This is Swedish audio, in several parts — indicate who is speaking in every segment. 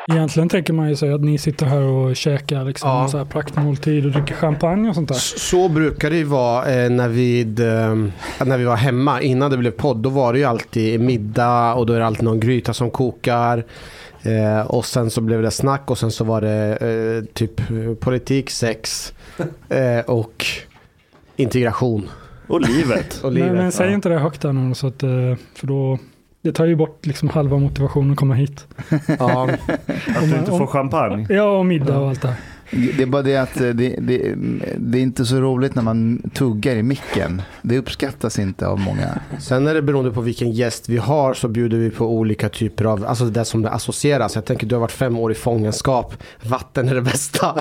Speaker 1: Egentligen tänker man ju säga att ni sitter här och käkar liksom så här praktmåltid och dricker champagne och sånt där.
Speaker 2: Så brukar det ju vara när vi var hemma innan det blev podd. Då var det ju alltid middag och då är det alltid någon gryta som kokar. Och sen så blev det snack och sen så var det typ politik, sex och integration.
Speaker 3: Och livet.
Speaker 1: Men säg inte det högt där nu så att, för då det tar ju bort liksom halva motivationen att komma hit.
Speaker 2: Ja.
Speaker 3: Att du inte får champagne.
Speaker 1: Ja, och middag och allt det här.
Speaker 4: Det är bara det att det är inte så roligt när man tuggar i micken. Det uppskattas inte av många.
Speaker 2: Sen är det beroende på vilken gäst vi har så bjuder vi på olika typer av, alltså det som det associeras. Jag tänker du har varit 5 år i fångenskap. Vatten är det bästa.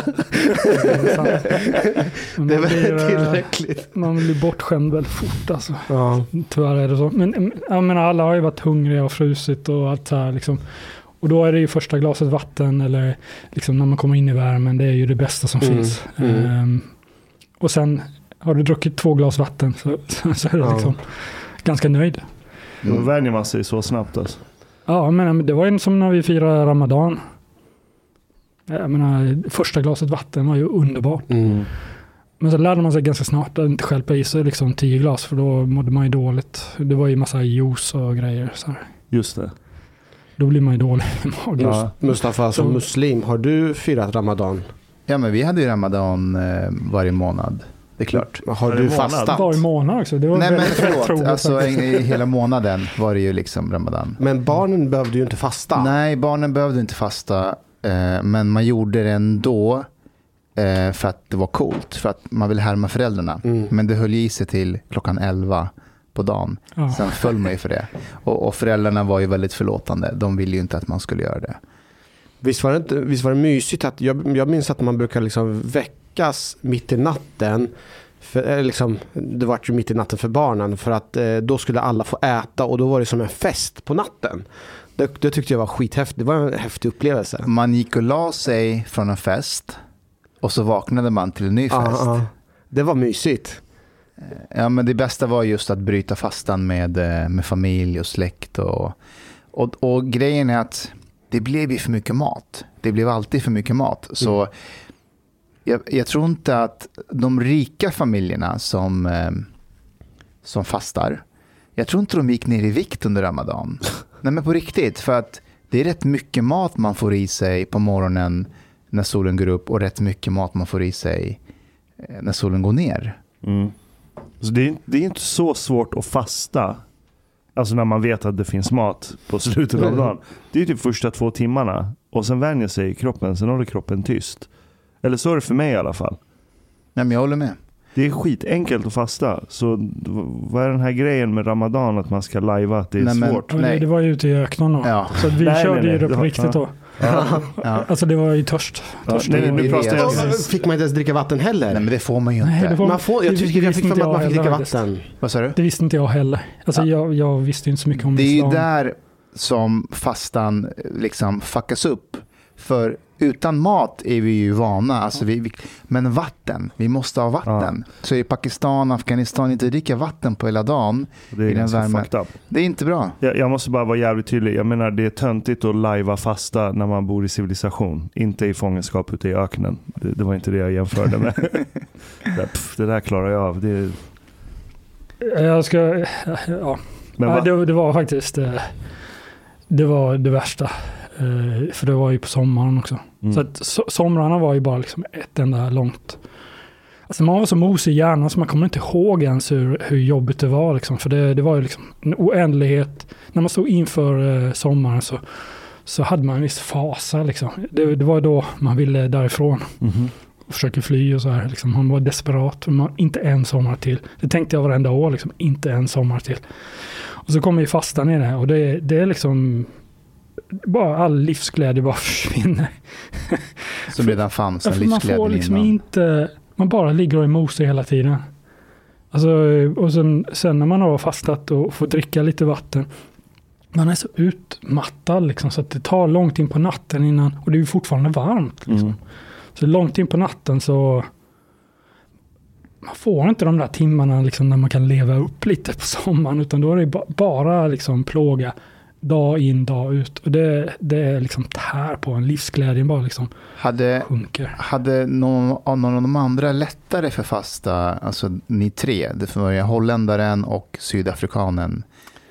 Speaker 2: Det är väl tillräckligt.
Speaker 1: Man blir bortskämd väldigt fort alltså.
Speaker 2: Ja.
Speaker 1: Tyvärr är det så. Men jag menar, alla har ju varit hungriga och frusit och allt så här liksom. Och då är det ju första glaset vatten eller liksom när man kommer in i värmen, det är ju det bästa som finns. Och sen har du druckit 2 glas vatten så är det liksom ganska nöjd.
Speaker 3: Då vänjer man sig så snabbt alltså.
Speaker 1: Ja, men det var ju som när vi firade Ramadan. Jag menar, första glaset vatten var ju underbart. Men så lärde man sig ganska snart att inte stjälpa i sig liksom 10 glas för då mådde man ju dåligt. Det var ju massa juice och grejer. Så här.
Speaker 3: Just det.
Speaker 1: Då blir man ju dålig i magen.
Speaker 2: Ja. Mustafa, som muslim, har du firat Ramadan?
Speaker 4: Ja, men vi hade ju Ramadan varje månad. Det är klart.
Speaker 2: Har du fastat?
Speaker 1: Varje månad också. Det var
Speaker 4: nej, men förlåt. Alltså, i hela månaden var det ju liksom Ramadan.
Speaker 2: Men barnen behövde ju inte fasta.
Speaker 4: Nej, barnen behövde inte fasta. Men man gjorde det ändå för att det var coolt. För att man ville härma föräldrarna. Men det höll i sig till klockan 11 på dagen. Sen föll man ju för det. Och föräldrarna var ju väldigt förlåtande. De ville ju inte att man skulle göra det.
Speaker 2: Visst var det mysigt att jag minns att man brukar liksom väckas mitt i natten. För, liksom, det var ju mitt i natten för barnen. För att då skulle alla få äta. Och då var det som en fest på natten. Det tyckte jag var skithäftigt. Det var en häftig upplevelse.
Speaker 4: Man gick och la sig från en fest. Och så vaknade man till en ny fest.
Speaker 2: Det var mysigt.
Speaker 4: Ja, men det bästa var just att bryta fastan med familj och släkt. Och grejen är att det blev ju för mycket mat. Det blev alltid för mycket mat. Så jag tror inte att de rika familjerna som fastar, jag tror inte de gick ner i vikt under Ramadan. Nej, men på riktigt. För att det är rätt mycket mat man får i sig på morgonen när solen går upp. Och rätt mycket mat man får i sig när solen går ner.
Speaker 3: Så det är inte så svårt att fasta. Alltså när man vet att det finns mat på slutet av dagen. Det är ju typ första 2 timmarna. Och sen vänjer sig kroppen. Sen håller kroppen tyst. Eller så är det för mig i alla fall.
Speaker 4: Nej, men jag håller med.
Speaker 3: Det är skitenkelt att fasta. Så vad är den här grejen med Ramadan att man ska lajva att det är svårt?
Speaker 1: Nej. Det var ju ute i öknen då. Ja. Så vi körde ju det på riktigt då. Ja. Alltså det var ju törst.
Speaker 2: Fick man inte ens dricka vatten heller?
Speaker 4: Nej, men det får man ju inte.
Speaker 2: Jag fick för att man fick dricka vatten.
Speaker 4: Vad sa du?
Speaker 1: Det visste inte jag heller. Alltså jag visste inte så mycket om
Speaker 4: det.
Speaker 1: Det
Speaker 4: är ju där som fastan liksom fuckas upp. För utan mat är vi ju vana. Alltså men vatten, vi måste ha vatten. Så i Pakistan, Afghanistan inte dricka vatten på hela dagen.
Speaker 3: Det är ganska fucked up.
Speaker 4: Det är inte bra.
Speaker 3: Jag måste bara vara jävligt tydlig. Jag menar, det är töntigt att lajva fasta när man bor i civilisation. Inte i fångenskap ute i öknen. Det var inte det jag jämförde med. Det där klarar jag av.
Speaker 1: Det var faktiskt det var det värsta. För det var ju på sommaren också. Så att somrarna var ju bara liksom ett enda långt. Alltså man var så mosig i hjärnan så man kommer inte ihåg ens hur jobbigt det var liksom. För det var ju liksom en oändlighet. När man stod inför sommaren så hade man en viss fasa liksom. Det var då man ville därifrån. Och försöker fly och så här liksom. Man var desperat. Inte en sommar till. Det tänkte jag varenda år liksom. Inte en sommar till. Och så kommer ju fastan i det. Och det är liksom bara all livsglädje bara försvinner.
Speaker 4: Som redan fanns en livsglädje
Speaker 1: man får liksom
Speaker 4: innan.
Speaker 1: inte, man bara ligger och är mosig hela tiden. Alltså, och sen när man har fastat och får dricka lite vatten, man är så utmattad liksom, så att det tar långt in på natten innan, och det är ju fortfarande varmt liksom. Så långt in på natten så man får inte de där timmarna liksom, när man kan leva upp lite på sommaren, utan då är det bara liksom plåga dag in, dag ut. Och det är liksom tär på en, livsglädjen bara liksom sjunker.
Speaker 4: Hade någon av de andra lättare för fasta, alltså ni tre, det var ju holländaren och sydafrikanen?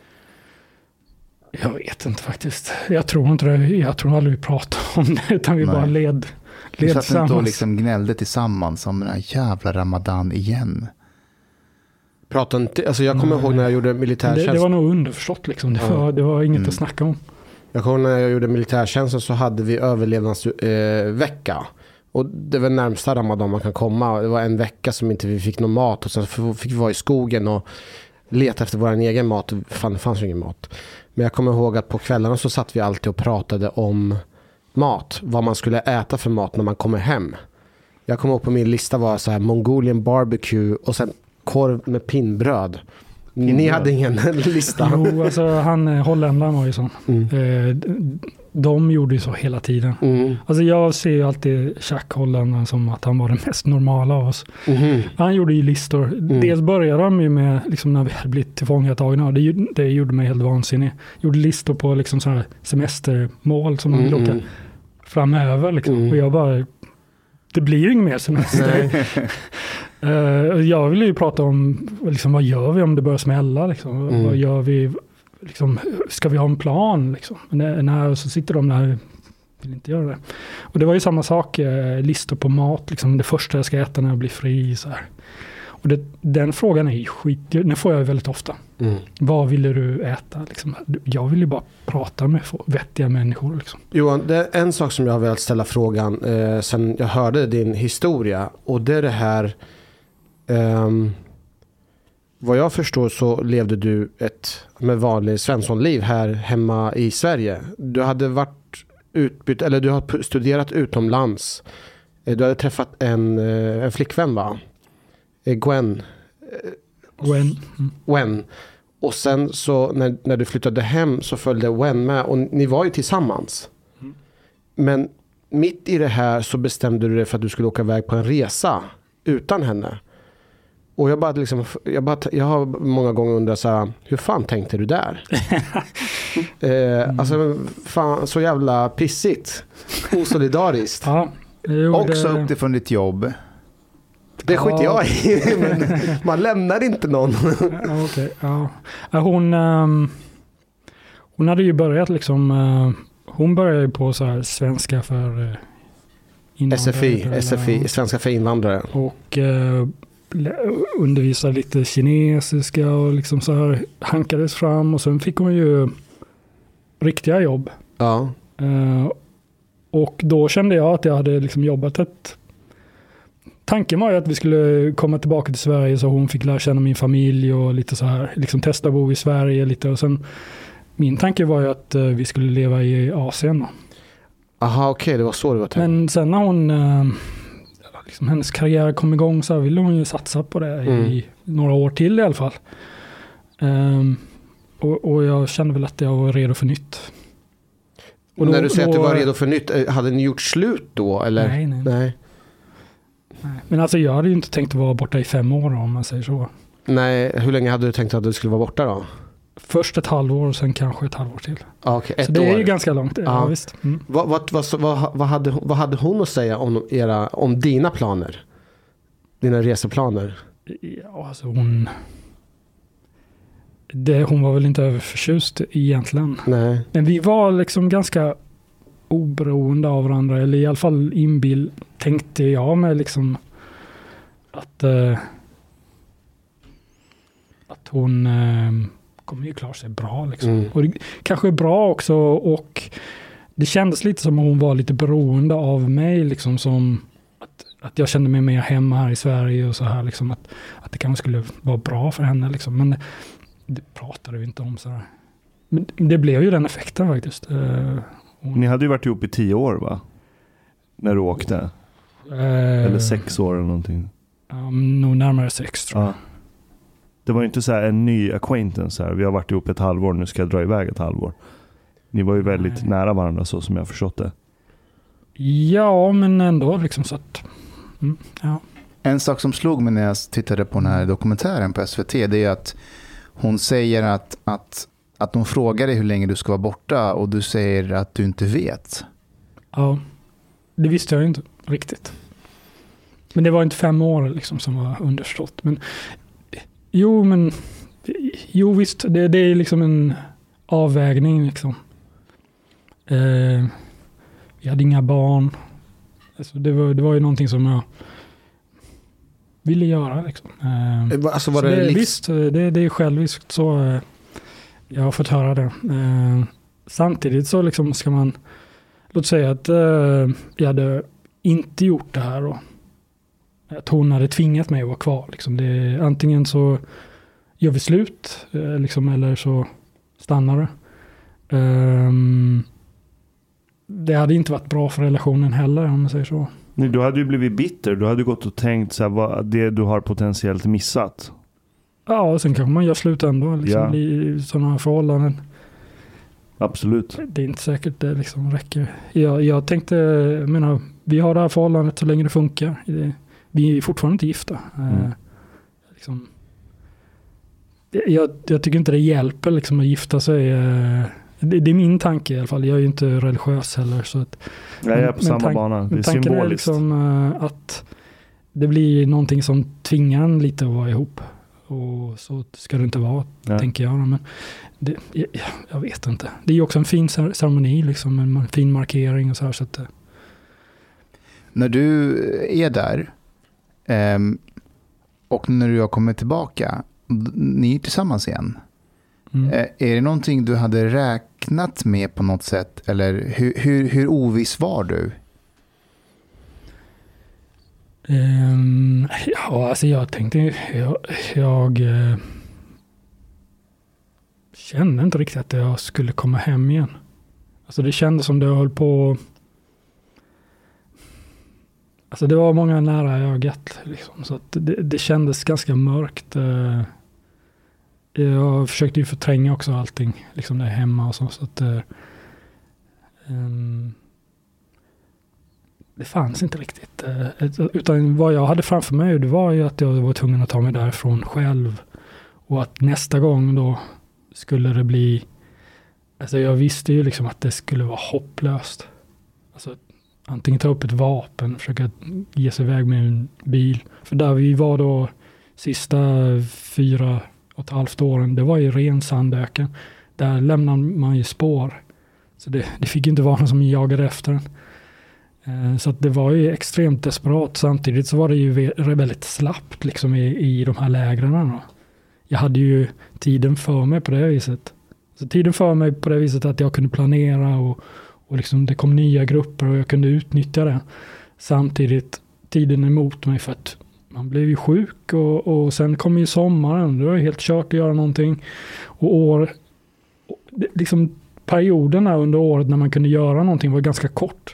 Speaker 1: Jag vet inte faktiskt. Jag tror inte det. Jag tror aldrig vi pratade om det, utan vi bara led
Speaker 4: tillsammans. Så att ni då
Speaker 1: liksom
Speaker 4: gnällde tillsammans om den här jävla Ramadan igen?
Speaker 2: Pratade inte, alltså jag kommer ihåg när jag gjorde militärtjänst.
Speaker 1: Det var nog underförstått liksom. Det var inget att snacka om.
Speaker 2: Jag kommer ihåg när jag gjorde militärtjänsten så hade vi överlevnadsvecka. Och det var närmsta Ramadan man kan komma. Det var en vecka som inte vi fick någon mat. Och sen fick vi vara i skogen och leta efter vår egen mat. Det fanns ju ingen mat. Men jag kommer ihåg att på kvällarna så satt vi alltid och pratade om mat. Vad man skulle äta för mat när man kommer hem. Jag kommer ihåg på min lista var så här Mongolian barbecue och sen korv med pinnbröd. Ni hade ingen lista.
Speaker 1: Jo, alltså holländaren var ju sån. De gjorde ju så hela tiden. Alltså jag ser ju alltid Jack Holländaren som att han var den mest normala av oss. Han gjorde ju listor. Dels började de ju med liksom, när vi hade blivit tillfångatagna. Det gjorde mig helt vansinnig. Gjorde listor på liksom så här semestermål som man vill åka framöver liksom. Och jag bara, det blir ju inget mer semester. Jag vill ju prata om liksom, vad gör vi om det börjar smälla liksom? Vad gör vi liksom, ska vi ha en plan liksom? Men så sitter de där, vill inte göra det. Och det var ju samma sak, listor på mat liksom, det första jag ska äta när jag blir fri så här. Och den frågan är ju den får jag väldigt ofta. Vad ville du äta liksom? Jag vill ju bara prata med vettiga människor liksom.
Speaker 2: Johan, det är en sak som jag har velat ställa frågan sen jag hörde din historia, och det är det här vad jag förstår så levde du ett med vanlig svenssonliv här hemma i Sverige. Du hade varit utbytt, eller du har studerat utomlands. Du hade träffat en flickvän, va? Gwen. Och sen så när du flyttade hem så följde Gwen med, och ni var ju tillsammans. Men mitt i det här så bestämde du dig för att du skulle åka iväg på en resa utan henne. Och jag har många gånger undrat så här, hur fan tänkte du där? Alltså fan, så jävla pissigt. Osolidariskt.
Speaker 4: Också uppifrån ditt jobb.
Speaker 2: Det skiter jag i. Men man lämnar inte någon.
Speaker 1: Hon hade ju börjat liksom, hon började ju på så här svenska för invandrare.
Speaker 2: SFI, svenska för invandrare.
Speaker 1: Och undervisade lite kinesiska och liksom så här hankades fram, och sen fick hon ju riktiga jobb.
Speaker 2: Ja.
Speaker 1: Och då kände jag att jag hade liksom jobbat tanken var ju att vi skulle komma tillbaka till Sverige så hon fick lära känna min familj och lite så här, liksom testa att bo i Sverige lite, och sen min tanke var ju att vi skulle leva i Asien.
Speaker 2: Aha, okej, det var så det var tänkt. Men
Speaker 1: sen när hon liksom, hennes karriär kom igång så ville hon ju satsa på det i några år till i alla fall. Och jag kände väl att jag var redo för nytt.
Speaker 2: Och när du säger att du var redo för nytt, hade ni gjort slut då? Eller?
Speaker 1: Nej. Men alltså jag hade ju inte tänkt att vara borta i 5 år om man säger så.
Speaker 2: Nej, hur länge hade du tänkt att du skulle vara borta då? Först
Speaker 1: ett halvår och sen kanske ett halvår till.
Speaker 2: Okay, ett
Speaker 1: så det
Speaker 2: år.
Speaker 1: är ju ganska långt. Ja, visst.
Speaker 2: Vad hade hon att säga om dina planer? Dina reseplaner?
Speaker 1: Ja, alltså hon var väl inte överförtjust egentligen.
Speaker 2: Nej.
Speaker 1: Men vi var liksom ganska oberoende av varandra, eller i alla fall tänkte jag med liksom att hon kommer ju klara sig bra liksom. Och det kanske är bra också, och det kändes lite som att hon var lite beroende av mig liksom, som att jag kände mig mer hemma här i Sverige och så här liksom, att det kanske skulle vara bra för henne liksom, men det pratade vi inte om så här. Men det blev ju den effekten faktiskt.
Speaker 3: Ni hade ju varit ihop i 10 år, va? När du åkte. Eller 6 år eller någonting.
Speaker 1: Nog närmare 6 tror jag.
Speaker 3: Det var ju inte så här en ny acquaintance här. Vi har varit ihop ett halvår, nu ska jag dra iväg ett halvår. Ni var ju väldigt nära varandra så som jag förstått det.
Speaker 1: Ja, men ändå liksom så att... ja.
Speaker 4: En sak som slog mig när jag tittade på den här dokumentären på SVT, det är att hon säger att att de frågar dig hur länge du ska vara borta och du säger att du inte vet.
Speaker 1: Ja, det visste jag inte riktigt. Men det var inte 5 år liksom som var understått. Men jo visst, det är liksom en avvägning liksom. Vi hade inga barn. Alltså det var ju någonting som jag ville göra liksom.
Speaker 2: Alltså var det
Speaker 1: visst, det är själviskt så jag har fått höra det. Samtidigt så liksom ska man, låt säga att jag hade inte gjort det här och att hon hade tvingat mig att vara kvar. Liksom. Antingen så gör vi slut liksom, eller så stannar det. Det hade inte varit bra för relationen heller om man säger så.
Speaker 3: Nej, du hade ju blivit bitter. Du hade gått och tänkt så här, vad det du har potentiellt missat.
Speaker 1: Ja, och sen kanske man gör slut ändå liksom, i sådana förhållanden.
Speaker 3: Absolut.
Speaker 1: Det är inte säkert det liksom räcker. Jag tänkte, vi har det här förhållandet så länge det funkar. Vi är fortfarande inte gifta. Liksom, jag tycker inte det hjälper liksom, att gifta sig. Det är min tanke i alla fall. Jag är ju inte religiös heller. Så att,
Speaker 3: jag är på samma bana. Det är symboliskt. Är liksom, att det blir någonting som tvingar en lite att vara ihop. Och så ska det inte vara, tänker jag. Men jag vet inte. Det är ju också en fin ceremoni, liksom, en fin markering och så här. Så att,
Speaker 4: när du är där och när du har kommit tillbaka, ni är tillsammans igen. Är det någonting du hade räknat med på något sätt? Eller hur oviss var du?
Speaker 1: Ja, alltså jag tänkte jag kände inte riktigt att jag skulle komma hem igen. Alltså det kändes som det höll på. Alltså det var många nära ögat liksom, så att det kändes ganska mörkt. Jag försökte ju förtränga också allting liksom där hemma och så att det fanns inte riktigt. Utan vad jag hade framför mig, det var ju att jag var tvungen att ta mig därifrån själv. Och att nästa gång då skulle det bli. Alltså jag visste ju liksom att det skulle vara hopplöst. Alltså antingen ta upp ett vapen, försöka ge sig iväg med en bil. För där vi var då sista 4,5 åren, det var ju ren sandöken. Där lämnar man ju spår. Så det fick inte vara någon som jagade efter den. Så att det var ju extremt desperat. Samtidigt så var det ju väldigt slappt liksom i de här lägren då. Jag hade ju tiden för mig på det viset. Så tiden för mig på det viset att jag kunde planera och liksom det kom nya grupper och jag kunde utnyttja det. Samtidigt tiden emot mig för att man blev ju sjuk och sen kom ju sommaren. Det var ju helt kört att göra någonting. Och liksom perioderna under året när man kunde göra någonting var ganska kort.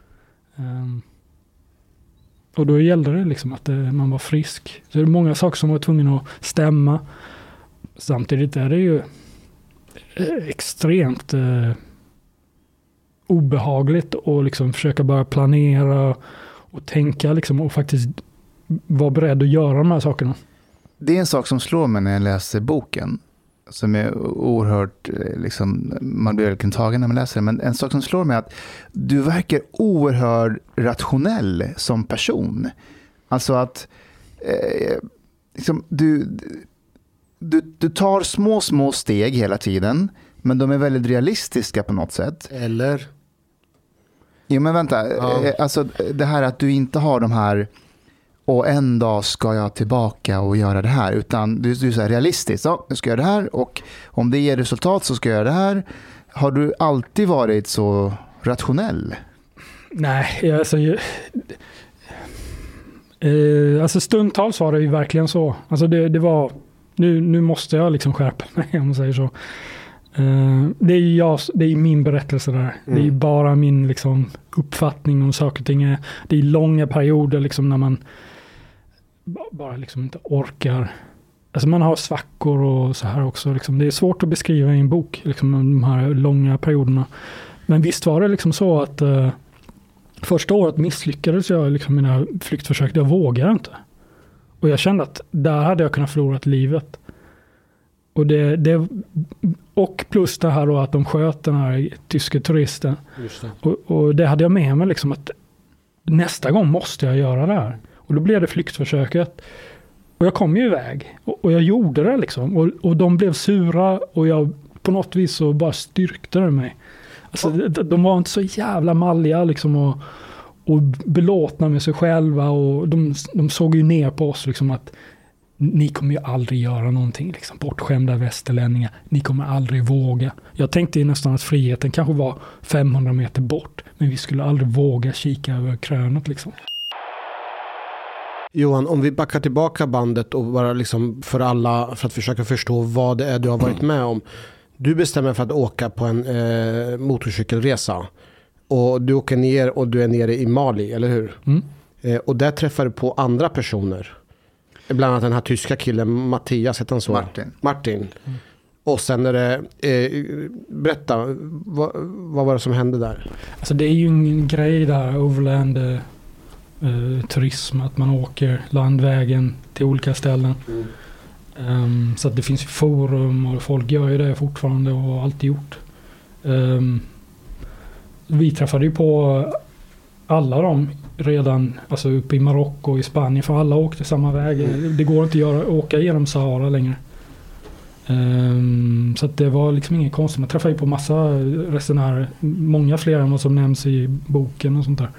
Speaker 1: Och då gällde det liksom att man var frisk. Så det är många saker som var tvungna att stämma. Samtidigt är det ju extremt obehagligt att liksom försöka börja planera och tänka liksom, och faktiskt vara beredd att göra de här sakerna.
Speaker 4: Det är en sak som slår mig när jag läser boken, som är oerhört, liksom, man blir verkligen tagen när man läser det, men en sak som slår mig är att du verkar oerhört rationell som person. Alltså att liksom, du tar små steg hela tiden, men de är väldigt realistiska på något sätt. Eller? Jo, men vänta. Ja. Alltså det här att du inte har de här och en dag ska jag tillbaka och göra det här, utan du är så här realistisk. Ja, nu ska jag göra det här och om det ger resultat så ska jag göra det här. Har du alltid varit så rationell?
Speaker 1: Nej, alltså stundtals var det ju verkligen så. Alltså det var nu måste jag liksom skärpa mig om man säger så. Det är min berättelse där. Det är bara min liksom uppfattning om saker och ting. Det är långa perioder liksom när man bara liksom inte orkar. Alltså man har svackor och så här också. Liksom. Det är svårt att beskriva i en bok liksom, de här långa perioderna. Men visst var det liksom så att första året misslyckades jag liksom mina flyktförsök. Jag vågade inte. Och jag kände att där hade jag kunnat förlora livet. Och plus det här då att de sköt den här tyska turisten.
Speaker 2: Just det.
Speaker 1: Och det hade jag med mig liksom att nästa gång måste jag göra det här. Och då blev det flyktförsöket. Och jag kom ju iväg. Och jag gjorde det liksom. Och de blev sura och jag på något vis så bara styrkte det mig. Alltså, de var inte så jävla malliga liksom och belåtna med sig själva. Och de såg ju ner på oss liksom att ni kommer ju aldrig göra någonting liksom, bortskämda västerlänningar. Ni kommer aldrig våga. Jag tänkte ju nästan att friheten kanske var 500 meter bort. Men vi skulle aldrig våga kika över krönet liksom.
Speaker 2: Johan, om vi backar tillbaka bandet och bara liksom för att försöka förstå vad det är du har varit med om. Du bestämmer för att åka på en motorcykelresa. Och du åker ner och du är nere i Mali, eller hur?
Speaker 1: Mm.
Speaker 2: Och där träffar du på andra personer. Bland annat den här tyska killen, Mattias heter han så? Martin. Mm. Och sen är det, berätta, vad var det som hände där?
Speaker 1: Alltså det är ju en grej där, overland turism, att man åker landvägen till olika ställen. Så att det finns ju forum och folk gör ju det fortfarande och har alltid gjort. Vi träffade ju på alla dem redan, alltså uppe i Marocko och i Spanien, för alla åkte samma väg. Det går inte att åka genom Sahara längre. Så att det var liksom ingen konstigt. Man träffade ju på massa resenärer, många fler än vad som nämns i boken och sånt där.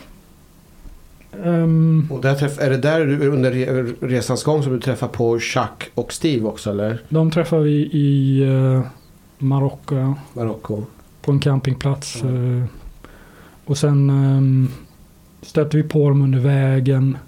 Speaker 2: Och där är det där under resans gång som du träffar på Jacques och Steve också, eller?
Speaker 1: De träffade vi i Marocko, ja.
Speaker 2: Marocko.
Speaker 1: På en campingplats. Och sen stötte vi på dem under vägen.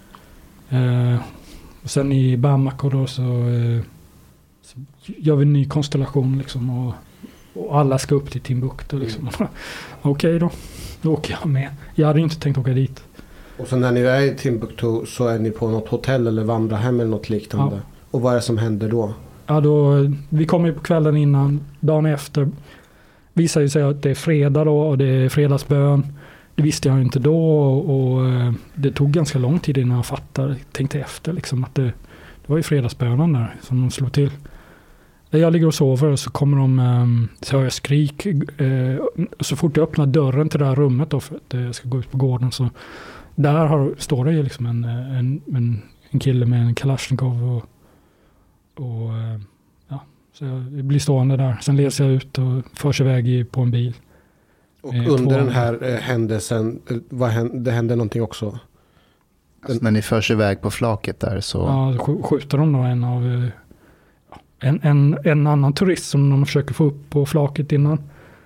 Speaker 1: Och sen i Bamako då så gör vi en ny konstellation liksom, och alla ska upp till Timbuktu liksom. Okej då åker jag med. Jag hade inte tänkt åka dit.
Speaker 2: Och så när ni är i Timbuktu så är ni på något hotell eller vandrarhem eller något liknande. Ja. Och vad är det som händer då? Ja,
Speaker 1: vi kommer ju på kvällen innan, dagen efter visar ju sig att det är fredag då och det är fredagsbön. Det visste jag inte då och det tog ganska lång tid innan jag tänkte efter liksom att det var ju fredagsbönen där som de slog till. Jag ligger och sover och så kommer de, så hör jag skrik. Så fort jag öppnar dörren till det här rummet då för att jag ska gå ut på gården så där står det ju liksom en kille med en Kalashnikov och ja, så jag blir stående där. Sen leds jag ut och förs iväg på en bil.
Speaker 2: Och under den här händelsen, det hände någonting också?
Speaker 4: Alltså när ni förs iväg på flaket där så...
Speaker 1: Ja, så skjuter de då en annan turist som de försöker få upp på flaket innan.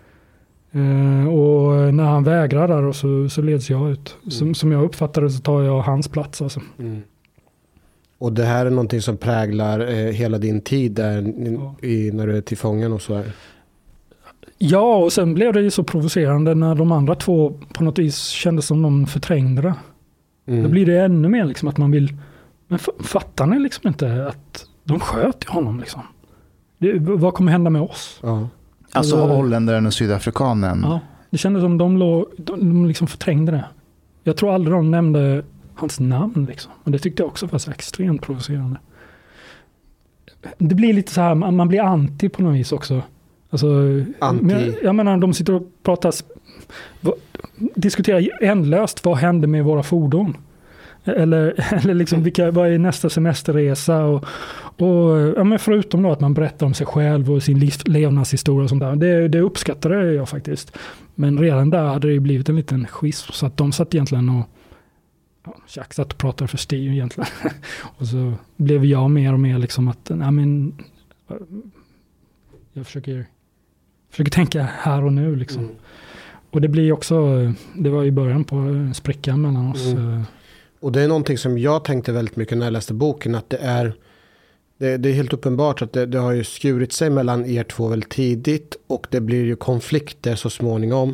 Speaker 1: Och när han vägrar där och så leds jag ut. Som jag uppfattar det så tar jag hans plats alltså. Mm.
Speaker 2: Och det här är någonting som präglar hela din tid där när du är till fången och så här.
Speaker 1: Ja, och sen blev det ju så provocerande när de andra två på något vis kändes som de förträngde det. Då blir det ännu mer liksom att man vill... Men fattar ni liksom inte att de sköt i honom liksom? Vad kommer hända med oss?
Speaker 2: Ja.
Speaker 4: Alltså holländaren och sydafrikanen.
Speaker 1: Ja, det kändes som de liksom förträngde det. Jag tror aldrig de nämnde hans namn liksom. Och det tyckte jag också var så extremt provocerande. Det blir lite så här, man blir anti på något vis också. Alltså, jag menar, de sitter och pratar, diskuterar ändlöst vad händer med våra fordon. Eller liksom vad är nästa semesterresa och ja, men förutom då att man berättar om sig själv och sin levnadshistoria och sånt där. Det uppskattade jag faktiskt. Men redan där hade det blivit en liten schism så att de satt egentligen och Jack satt och pratade för Steve egentligen. Och så blev jag mer och mer liksom att jag försöker tänka här och nu liksom. Och det blir också, det var i början på en spricka mellan oss.
Speaker 2: Och det är någonting som jag tänkte väldigt mycket när jag läste boken, att det är helt uppenbart att det har ju skurit sig mellan er två väldigt tidigt och det blir ju konflikter så småningom.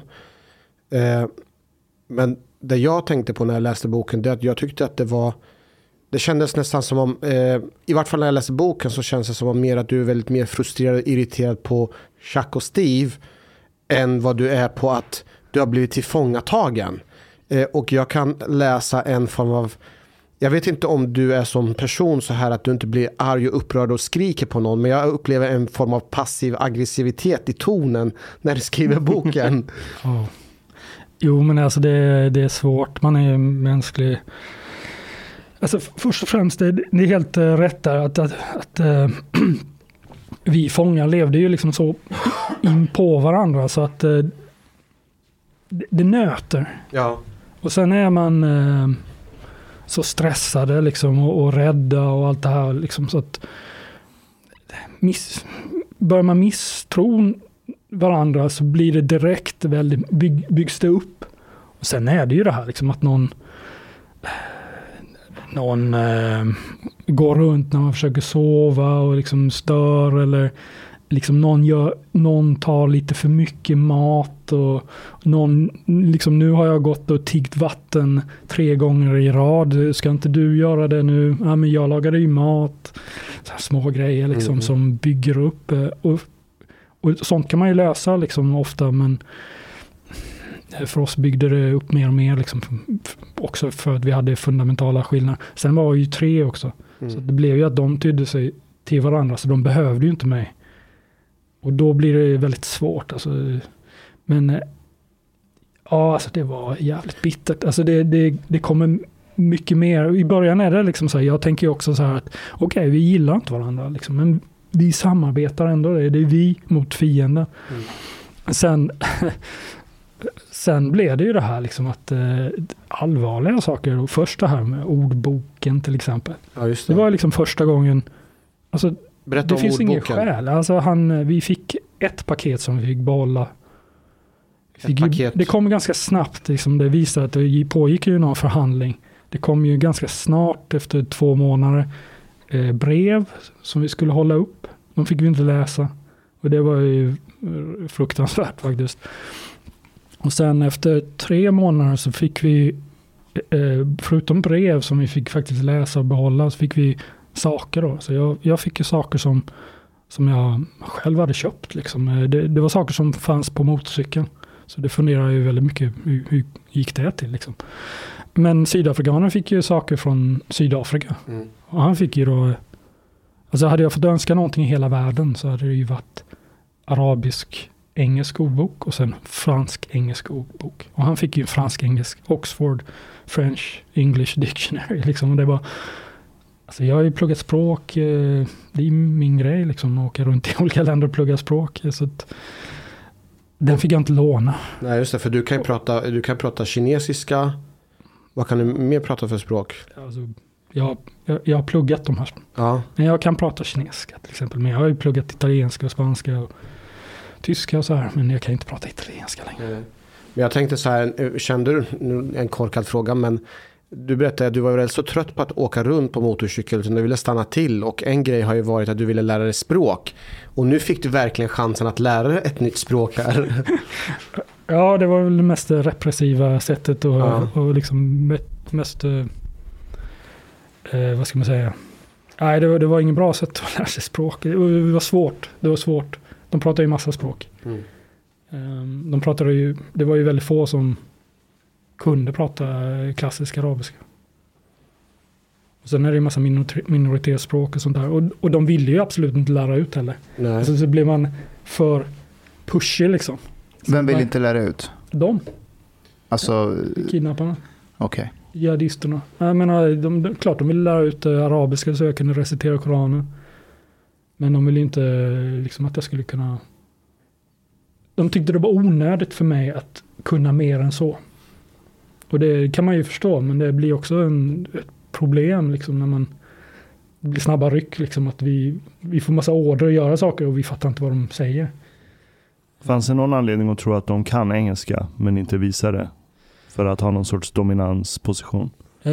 Speaker 2: Men det jag tänkte på när jag läste boken, det är att jag tyckte att det kändes nästan som om, i vart fall när jag läste boken så känns det som om mer att du är väldigt mer frustrerad och irriterad på Jack och Steve än vad du är på att du har blivit tillfångatagen. Och jag kan läsa en form av Jag vet inte om du är som person så här att du inte blir arg och upprörd och skriker på någon, men jag upplever en form av passiv aggressivitet i tonen när du skriver boken.
Speaker 1: Ja. Jo, men alltså det är svårt. Man är mänsklig. Alltså först och främst, det är helt rätt där att vi fångar levde ju liksom så in på varandra så att det nöter.
Speaker 2: Ja.
Speaker 1: Och sen är man så stressade liksom och rädda och allt det här liksom, så att börjar man misstro varandra så blir det direkt väldigt byggs det upp. Och sen är det ju det här liksom att någon går runt när man försöker sova och liksom stör, eller liksom någon tar lite för mycket mat och någon liksom, nu har jag gått och tiggt vatten 3 gånger i rad, ska inte du göra det nu? Ja, men jag lagade ju mat. Så här små grejer liksom som bygger upp och sånt kan man ju lösa liksom ofta, men för oss byggde det upp mer och mer liksom, också för att vi hade fundamentala skillnader. Sen var ju 3 också. Så det blev ju att de tydde sig till varandra, så de behövde ju inte mig. Och då blir det väldigt svårt. Alltså. Men ja, alltså det var jävligt bittert. Alltså det kommer mycket mer. I början är det liksom så här, jag tänker också så här att okej, vi gillar inte varandra liksom, men vi samarbetar ändå. Det är vi mot fienden. Sen blev det ju det här liksom att allvarliga saker. Och först det här med ordboken till exempel. Ja, just det. Det var liksom första gången. Alltså,
Speaker 2: berätta
Speaker 1: det
Speaker 2: om
Speaker 1: finns ingen
Speaker 2: ordboken.
Speaker 1: skäl. Alltså vi fick ett paket som vi fick behålla. Det kom ganska snabbt. Liksom, det visade att det pågick ju någon förhandling. Det kom ju ganska snart efter 2 månader brev som vi skulle hålla upp. De fick vi inte läsa. Och det var ju fruktansvärt faktiskt. Och sen efter 3 månader så fick vi, förutom brev som vi fick faktiskt läsa och behålla, så fick vi saker då. Så jag fick ju saker som jag själv hade köpt. Liksom. Det var saker som fanns på motorcykeln. Så det funderar ju väldigt mycket, hur gick det till liksom. Men sydafrikanen fick ju saker från Sydafrika. Och han fick ju då, alltså hade jag fått önska någonting i hela världen så hade det ju varit arabisk-engelsk ordbok och sen fransk-engelsk ordbok. Och han fick ju fransk-engelsk Oxford French English Dictionary liksom. Och det var, alltså jag har ju pluggat språk, det är min grej liksom, att åka runt i olika länder och plugga språk. Så att den fick jag inte låna. Nej,
Speaker 2: just det, för du kan prata kinesiska. Vad kan du mer prata för språk?
Speaker 1: Alltså, jag har pluggat de här. Ja. Men jag kan prata kinesiska till exempel. Men jag har ju pluggat italienska och spanska och tyska och så här. Men jag kan inte prata italienska längre.
Speaker 2: Men jag tänkte så här, kände du, en korkad fråga, men du berättade att du var väl så trött på att åka runt på motorcykel så du ville stanna till, och en grej har ju varit att du ville lära dig språk, och nu fick du verkligen chansen att lära dig ett nytt språk här.
Speaker 1: Ja, det var väl det mest repressiva sättet och liksom mest vad ska man säga? Nej, det var ingen bra sätt att lära sig språk. Det var svårt. De pratade ju massa språk. Det var ju väldigt få som kunde prata klassisk arabiska. Och sen är det ju massa minoritetsspråk och sånt där. Och de ville ju absolut inte lära ut heller. Alltså, så blev man för pushy liksom.
Speaker 4: Vem vill inte lära ut?
Speaker 1: De.
Speaker 4: Alltså
Speaker 1: kidnapparna.
Speaker 4: Okej.
Speaker 1: Jihadisterna. Jag menar, klart de ville lära ut arabiska så jag kunde recitera Koranen. Men de ville inte liksom att jag skulle kunna. De tyckte det var onödigt för mig att kunna mer än så. Och det kan man ju förstå, men det blir också ett problem liksom när man blir snabba ryck liksom, att vi får massa order att göra saker och vi fattar inte vad de säger.
Speaker 3: Fanns det någon anledning att tro att de kan engelska men inte visar det? För att ha någon sorts dominansposition?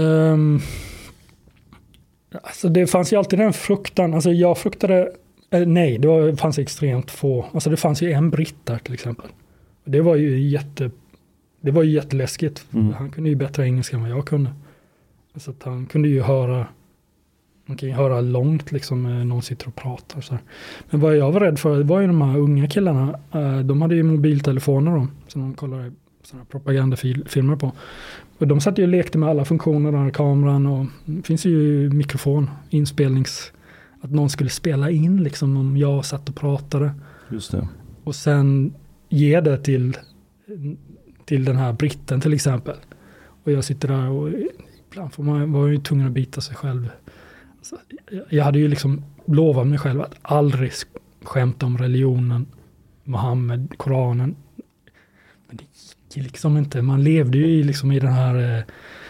Speaker 1: Alltså det fanns ju alltid den fruktan. Alltså jag fruktade. Nej, det fanns extremt få. Alltså det fanns ju en britt där till exempel. Det var ju jätteläskigt. Han kunde ju bättre engelska än vad jag kunde. Så att han kunde ju höra. Man kan ju höra långt liksom när någon sitter och pratar. Så här. Men vad jag var rädd för var ju de här unga killarna. De hade ju mobiltelefoner då. Så de kollade sådana propagandafilmer på. Och de satt ju och lekte med alla funktioner, den här kameran, och det finns ju mikrofon, inspelnings, att någon skulle spela in liksom om jag satt och pratade.
Speaker 3: Just det.
Speaker 1: Och sen ge det till den här britten till exempel. Och jag sitter där och ibland var ju tvungen att bita sig själv. Alltså, jag hade ju liksom lovat mig själv att aldrig skämta om religionen, Mohammed, Koranen. Men det gick liksom inte. Man levde ju liksom i den här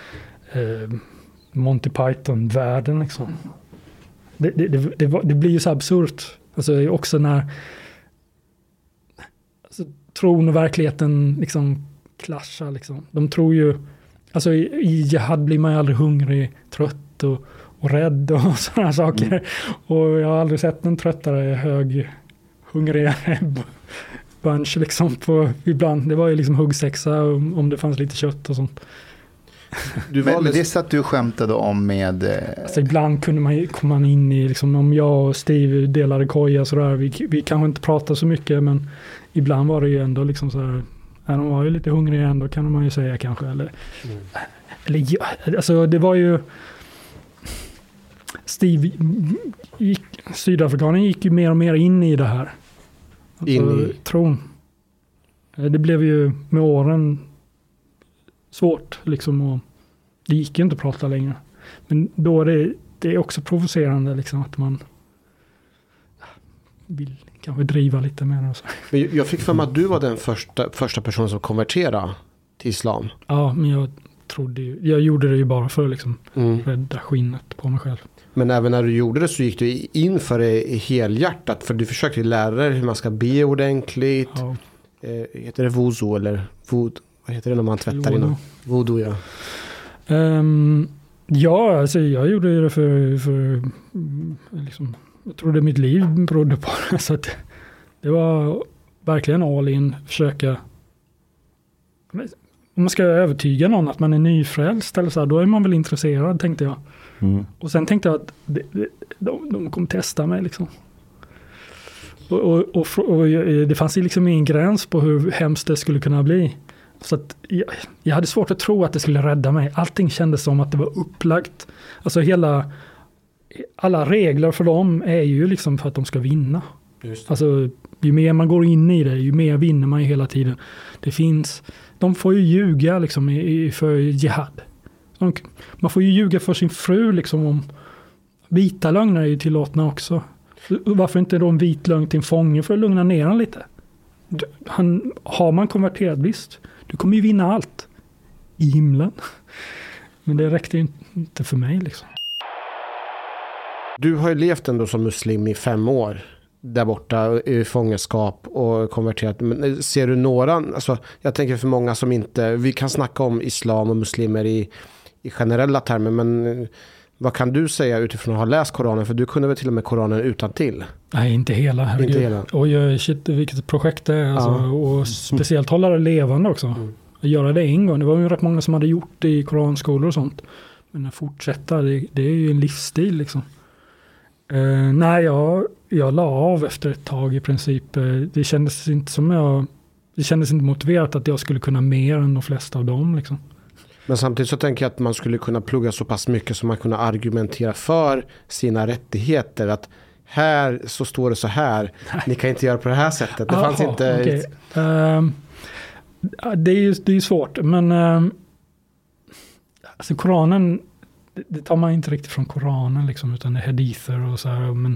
Speaker 1: Monty Python-världen liksom. Det blir ju så absurt. Alltså också när tron och verkligheten liksom klaschar liksom. De tror ju, alltså i jihad blir man ju aldrig hungrig, trött och rädd och sådana saker. Och jag har aldrig sett en tröttare, hungrigare bunch liksom på ibland. Det var ju liksom huggsexa om det fanns lite kött och sånt.
Speaker 4: Men det satt du skämtade om med...
Speaker 1: Alltså ibland kom man in i, liksom, om jag och Steve delade koja sådär, vi kanske inte pratade så mycket, men ibland var det ju ändå liksom sådär, de var ju lite hungriga ändå, kan man ju säga kanske, eller ja, alltså det var ju Steve sydafrikanen gick ju mer och mer in i det här. Alltså, tron. Det blev ju med åren svårt liksom, och det gick ju inte att prata längre. Men då är det är också provocerande liksom, att man vill kanske driva lite mer och så.
Speaker 2: Men jag fick för mig att du var den första personen som konverterade till islam.
Speaker 1: Ja, men jag gjorde det ju bara för att liksom rädda skinnet på mig själv.
Speaker 2: Men även när du gjorde det så gick du in för det helhjärtat, för du försökte lära dig hur man ska be ordentligt. Ja. Heter det wuzu eller vad heter det när man tvättar innan? Voodoo, ja.
Speaker 1: Ja, alltså jag gjorde det för liksom, jag trodde mitt liv berodde på det, så att det var verkligen all in, försöka, om man ska övertyga någon att man är nyfrälst eller så här, då är man väl intresserad, tänkte jag. Och sen tänkte jag att de kommer testa mig liksom. Och det fanns liksom ingen gräns på hur hemskt det skulle kunna bli. Så att jag hade svårt att tro att det skulle rädda mig. Allting kändes som att det var upplagt. Alltså alla regler för dem är ju liksom för att de ska vinna. Just det. Alltså ju mer man går in i det, ju mer vinner man ju hela tiden. De får ju ljuga liksom för jihad. Man får ju ljuga för sin fru liksom, om vita lögner är ju tillåtna också. Varför inte då en vit lögn till en fånge för att lugna ner han lite? Har man konverterat, visst. Du kommer ju vinna allt i himlen. Men det räckte ju inte för mig liksom.
Speaker 2: Du har ju levt ändå som muslim i 5 år där borta i fångenskap och konverterat. Men ser du några, alltså jag tänker för många som inte, vi kan snacka om islam och muslimer i generella termer, men vad kan du säga utifrån att ha läst Koranen? För du kunde väl till och med Koranen utan till?
Speaker 1: Nej, inte hela.
Speaker 2: Inte hela.
Speaker 1: Och shit, vilket projekt det är. Alltså, och speciellt hålla det levande också. Att göra det en gång. Det var ju rätt många som hade gjort det i koranskolor och sånt. Men att fortsätta, det är ju en livsstil liksom. Nej, jag la av efter ett tag i princip. Det kändes inte motiverat att jag skulle kunna mer än de flesta av dem liksom.
Speaker 2: Men samtidigt så tänker jag att man skulle kunna plugga så pass mycket som man kunna argumentera för sina rättigheter. Att här så står det så här. Nej. Ni kan inte göra på det här sättet. Det fanns inte...
Speaker 1: Okay. Det är ju svårt. Men alltså Koranen, det tar man inte riktigt från Koranen liksom, utan det är hadither och så här. Men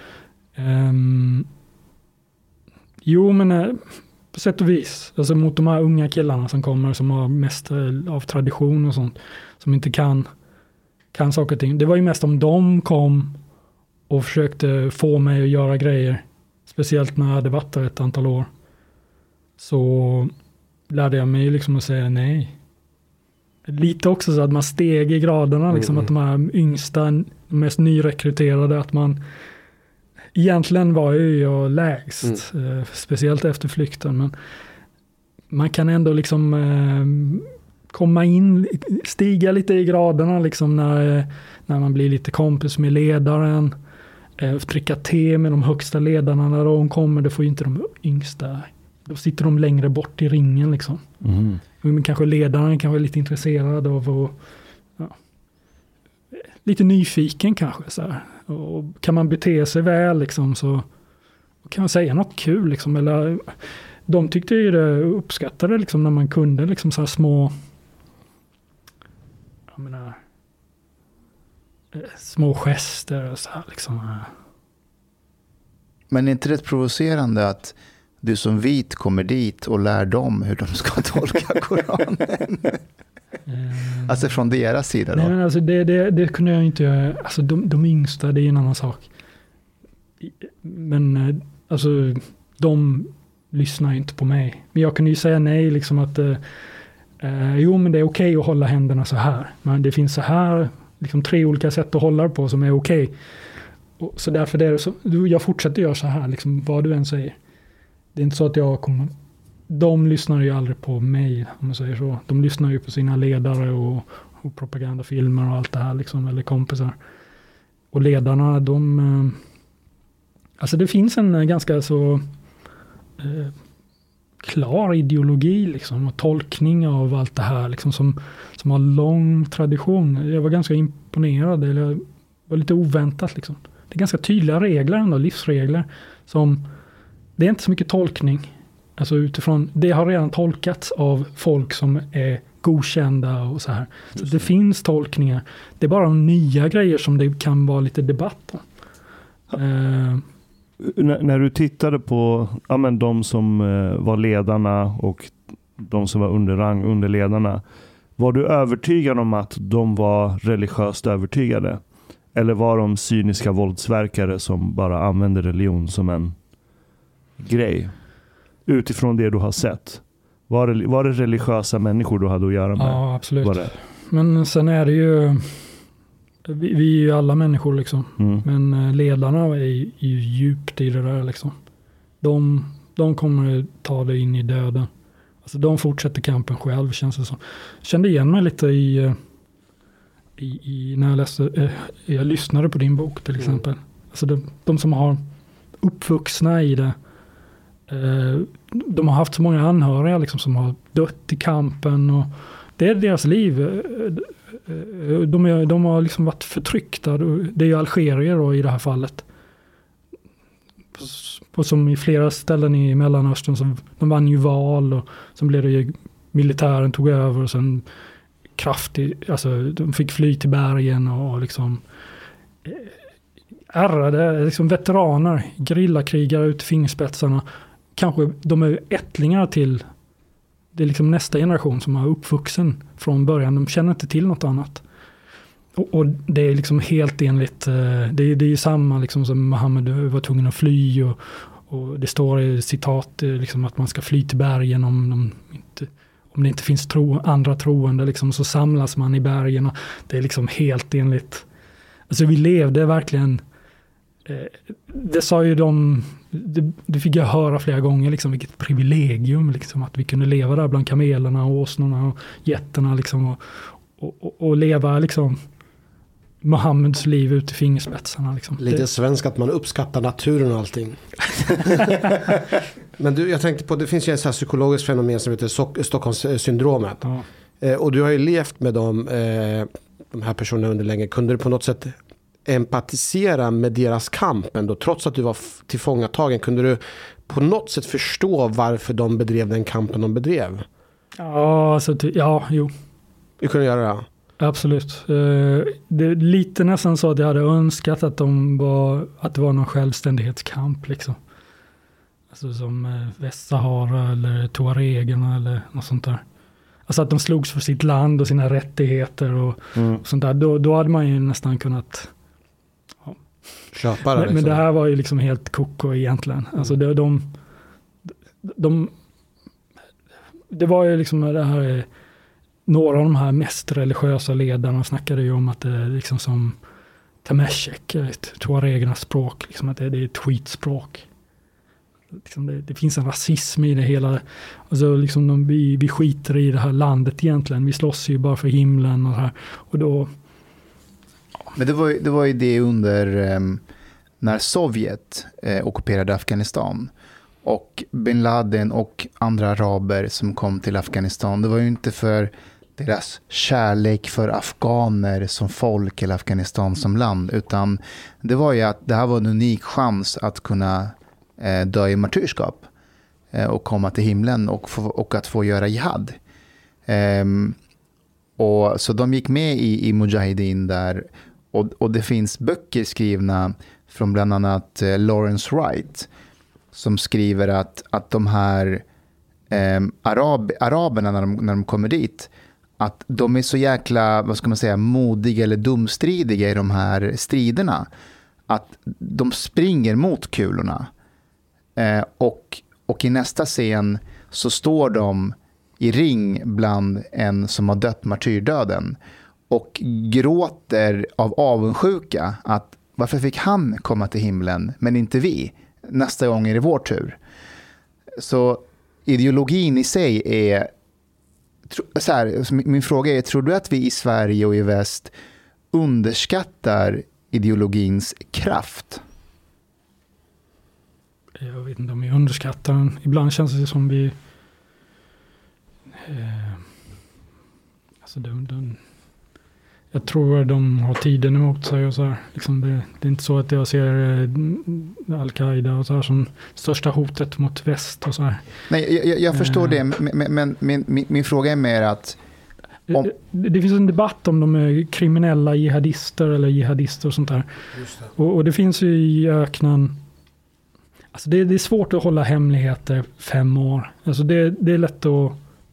Speaker 1: på sätt och vis. Alltså mot de här unga killarna som kommer, som har mest av tradition och sånt, som inte kan saker och ting. Det var ju mest om de kom och försökte få mig att göra grejer. Speciellt när jag hade varit där ett antal år. Så lärde jag mig liksom att säga nej. Lite också så att man steg i graderna. Liksom, att de här yngsta, de mest nyrekryterade, att man... Egentligen var ju jag lägst, speciellt efter flykten, men man kan ändå liksom komma in, stiga lite i graderna liksom när man blir lite kompis med ledaren, dricka te med de högsta ledarna när de kommer. Det får ju inte de yngsta då sitter de längre bort i ringen liksom. Men kanske ledaren kanske är lite intresserad av och lite nyfiken kanske så här. Och kan man bete sig väl liksom, så kan man säga något kul liksom, eller de tyckte ju det, uppskattade liksom när man kunde liksom så här små, jag menar, små gester och så här liksom.
Speaker 4: Men är inte det provocerande att du som vit kommer dit och lär dem hur de ska tolka Koranen? Alltså från deras sida då?
Speaker 1: Nej, men alltså det kunde jag inte göra. Alltså de yngsta, det är en annan sak. Men alltså de lyssnar inte på mig. Men jag kunde ju säga nej liksom att jo, men det är okej att hålla händerna så här. Men det finns så här liksom 3 olika sätt att hålla på som är okej. Så därför är det så, jag fortsätter göra så här liksom, vad du än säger. Det är inte så att jag kommer... De lyssnar ju aldrig på mig, om man säger så. De lyssnar ju på sina ledare och propagandafilmer och allt det här liksom, eller kompisar. Och ledarna, de... Alltså det finns en ganska så klar ideologi liksom, och tolkning av allt det här liksom, som har lång tradition. Jag var ganska imponerad, eller var lite oväntat liksom. Det är ganska tydliga regler ändå, livsregler, som... Det är inte så mycket tolkning. Alltså utifrån, det har redan tolkats av folk som är godkända och så här. Så det finns tolkningar. Det är bara de nya grejer som det kan vara lite debatt om.
Speaker 3: När du tittade på de som var ledarna och de som var under ledarna, var du övertygad om att de var religiöst övertygade? Eller var de cyniska våldsverkare som bara använde religion som en grej? Utifrån det du har sett, var det religiösa människor du hade att göra med?
Speaker 1: Ja, absolut. Men sen är det ju vi är ju alla människor liksom. Men ledarna är ju djupt i det där liksom. De kommer ta det in i döden. Alltså de fortsätter kampen själv, känns det som. Jag kände igen mig lite i när jag läste, jag lyssnade på din bok till exempel. Alltså de som har uppvuxna i det, de har haft så många anhöriga liksom, som har dött i kampen, och det är deras liv. De har liksom varit förtryckta. Det är ju algerier då, i det här fallet. Och som i flera ställen i Mellanöstern, så de vann ju val, och sen blev det ju, militären tog över, och sen kraftigt, alltså de fick fly till bergen och liksom ärrade liksom veteraner, gerillakrigare ut i fingerspetsarna. Kanske de är ättlingar till, det är liksom nästa generation som har uppvuxen från början. De känner inte till något annat. Och det är liksom helt enligt, det är ju samma liksom som Muhammed var tvungen att fly, och det står i citat liksom att man ska fly till bergen om det inte finns andra troende liksom, så samlas man i bergen, och det är liksom helt enligt, alltså vi levde verkligen, det sa ju det fick jag höra flera gånger liksom, vilket privilegium liksom, att vi kunde leva där bland kamelerna och åsnorna och getterna liksom, och leva liksom Muhammeds liv ut i fingerspetsarna liksom.
Speaker 2: Lite svensk att man uppskattar naturen och allting. Men jag tänkte på, det finns ju ett så här psykologiskt fenomen som heter Stockholmssyndromet. Ja. Och du har ju levt med de här personerna under länge. Kunde du på något sätt empatisera med deras kamp ändå, trots att du var tillfångatagen? Kunde du på något sätt förstå varför de bedrev den kampen de bedrev?
Speaker 1: Ja, alltså, jo.
Speaker 2: Du kunde göra det?
Speaker 1: Absolut. Det är lite nästan så att jag hade önskat att det var någon självständighetskamp liksom. Alltså som Västsahara eller Tuaregerna eller något sånt där. Alltså att de slogs för sitt land och sina rättigheter och sånt där. Då hade man ju nästan kunnat
Speaker 2: köpa det.
Speaker 1: Men det här var ju liksom helt koko egentligen. Alltså det var ju liksom det här, några av de här mest religiösa ledarna snackade ju om att det är liksom som Tameshek, tuaregernas språk, liksom att det är ett skitspråk. Liksom det finns en rasism i det hela. Alltså liksom vi skiter i det här landet egentligen. Vi slåss ju bara för himlen och här. Och då...
Speaker 4: Men det var ju det under när Sovjet ockuperade Afghanistan. och bin Laden och andra araber som kom till Afghanistan. Det var ju inte för deras kärlek för afghaner som folk eller Afghanistan som land, utan det var ju att det här var en unik chans att kunna dö i martyrskap och komma till himlen och att få göra jihad. Och så de gick med i Mujahedin där, och det finns böcker skrivna från bland annat Lawrence Wright som skriver att de här araberna när de kommer dit, att de är så jäkla, vad ska man säga, modiga eller dumstridiga i de här striderna, att de springer mot kulorna. Och i nästa scen så står de i ring bland en som har dött martyrdöden och gråter av avundsjuka att varför fick han komma till himlen men inte vi? Nästa gång är det vår tur. Så ideologin i sig är så här, min fråga är, tror du att vi i Sverige och i väst underskattar ideologins kraft?
Speaker 1: Jag vet inte om vi underskattar den. Ibland känns det som vi alltså jag tror de har tiden emot sig och så här. Liksom det är inte så att jag ser Al-Qaida och så här som största hotet mot väst och så här.
Speaker 4: Nej, jag förstår det, men min fråga är mer att
Speaker 1: det finns en debatt om de är kriminella jihadister eller jihadister och sånt där. Just det. Och det finns ju i öknen. Alltså det är svårt att hålla hemligheter 5 år. Alltså det är lätt att.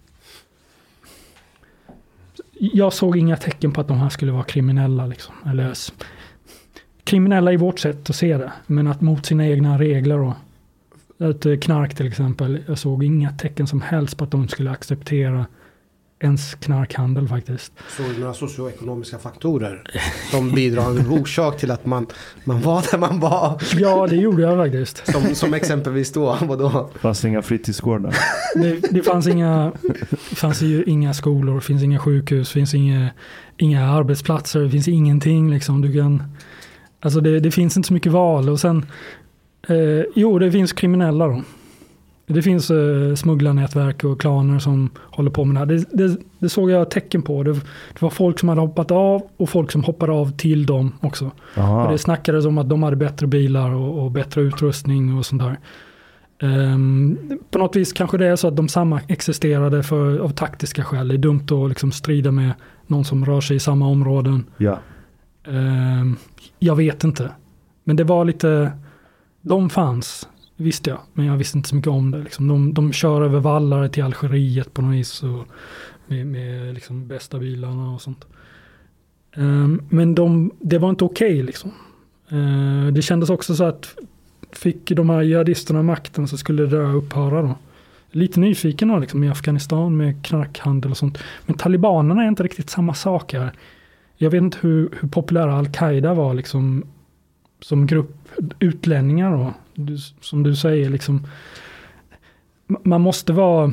Speaker 1: Jag såg inga tecken på att de här skulle vara kriminella liksom. Eller kriminella i vårt sätt att se det, men att mot sina egna regler och ett knark till exempel. Jag såg inga tecken som helst på att de skulle acceptera ens knarkhandel faktiskt.
Speaker 2: Så några socioekonomiska faktorer som bidragande orsak till att man var där man var?
Speaker 1: Ja, det gjorde jag faktiskt.
Speaker 2: Som exempelvis då, vadå?
Speaker 3: Fanns inga fritidsgårdar?
Speaker 1: Det fanns ju inga skolor, det finns inga sjukhus, det finns inga arbetsplatser, det finns ingenting liksom. Alltså det finns inte så mycket val. Och sen det finns kriminella då. Det finns smugglarnätverk och klaner som håller på med det här. Det såg jag tecken på. Det var folk som hade hoppat av och folk som hoppade av till dem också. Och det snackades om att de hade bättre bilar och bättre utrustning och sånt där. På något vis kanske det är så att de samma existerade av taktiska skäl. Det är dumt att liksom strida med någon som rör sig i samma områden.
Speaker 3: Ja.
Speaker 1: Jag vet inte. Men det var lite. De fanns, visste jag. Men jag visste inte så mycket om det. Liksom. De kör över vallar till Algeriet på något vis. Och med liksom bästa bilarna och sånt. Men det var inte okej liksom. Det kändes också så att fick de här jihadisterna makten så skulle det upphöra då. Lite nyfiken då, liksom, i Afghanistan med knarkhandel och sånt. Men talibanerna är inte riktigt samma sak här. Jag vet inte hur populära Al-Qaida var liksom, som grupp utlänningar då. Som du säger liksom. Man måste vara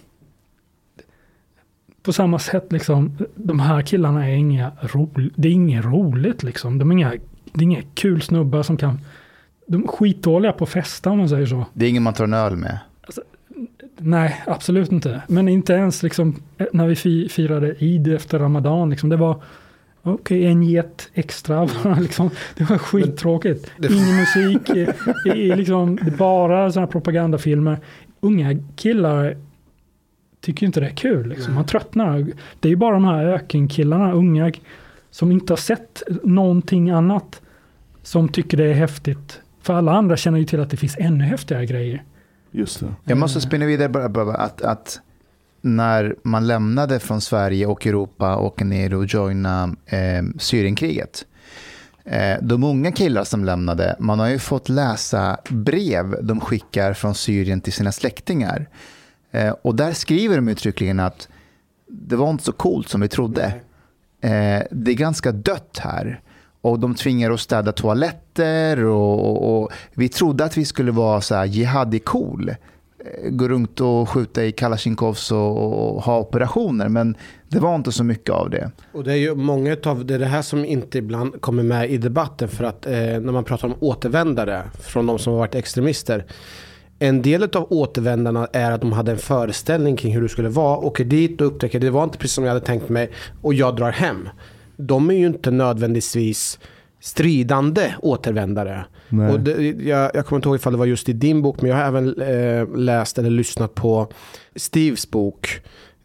Speaker 1: på samma sätt liksom. De här killarna är det är inget roligt liksom. Det är inga kul snubbar som kan. De är skitdåliga på festa om man säger så.
Speaker 4: Det är ingen man tar en öl med.
Speaker 1: Alltså, nej, absolut inte. Men inte ens liksom, när vi firade Eid efter Ramadan. Liksom, det var en get extra. Liksom, det var skittråkigt. Ingen musik. Liksom, det är bara sådana propagandafilmer. Unga killar tycker inte det är kul. Liksom. Man tröttnar. Det är ju bara de här ökenkillarna, unga, som inte har sett någonting annat som tycker det är häftigt. För alla andra känner ju till att det finns ännu häftigare grejer.
Speaker 3: Just det.
Speaker 4: Jag måste spinna vidare bara att när man lämnade från Sverige och Europa och ner och joina Syrienkriget. De unga killar som lämnade, man har ju fått läsa brev de skickar från Syrien till sina släktingar. Och där skriver de uttryckligen att det var inte så coolt som vi trodde. Det är ganska dött här. Och de tvingar oss städa toaletter och vi trodde att vi skulle vara så här jihadi-cool. Gå runt och skjuta i Kalashnikovs och ha operationer, men det var inte så mycket av det.
Speaker 2: Och det är ju många av det här som inte ibland kommer med i debatten, för att när man pratar om återvändare från de som har varit extremister, En del av återvändarna är att de hade en föreställning kring hur det skulle vara. Åker dit och upptäcker det var inte precis som jag hade tänkt mig och jag drar hem. De är ju inte nödvändigtvis stridande återvändare. Och jag kommer inte ihåg ifall det var just i din bok, men jag har även läst eller lyssnat på Steves bok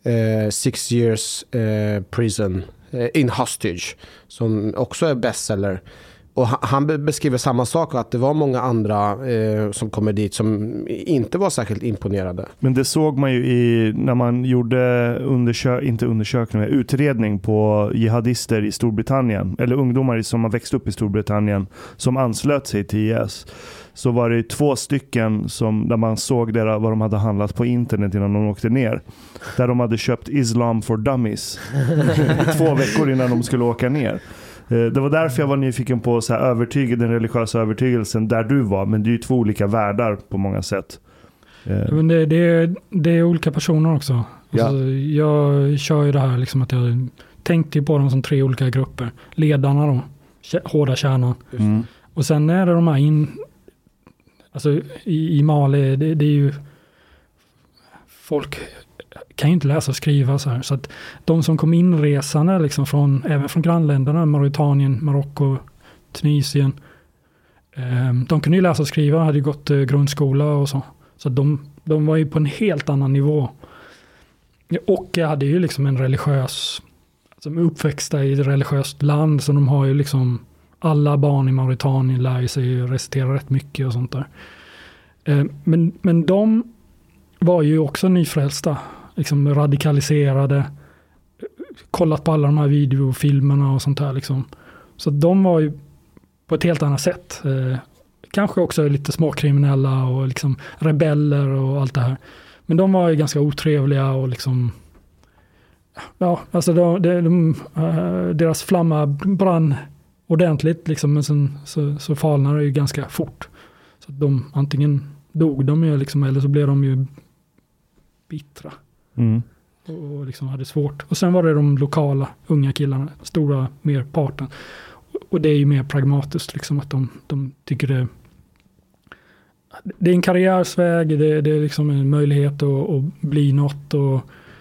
Speaker 2: 6 years prison in hostage, som också är bestseller. Och han beskriver samma sak, att det var många andra som kommer dit som inte var särskilt imponerade.
Speaker 3: Men det såg man ju när man gjorde utredning på jihadister i Storbritannien, eller ungdomar som har växt upp i Storbritannien som anslöt sig till IS. Så var det 2 stycken där man såg vad de hade handlat på internet innan de åkte ner. Där de hade köpt Islam for Dummies 2 veckor innan de skulle åka ner. Det var därför jag var nyfiken på så här den religiösa övertygelsen där du var. Men det är ju 2 olika världar på många sätt.
Speaker 1: Men det är olika personer också.
Speaker 3: Ja.
Speaker 1: Alltså, jag kör ju det här liksom att jag tänkte på dem som 3 olika grupper. Ledarna då, hårda kärnan.
Speaker 3: Mm.
Speaker 1: Och sen är det de här alltså i Mali, det är ju folk kan ju inte läsa och skriva så här. Så att de som kom inresande liksom även från grannländerna, Mauritanien, Marocko, Tunisien, de kunde ju läsa och skriva, hade ju gått grundskola och så. Så att de var ju på en helt annan nivå. Och jag hade ju liksom en religiös, alltså uppväxta i ett religiöst land, så de har ju liksom, alla barn i Mauritanien lär sig recitera rätt mycket och sånt där. Men de var ju också nyfrälsta, liksom radikaliserade, kollat på alla de här videofilmerna och sånt här liksom. Så de var ju på ett helt annat sätt. Kanske också lite småkriminella och liksom rebeller och allt det här. Men de var ju ganska otrevliga och liksom, ja, alltså deras flamma brann ordentligt liksom, men sen så falnade det ju ganska fort. Så att antingen dog de ju liksom, eller så blev de ju bittra.
Speaker 3: Mm.
Speaker 1: Och liksom hade svårt. Och sen var det de lokala unga killarna, stora merparten. Och det är ju mer pragmatiskt liksom, att de tycker det är en karriärsväg, det är liksom en möjlighet att bli något och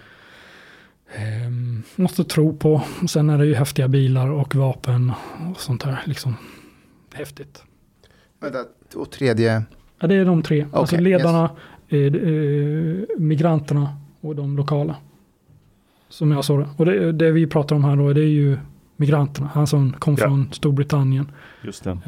Speaker 1: något att tro på. Och sen är det ju häftiga bilar och vapen och sånt här liksom. Häftigt.
Speaker 4: Och tredje?
Speaker 1: Ja, det är de 3.
Speaker 4: Okay,
Speaker 1: alltså ledarna, migranterna och de lokala. Som jag sa det. Och det vi pratar om här då, det är ju migranterna. Han som kom från Storbritannien.
Speaker 3: Just det.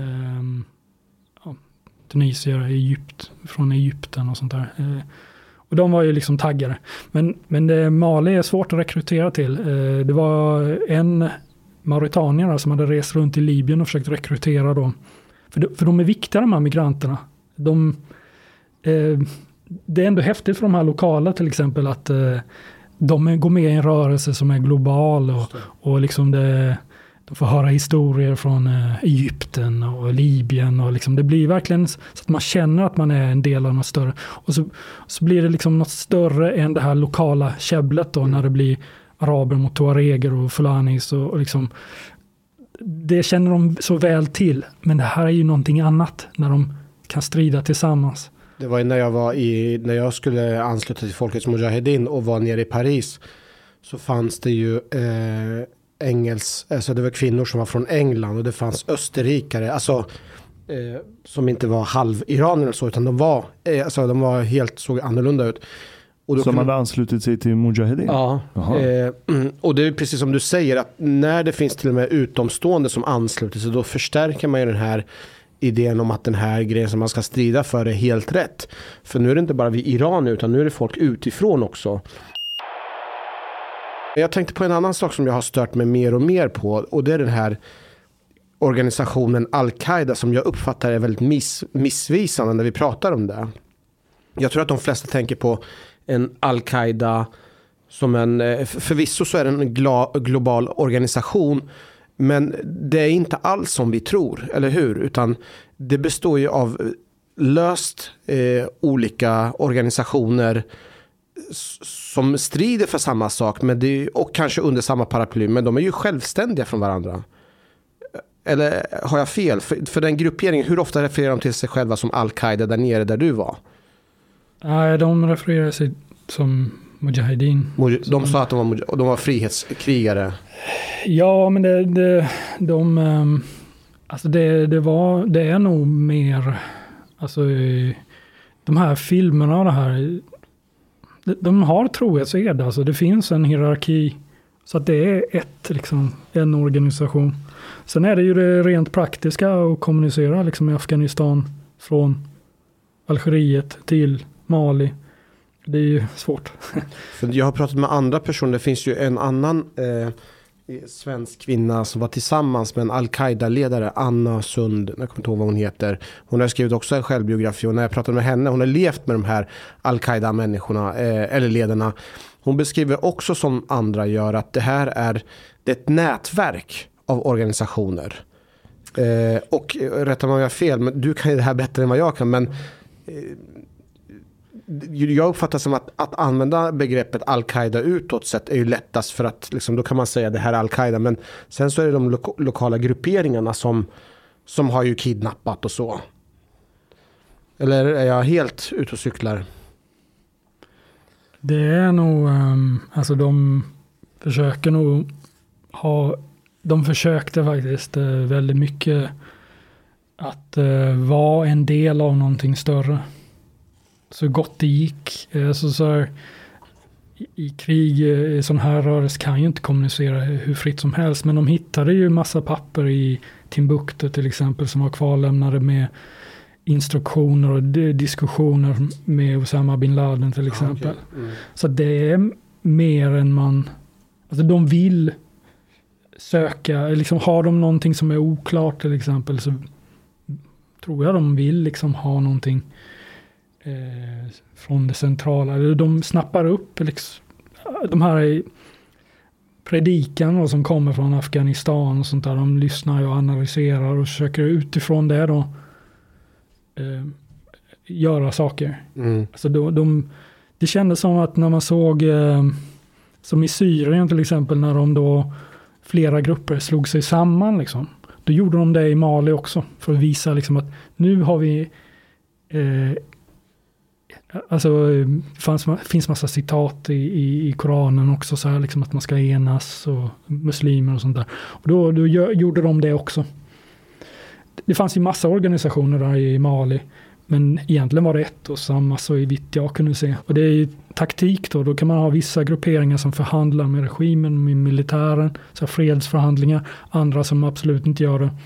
Speaker 1: Tunisier, från Egypten och sånt där. Och de var ju liksom taggare. Men Mali är svårt att rekrytera till. Det var en mauritanier som hade rest runt i Libyen och försökt rekrytera dem. För de är viktiga, de här migranterna. Det är ändå häftigt för de här lokala till exempel att de går med i en rörelse som är global och liksom de får höra historier från Egypten och Libyen och liksom det blir verkligen så att man känner att man är en del av något större. Och så blir det liksom något större än det här lokala käbblet då, när det blir araber mot tuareger och fulanis och liksom det känner de så väl till, men det här är ju någonting annat när de kan strida tillsammans.
Speaker 2: Det var när jag skulle ansluta till Folkets Mujahedin och var nere i Paris, så fanns det ju alltså det var kvinnor som var från England och det fanns österrikare, alltså som inte var halv-iranier eller så, utan de var helt, såg annorlunda ut. Och
Speaker 3: som hade anslutit sig till Mujahedin?
Speaker 2: Ja, och det är precis som du säger, att när det finns till och med utomstående som ansluter sig, då förstärker man ju den här idén om att den här grejen som man ska strida för är helt rätt. För nu är det inte bara vi iranier, utan nu är det folk utifrån också. Jag tänkte på en annan sak som jag har stört mig mer och mer på, och det är den här organisationen Al-Qaida som jag uppfattar är väldigt missvisande när vi pratar om det. Jag tror att de flesta tänker på en Al-Qaida som förvisso så är det en global organisation, men det är inte alls som vi tror, eller hur? Utan det består ju av löst olika organisationer som strider för samma sak, men och kanske under samma paraply, men de är ju självständiga från varandra. Eller har jag fel? För den grupperingen, hur ofta refererar de till sig själva som Al-Qaida där nere där du var?
Speaker 1: Nej, de refererar sig som Mujahedin.
Speaker 2: De sa att de var frihetskrigare.
Speaker 1: Ja, men det är nog mer, alltså de här filmerna och det här, de har trohetsed, alltså det finns en hierarki, så att det är en organisation. Sen är det ju det rent praktiska att kommunicera liksom i Afghanistan från Algeriet till Mali. Det är ju svårt.
Speaker 2: För jag har pratat med andra personer. Det finns ju en annan svensk kvinna som var tillsammans med en Al-Qaida-ledare, Anna Sund. Jag kommer inte ihåg vad hon heter. Hon har skrivit också en självbiografi. Och när jag pratade med henne, hon har levt med de här Al-Qaida-människorna eller ledarna. Hon beskriver också som andra gör att det här är ett nätverk av organisationer. Och rätta mig om jag har fel, men du kan ju det här bättre än vad jag kan, men jag uppfattar som att använda begreppet Al-Qaida utåt sett är ju lättast, för att liksom, då kan man säga det här är Al-Qaida, men sen så är det de lokala grupperingarna som har ju kidnappat och så. Eller är jag helt ute och cyklar?
Speaker 1: Det är nog, alltså de försökte faktiskt väldigt mycket att vara en del av någonting större. Så gott det gick. I krig, i sån här rörelse kan ju inte kommunicera hur fritt som helst. Men de hittade ju massa papper i Timbuktu till exempel som var kvarlämnade med instruktioner och diskussioner med Osama bin Laden till exempel. Okay. Mm. Så det är mer än man... Alltså de vill söka, liksom har de någonting som är oklart till exempel, så tror jag de vill liksom ha någonting från det centrala. De snappar upp liksom, de här predikan som kommer från Afghanistan och sånt där. De lyssnar och analyserar och försöker utifrån det då göra saker. Mm. Alltså det kändes som att när man såg som i Syrien till exempel, när de då flera grupper slog sig samman liksom, då gjorde de det i Mali också för att visa liksom att nu har vi finns massa citat i Koranen också så här liksom att man ska enas och muslimer och sånt där. Och då gjorde de det också. Det fanns ju massa organisationer där i Mali, men egentligen var det ett och samma, så i vitt jag kunde se. Och det är ju taktik då kan man ha vissa grupperingar som förhandlar med regimen, med militären, så fredsförhandlingar, andra som absolut inte gör det.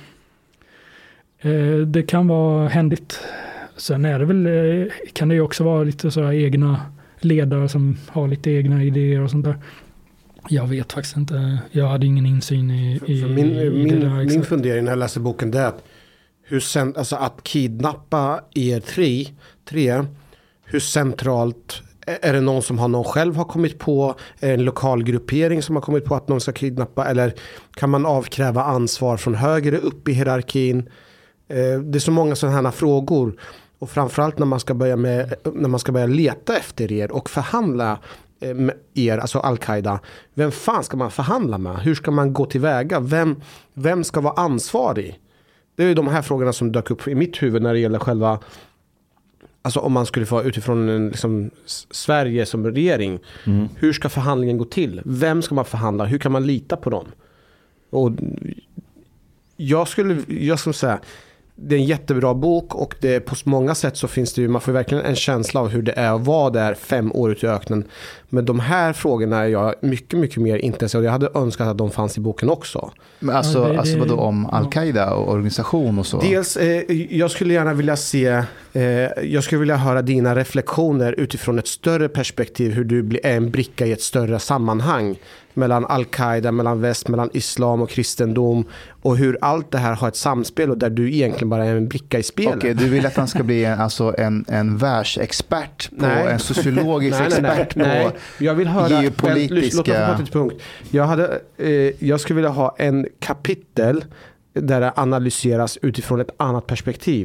Speaker 1: Det kan vara händigt. Sen är det väl, kan det ju också vara lite så här egna ledare som har lite egna idéer och sånt där. Jag vet faktiskt inte. Jag hade ingen insyn i det där.
Speaker 2: Min fundering när jag läser boken, det är att att kidnappa tre, hur centralt är det? Någon som någon själv har kommit på, en lokal gruppering som har kommit på att någon ska kidnappa, eller kan man avkräva ansvar från högre upp i hierarkin? Det är så många sådana här frågor, och framförallt när man ska börja leta efter er och förhandla med er, alltså Al-Qaida. Vem fan ska man förhandla med? Hur ska man gå tillväga? Vem ska vara ansvarig? Det är ju de här frågorna som dök upp i mitt huvud när det gäller själva, alltså om man skulle få utifrån liksom Sverige som regering. Mm. Hur ska förhandlingen gå till? Vem ska man förhandla? Hur kan man lita på dem? Och jag skulle säga, det är en jättebra bok, och det på många sätt så finns det ju, man får verkligen en känsla av hur det är att vara där 5 år ut i öknen. Men de här frågorna är jag mycket, mycket mer intresserad, och jag hade önskat att de fanns i boken också.
Speaker 4: Men alltså vadå, om Al-Qaida och organisation och så?
Speaker 2: Dels, jag skulle gärna vilja jag skulle vilja höra dina reflektioner utifrån ett större perspektiv, hur du blir en bricka i ett större sammanhang mellan Al-Qaida, mellan väst, mellan islam och kristendom, och hur allt det här har ett samspel, och där du egentligen bara är en bricka i spelet.
Speaker 4: Okej, du vill att han ska bli en världsexpert på, en sociologisk expert på
Speaker 2: jag vill höra
Speaker 4: geopolitiska...
Speaker 2: Jag skulle vilja ha en kapitel där det analyseras utifrån ett annat perspektiv.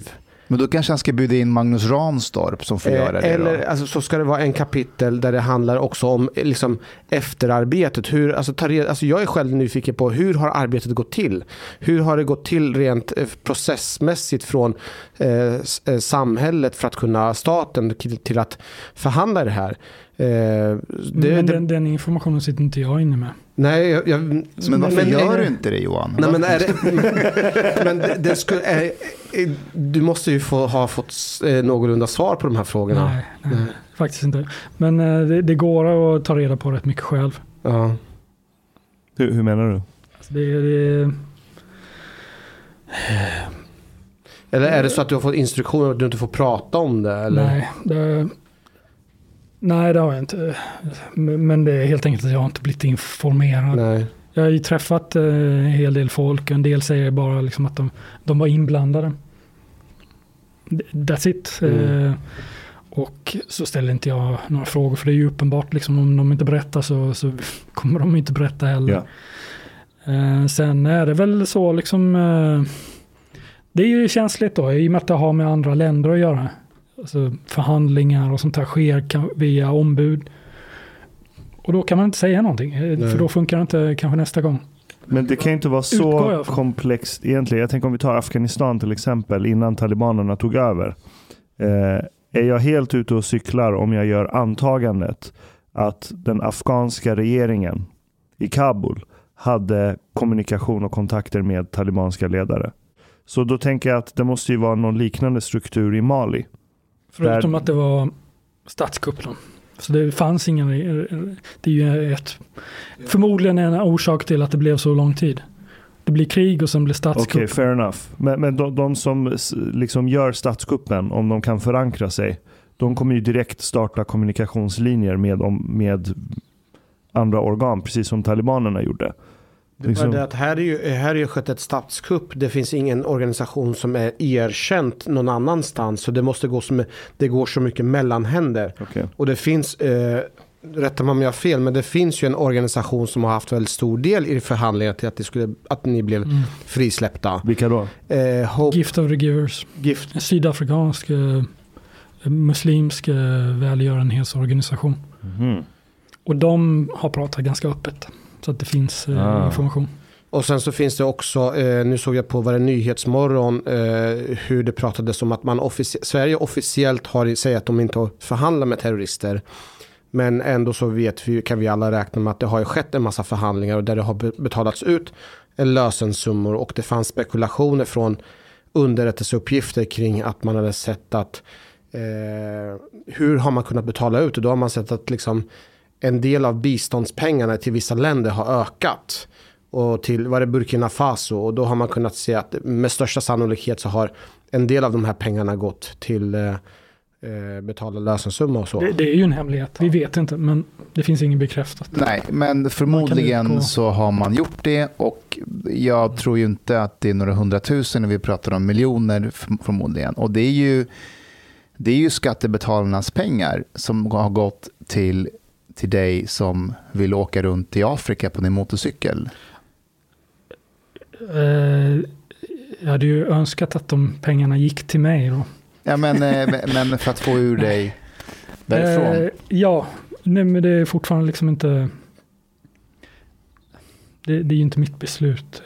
Speaker 4: Men då kanske han ska bjuda in Magnus Ranstorp som får göra det
Speaker 2: eller,
Speaker 4: då.
Speaker 2: alltså, så ska det vara en kapitel där det handlar också om liksom, efterarbetet. Jag är själv nyfiken på hur har arbetet gått till? Hur har det gått till rent processmässigt från samhället för att kunna staten till att förhandla det här?
Speaker 1: Den informationen sitter inte jag inne med.
Speaker 2: Nej,
Speaker 4: men varför gör du inte det, Johan?
Speaker 2: Nej, men du måste ju ha fått någorlunda svar på de här frågorna.
Speaker 1: Nej, faktiskt inte. Men det går att ta reda på rätt mycket själv.
Speaker 2: Ja.
Speaker 3: Hur menar du?
Speaker 1: Alltså
Speaker 2: Eller är det så att du har fått instruktioner att du inte får prata om det? Eller?
Speaker 1: Nej, det har jag inte. Men det är helt enkelt att jag inte blivit informerad.
Speaker 2: Nej.
Speaker 1: Jag har ju träffat en hel del folk. En del säger bara liksom att de var inblandade. That's it. Och så ställer inte jag några frågor. För det är ju uppenbart liksom, om de inte berättar så kommer de inte berätta heller. Ja. Sen är det väl så liksom... det är ju känsligt då. I och med att det har med andra länder att göra. Alltså förhandlingar och sånt här sker via ombud. Och då kan man inte säga någonting. Nej. För då funkar det inte kanske nästa gång.
Speaker 3: Men det kan ju inte vara så komplext egentligen. Jag tänker om vi tar Afghanistan till exempel innan talibanerna tog över. Är jag helt ute och cyklar om jag gör antagandet att den afghanska regeringen i Kabul hade kommunikation och kontakter med talibanska ledare. Så då tänker jag att det måste ju vara någon liknande struktur i Mali.
Speaker 1: Förutom att det var statskupp då. Så det fanns ingen... Det är ju förmodligen en orsak till att det blev så lång tid. Det blir krig och sen blir statskupp.
Speaker 3: Okej, fair enough. Men de som liksom gör statskuppen, om de kan förankra sig, de kommer ju direkt starta kommunikationslinjer med andra organ, precis som talibanerna gjorde.
Speaker 2: Det var det att här är ju skett ett statskupp. Det finns ingen organisation som är erkänt någon annanstans. Så det måste det går så mycket mellanhänder.
Speaker 3: Okay.
Speaker 2: Och det finns, rätta mig om jag har fel, men det finns ju en organisation som har haft väldigt stor del i förhandlingar till att ni blev frisläppta.
Speaker 3: Vilka då?
Speaker 1: Gift of the Givers. En sydafrikansk muslimsk välgörenhetsorganisation.
Speaker 3: Mm.
Speaker 1: Och de har pratat ganska öppet. Så att det finns information.
Speaker 2: Och sen så finns det också, nu såg jag på var det Nyhetsmorgon, hur det pratades om att Sverige officiellt säger att de inte förhandlar med terrorister. Men ändå så kan vi alla räkna med att det har skett en massa förhandlingar och där det har betalats ut lösensummor och det fanns spekulationer från underrättelseuppgifter kring att man hade sett att hur har man kunnat betala ut? Och då har man sett att liksom en del av biståndspengarna till vissa länder har ökat och till Burkina Faso och då har man kunnat se att med största sannolikhet så har en del av de här pengarna gått till betala lösensumma och så.
Speaker 1: Det är ju en hemlighet. Vi vet inte, men det finns ingen bekräftat.
Speaker 4: Nej, men förmodligen så har man gjort det och jag tror ju inte att det är några 100 000 när vi pratar om miljoner förmodligen. Och det är ju skattebetalarnas pengar som har gått till dig som vill åka runt i Afrika på din motorcykel.
Speaker 1: Jag hade ju önskat att de pengarna gick till mig då.
Speaker 4: Ja, men för att få ur dig därifrån.
Speaker 1: Nej, men det är fortfarande liksom inte... Det är ju inte mitt beslut.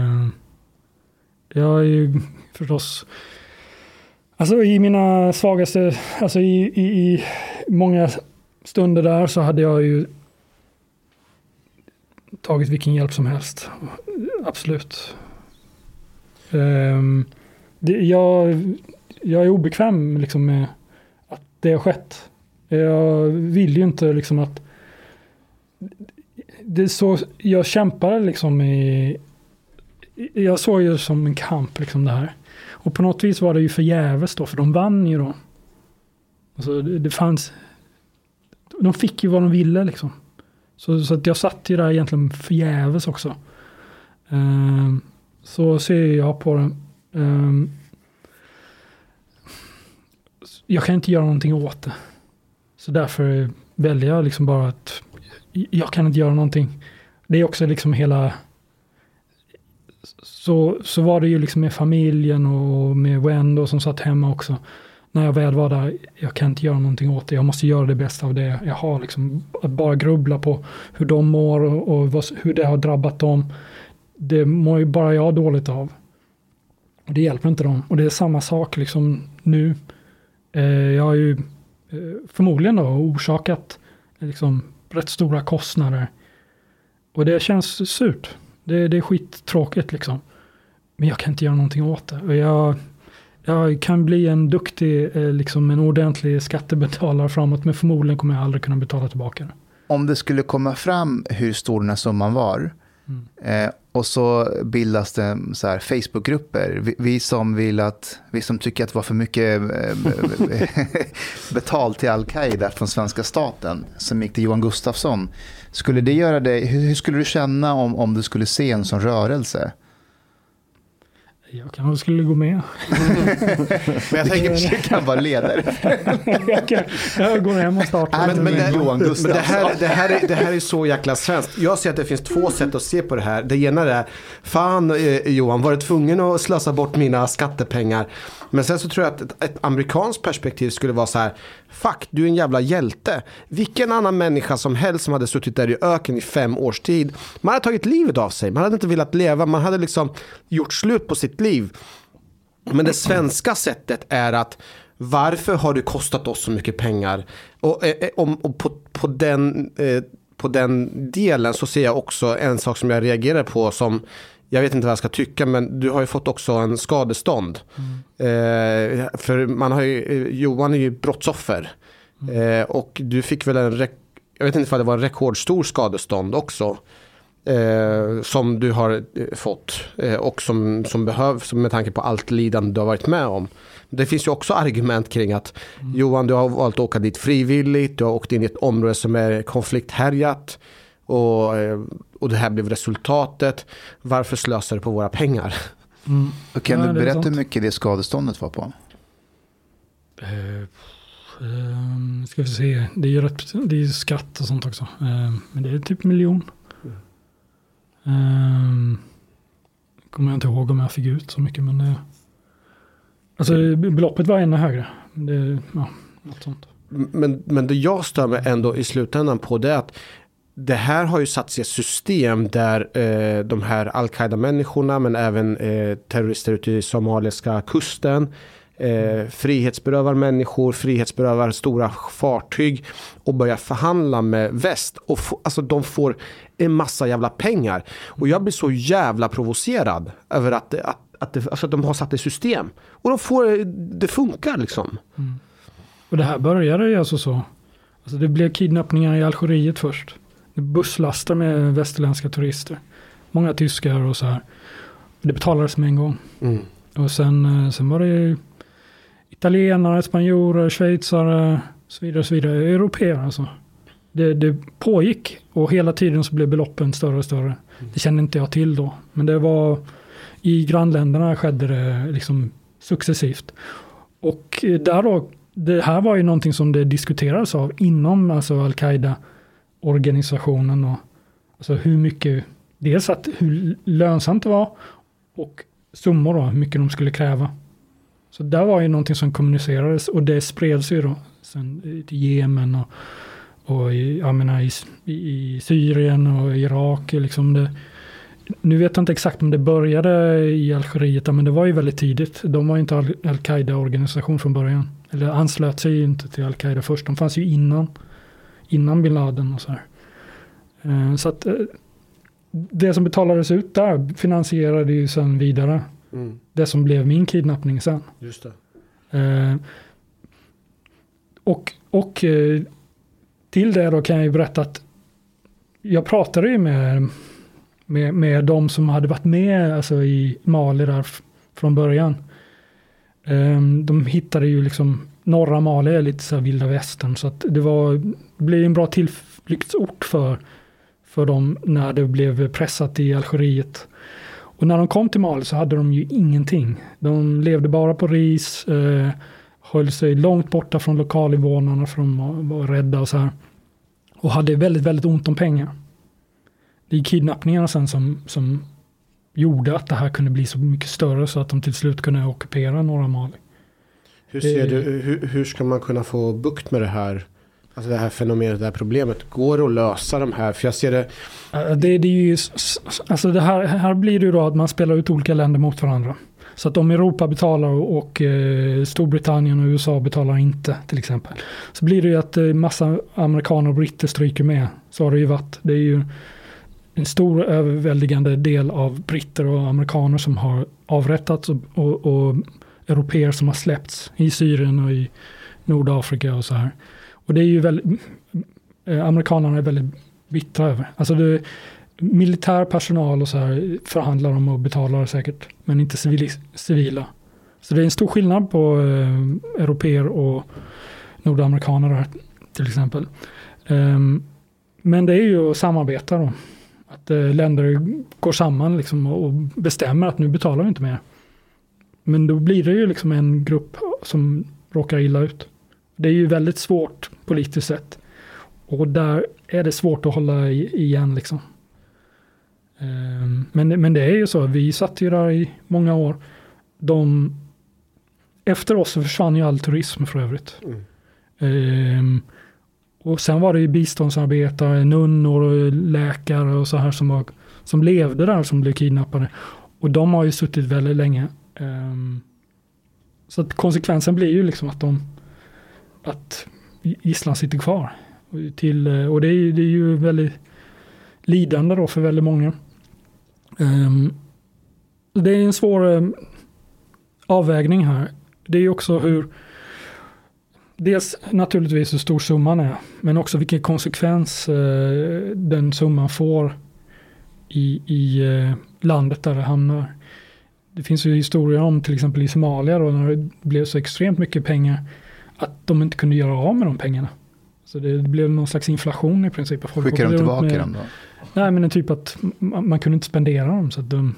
Speaker 1: Jag är ju förstås... Alltså i mina svagaste... Alltså i många stunder där så hade jag ju tagit vilken hjälp som helst. Absolut. Jag är obekväm liksom med att det har skett. Jag vill ju inte liksom att det är så jag kämpade liksom jag såg ju som en kamp liksom det här. Och på något vis var det ju förgäves då, för de vann ju då. Alltså det fanns, de fick ju vad de ville liksom. Så att jag satt ju där egentligen förgäves också. Så ser jag på det. Jag kan inte göra någonting åt det. Så därför väljer jag liksom bara att jag kan inte göra någonting. Det är också liksom hela så var det ju liksom med familjen och med Wendo som satt hemma också. När jag väl var där, jag kan inte göra någonting åt det. Jag måste göra det bästa av det. Jag har liksom att bara grubbla på hur de mår och hur det har drabbat dem. Det mår ju bara jag dåligt av. Och det hjälper inte dem. Och det är samma sak liksom nu. Jag har ju förmodligen då orsakat liksom rätt stora kostnader. Och det känns surt. Det är skittråkigt liksom. Men jag kan inte göra någonting åt det. Och jag kan bli en duktig, liksom en ordentlig skattebetalare framåt, men förmodligen kommer jag aldrig kunna betala tillbaka det.
Speaker 4: Om det skulle komma fram hur stor den här summan var och så bildas det så här Facebookgrupper. Vi som tycker att det var för mycket betalt till Al-Qaida från svenska staten som gick till Johan Gustafsson. Skulle det göra det? Hur skulle du känna om du skulle se en sån rörelse?
Speaker 1: Jag kanske skulle gå med.
Speaker 4: Men jag tänker att du kan vara ledare.
Speaker 1: jag går hem och startar.
Speaker 2: Men det här är så jäkla svenskt. Jag ser att det finns två sätt att se på det här. Det ena är, fan Johan, var du tvungen att slösa bort mina skattepengar? Men sen så tror jag att ett amerikanskt perspektiv skulle vara så här: fuck, du är en jävla hjälte. Vilken annan människa som helst som hade suttit där i öken i 5 års tid, man hade tagit livet av sig. Man hade inte velat leva. Man hade liksom gjort slut på sitt liv. Men det svenska sättet är att varför har det kostat oss så mycket pengar? Och på den delen så ser jag också en sak som jag reagerar på, som jag vet inte vad jag ska tycka, men du har ju fått också en skadestånd. För man har ju, Johan är ju brottsoffer. Och du fick väl jag vet inte om det var en rekordstor skadestånd också. Som du har fått. Och som behövs med tanke på allt lidande du har varit med om. Det finns ju också argument kring att Johan, du har valt att åka dit frivilligt. Du har åkt in i ett område som är konflikthärjat. Och det här blev resultatet. Varför slösar du på våra pengar?
Speaker 4: Och kan du berätta hur mycket det skadeståndet var på?
Speaker 1: Ska vi se. Det är ju skatt och sånt också. Men det är typ 1 miljon. Kommer jag inte ihåg om jag fick ut så mycket. Men alltså beloppet var ännu högre. Något sånt.
Speaker 2: Men det jag stör mig ändå i slutändan på, det är att det här har ju satt sig i ett system där de här Al-Qaida-människorna, men även terrorister ute i somaliska kusten, frihetsberövar människor, frihetsberövar stora fartyg och börjar förhandla med väst. Och alltså de får en massa jävla pengar. Och jag blir så jävla provocerad över att de har satt ett system. Och det funkar liksom.
Speaker 1: Och det här började ju alltså så. Alltså det blev kidnappningar i Algeriet först. Busslaster med västerländska turister. Många tyskar och så här. Det betalades med en gång. Och sen var det italienare, spanjorer, schweizare, så vidare, europeer alltså. Det pågick och hela tiden så blev beloppen större och större. Det kände inte jag till då. Men det var i grannländerna skedde det liksom successivt. Och där då, det här var ju någonting som det diskuterades av inom alltså Al-Qaida-organisationen och alltså hur mycket, dels att hur lönsamt det var och summor då, hur mycket de skulle kräva. Så där var ju någonting som kommunicerades och det spreds ju då sen till Jemen och i Syrien och Irak liksom nu vet jag inte exakt om det började i Algeriet, men det var ju väldigt tidigt. De var ju inte Al-Qaida-organisation från början. Eller anslöt sig ju inte till Al-Qaida först. De fanns ju innan Bin Laden och så här. Så att det som betalades ut där finansierade ju sen vidare. Det som blev min kidnappning sen.
Speaker 2: Just det.
Speaker 1: Och till det då kan jag ju berätta att jag pratade ju med de som hade varit med alltså i Mali där från början. De hittade ju liksom norra Mali är lite så här vilda västern, så att det blev en bra tillflyktsort för dem när det blev pressat i Algeriet. Och när de kom till Mali så hade de ju ingenting. De levde bara på ris, höll sig långt borta från lokalinvånarna för de var rädda och så här. Och hade väldigt, väldigt ont om pengar. Det är kidnappningarna sen som gjorde att det här kunde bli så mycket större så att de till slut kunde ockupera norra Mali.
Speaker 2: Hur ska man kunna få bukt med det här? Alltså det här fenomenet, det här problemet. Går det att lösa de här? För jag ser det...
Speaker 1: Det är ju, alltså det här blir det ju då att man spelar ut olika länder mot varandra. Så att om Europa betalar och Storbritannien och USA betalar inte till exempel. Så blir det ju att massa amerikaner och britter stryker med. Så har det ju varit. Det är ju en stor överväldigande del av britter och amerikaner som har avrättats och europeer som har släppts i Syrien och i Nordafrika och så här. Och det är ju väldigt, amerikanerna är väldigt bittra över. Alltså militär personal och så här förhandlar om och betalar säkert, men inte civila. Så det är en stor skillnad på europeer och nordamerikaner här, till exempel. Men det är ju att samarbeta då. Att länder går samman liksom och bestämmer att nu betalar vi inte mer. Men då blir det ju liksom en grupp som råkar illa ut. Det är ju väldigt svårt politiskt sett. Och där är det svårt att hålla igen liksom. Men det är ju så. Vi satt ju där i många år. Efter oss så försvann ju all turism för övrigt. Och sen var det ju biståndsarbetare, nunnor och läkare och så här som levde där som blev kidnappade. Och de har ju suttit väldigt länge. Så att konsekvensen blir ju liksom att gisslan sitter kvar. Och det är ju väldigt lidande då för väldigt många. Det är en svår avvägning här. Det är ju också hur dels naturligtvis hur stor summan är, men också vilken konsekvens den summan får i landet där det hamnar. Det finns ju historier om till exempel i Somalia då, när det blev så extremt mycket pengar att de inte kunde göra av med de pengarna. Så det blev någon slags inflation i princip.
Speaker 4: Skickar de tillbaka dem då?
Speaker 1: Nej, men en typ att man kunde inte spendera dem så att de...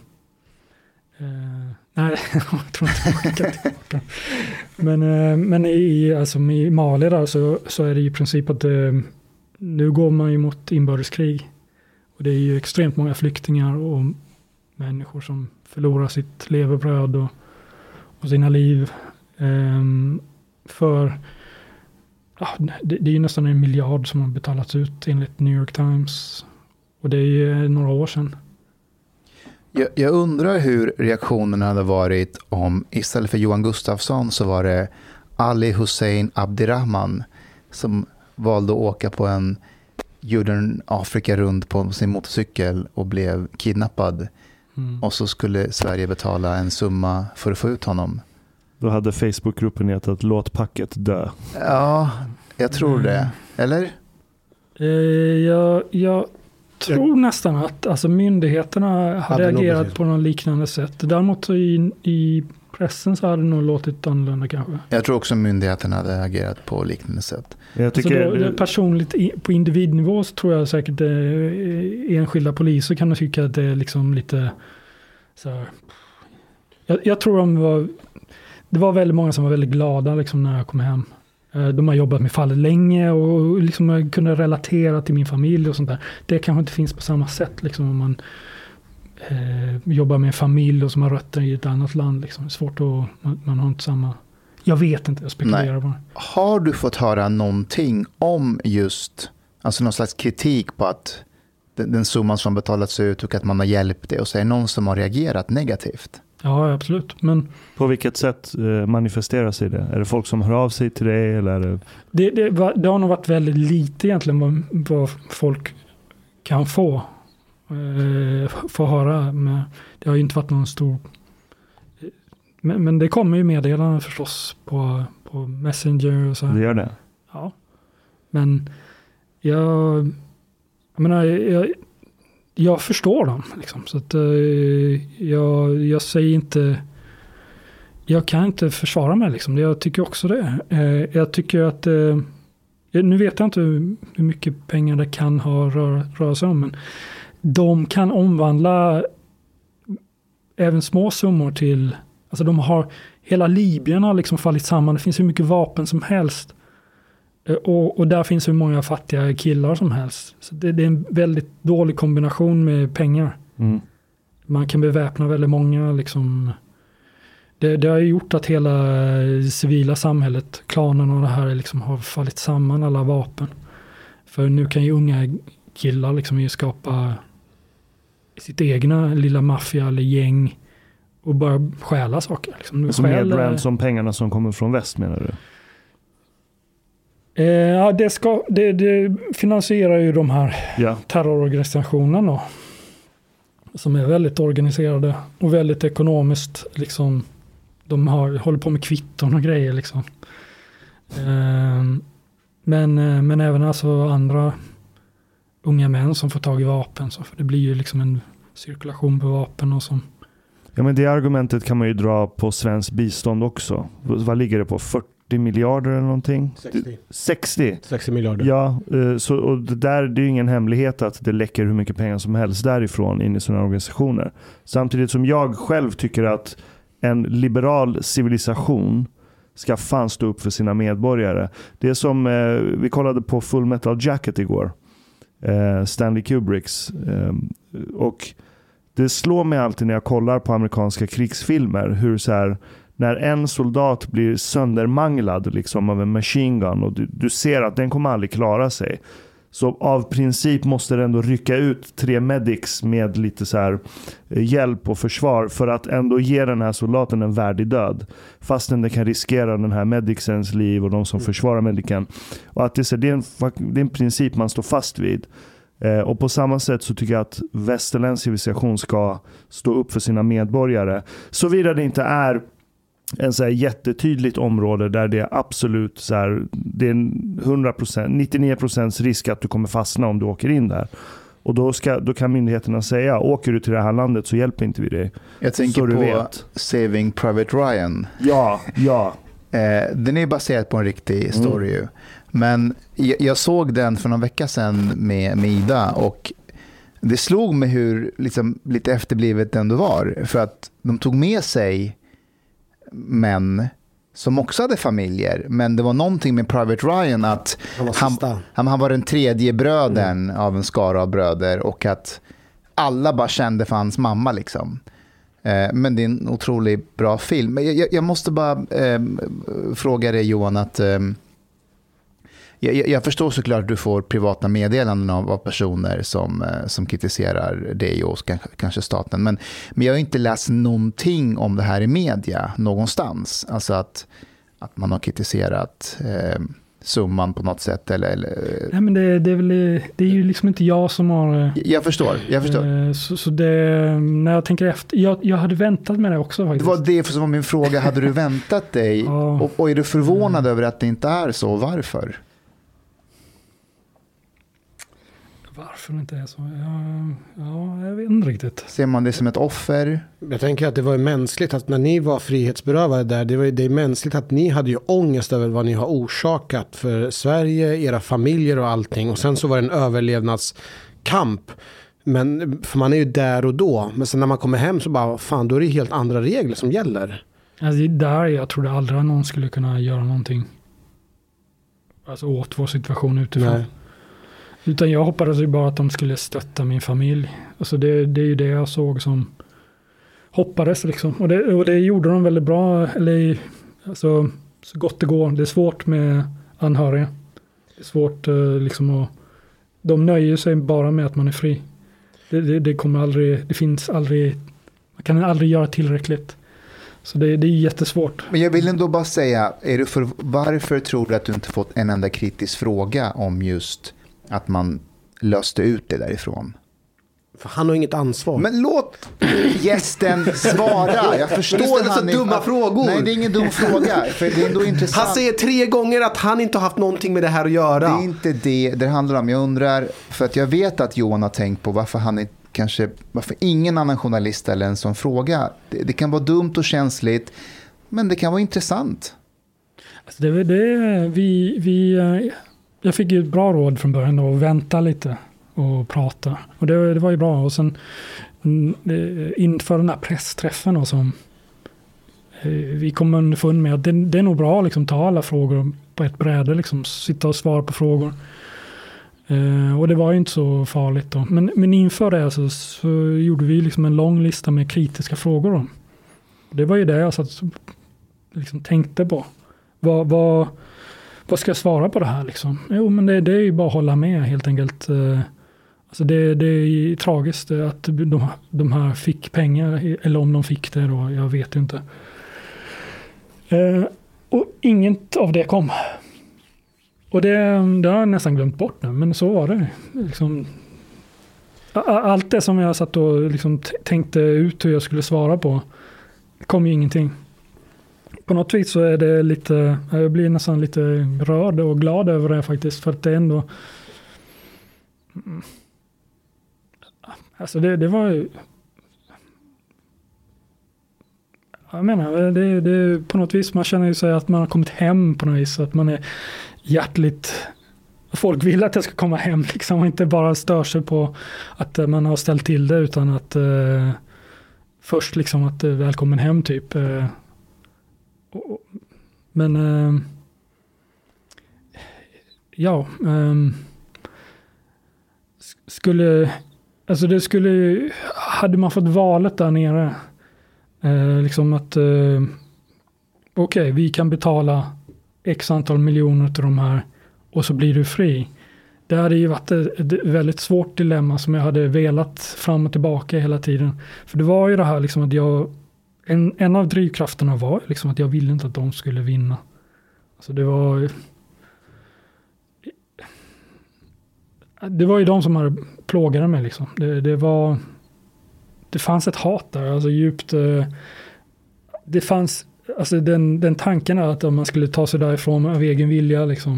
Speaker 1: nej, jag tror inte de skickar tillbaka. Men i Mali där så är det i princip att nu går man ju mot inbördeskrig. Och det är ju extremt många flyktingar och människor som förlorar sitt levebröd och sina liv. Det är ju nästan 1 miljard som har betalats ut enligt New York Times. Och det är ju några år sedan.
Speaker 4: Jag undrar hur reaktionen hade varit om istället för Johan Gustafsson så var det Ali Hussein Abdirahman som valde att åka på en Jorden Afrika runt på sin motorcykel och blev kidnappad. Och så skulle Sverige betala en summa för att få ut honom.
Speaker 3: Då hade Facebookgruppen hetat Låt packet dö.
Speaker 4: Ja, jag tror det. Eller?
Speaker 1: Jag tror nästan att alltså, myndigheterna hade agerat på något liknande sätt. Däremot i pressen så hade det nog låtit annorlunda kanske.
Speaker 4: Jag tror också myndigheterna hade agerat på liknande sätt.
Speaker 3: Jag tycker
Speaker 1: alltså personligt på individnivå så tror jag säkert enskilda poliser kan tycka att det är liksom lite så här, jag tror det var väldigt många som var väldigt glada liksom när jag kom hem. De har jobbat med fallet länge och liksom kunde relatera till min familj och sånt där. Det kanske inte finns på samma sätt liksom om man jobbar med en familj och som har rötter i ett annat land. Liksom. Det är svårt att man har inte samma... Jag vet inte, jag spekulerar bara.
Speaker 4: Har du fått höra någonting om just, alltså någon slags kritik på att den summan som betalats ut och att man har hjälpt det och så är det någon som har reagerat negativt?
Speaker 1: Ja, absolut. Men
Speaker 3: på vilket sätt manifesterar sig det? Är det folk som hör av sig till dig? Eller?
Speaker 1: Det har nog varit väldigt lite egentligen vad folk kan få höra. Men det har ju inte varit någon stor... Men det kommer ju meddelanden förstås på Messenger och så här.
Speaker 3: Det gör det?
Speaker 1: Ja. Men jag förstår dem liksom, så att jag säger inte, jag kan inte försvara mig liksom. Jag tycker också det. Jag tycker att nu vet jag inte hur mycket pengar det kan röra sig om, men de kan omvandla även små summor till, alltså de har, hela Libyen har liksom fallit samman. Det finns hur mycket vapen som helst. Och där finns hur många fattiga killar som helst. Så det är en väldigt dålig kombination med pengar. man kan beväpna väldigt många liksom. Det har gjort att hela civila samhället, klanerna och det här liksom har fallit samman, alla vapen. För nu kan ju unga killar liksom ju skapa sitt egna lilla maffia eller gäng och bara stjäla saker. Liksom.
Speaker 3: Som är ransom-pengarna som kommer från väst, menar du?
Speaker 1: Ja, det finansierar ju de här terrororganisationerna då, som är väldigt organiserade och väldigt ekonomiskt liksom. De håller på med kvitton och grejer liksom. Men även alltså andra unga män som får tag i vapen. Så för det blir ju liksom en cirkulation på vapen och som.
Speaker 3: Ja, men det argumentet kan man ju dra på svensk bistånd också. Vad ligger det på? 40 miljarder eller någonting? 60
Speaker 2: miljarder.
Speaker 3: Ja, så, och det är ju ingen hemlighet att det läcker hur mycket pengar som helst därifrån in i sådana organisationer. Samtidigt som jag själv tycker att en liberal civilisation ska fan stå upp för sina medborgare. Det är som vi kollade på Full Metal Jacket igår. Stanley Kubricks. Och det slår mig alltid när jag kollar på amerikanska krigsfilmer hur så här, när en soldat blir söndermanglad liksom av en machine gun och du ser att den kommer aldrig klara sig. Så av princip måste det ändå rycka ut 3 medics med lite så här hjälp och försvar för att ändå ge den här soldaten en värdig död. Fastän det kan riskera den här medicsens liv och de som försvarar medicen. Och att det är en princip man står fast vid. Och på samma sätt så tycker jag att västerländsk civilisation ska stå upp för sina medborgare. Såvida det inte är en så här jättetydligt område där det är absolut så här, det är 100%, 99% risk att du kommer fastna om du åker in där. Och då kan myndigheterna säga, åker du till det här landet så hjälper inte vi dig.
Speaker 4: Jag tänker på Saving Private Ryan.
Speaker 3: Ja.
Speaker 4: Den är baserad på en riktig story ju. Men jag såg den för någon vecka sedan med Ida och det slog mig hur liksom, lite efterblivet den var. För att de tog med sig män som också hade familjer, men det var någonting med Private Ryan att han var den tredje brödern av en skara av bröder och att alla bara kände för hans mamma liksom. Men det är en otroligt bra film. Jag måste bara fråga dig Johan att jag förstår såklart att du får privata meddelanden av personer som kritiserar dig och kanske staten. Men jag har inte läst någonting om det här i media någonstans. Alltså att man har kritiserat summan på något sätt. Eller...
Speaker 1: Nej, men det är ju liksom inte jag som har...
Speaker 4: Jag förstår.
Speaker 1: Så det, när jag tänker efter... Jag hade väntat med det också faktiskt.
Speaker 4: Det var det som var min fråga. Hade du väntat dig?
Speaker 1: Ja.
Speaker 4: Och är du förvånad över att det inte är så? Varför?
Speaker 1: Varför inte är så? Jag vet inte riktigt.
Speaker 4: Ser man det som ett offer?
Speaker 2: Jag tänker att det var ju mänskligt att när ni var frihetsberövade där, det är mänskligt att ni hade ju ångest över vad ni har orsakat för Sverige, era familjer och allting. Och sen så var det en överlevnadskamp. Men för man är ju där och då. Men sen när man kommer hem så bara, fan, då är det helt andra regler som gäller.
Speaker 1: Alltså det är där jag trodde aldrig att någon skulle kunna göra någonting. Alltså åt vår situation utifrån. Nej. Utan jag hoppades ju bara att de skulle stötta min familj. Alltså det är ju det jag såg som hoppades liksom. Och det gjorde de väldigt bra. Eller alltså, så gott det går. Det är svårt med anhöriga. Det är svårt liksom att... De nöjer sig bara med att man är fri. Det kommer aldrig... Det finns aldrig... Man kan aldrig göra tillräckligt. Så det är jättesvårt.
Speaker 4: Men jag vill ändå bara säga, varför tror du att du inte fått en enda kritisk fråga om just att man löste ut det därifrån?
Speaker 2: För han har inget ansvar.
Speaker 4: Men låt gästen svara. Jag förstår
Speaker 2: han så dumma frågor.
Speaker 4: Nej, det är ingen dum fråga. För det är ändå intressant.
Speaker 2: Han säger 3 gånger att han inte har haft någonting med det här att göra.
Speaker 4: Det är inte det handlar om. Jag undrar, för att jag vet att Johan har tänkt på varför ingen annan journalist eller en sån fråga. Det kan vara dumt och känsligt, men det kan vara intressant.
Speaker 1: Alltså jag fick ju ett bra råd från början då, att vänta lite och prata. Och det var ju bra. Och sen inför den här pressträffen då, som vi kom underfund med att det är nog bra liksom ta alla frågor på ett bräde, liksom sitta och svara på frågor. Och det var ju inte så farligt då. Men inför det så gjorde vi liksom en lång lista med kritiska frågor då. Det var ju det jag satt liksom tänkte på. Vad ska jag svara på det här liksom? Jo, men det är ju bara att hålla med helt enkelt. Alltså det är tragiskt att de här fick pengar, eller om de fick det då, jag vet inte. Och inget av det kom. Och det har jag nästan glömt bort nu, men så var det. Liksom, allt det som jag satt och liksom tänkte ut hur jag skulle svara på kom ju ingenting. På något vis så är det lite, jag blir nästan lite rörd och glad över det faktiskt, för att det ändå alltså det var ju, jag menar, det på något vis, man känner ju sig att man har kommit hem på något vis, att man är hjärtligt, folk vill att jag ska komma hem liksom, och inte bara stör sig på att man har ställt till det, utan att först liksom att välkommen hem typ. Men ja, hade man fått valet där nere, liksom att okej, vi kan betala x antal miljoner till de här och så blir du fri. Det hade ju varit ett väldigt svårt dilemma som jag hade velat fram och tillbaka hela tiden. För det var ju det här liksom att en av drivkrafterna var liksom att jag ville inte att de skulle vinna. Alltså det var ju de som hade plågade mig liksom. Det fanns ett hat där, alltså djupt. Det fanns, alltså den tanken är att om man skulle ta sig därifrån av egen vilja liksom.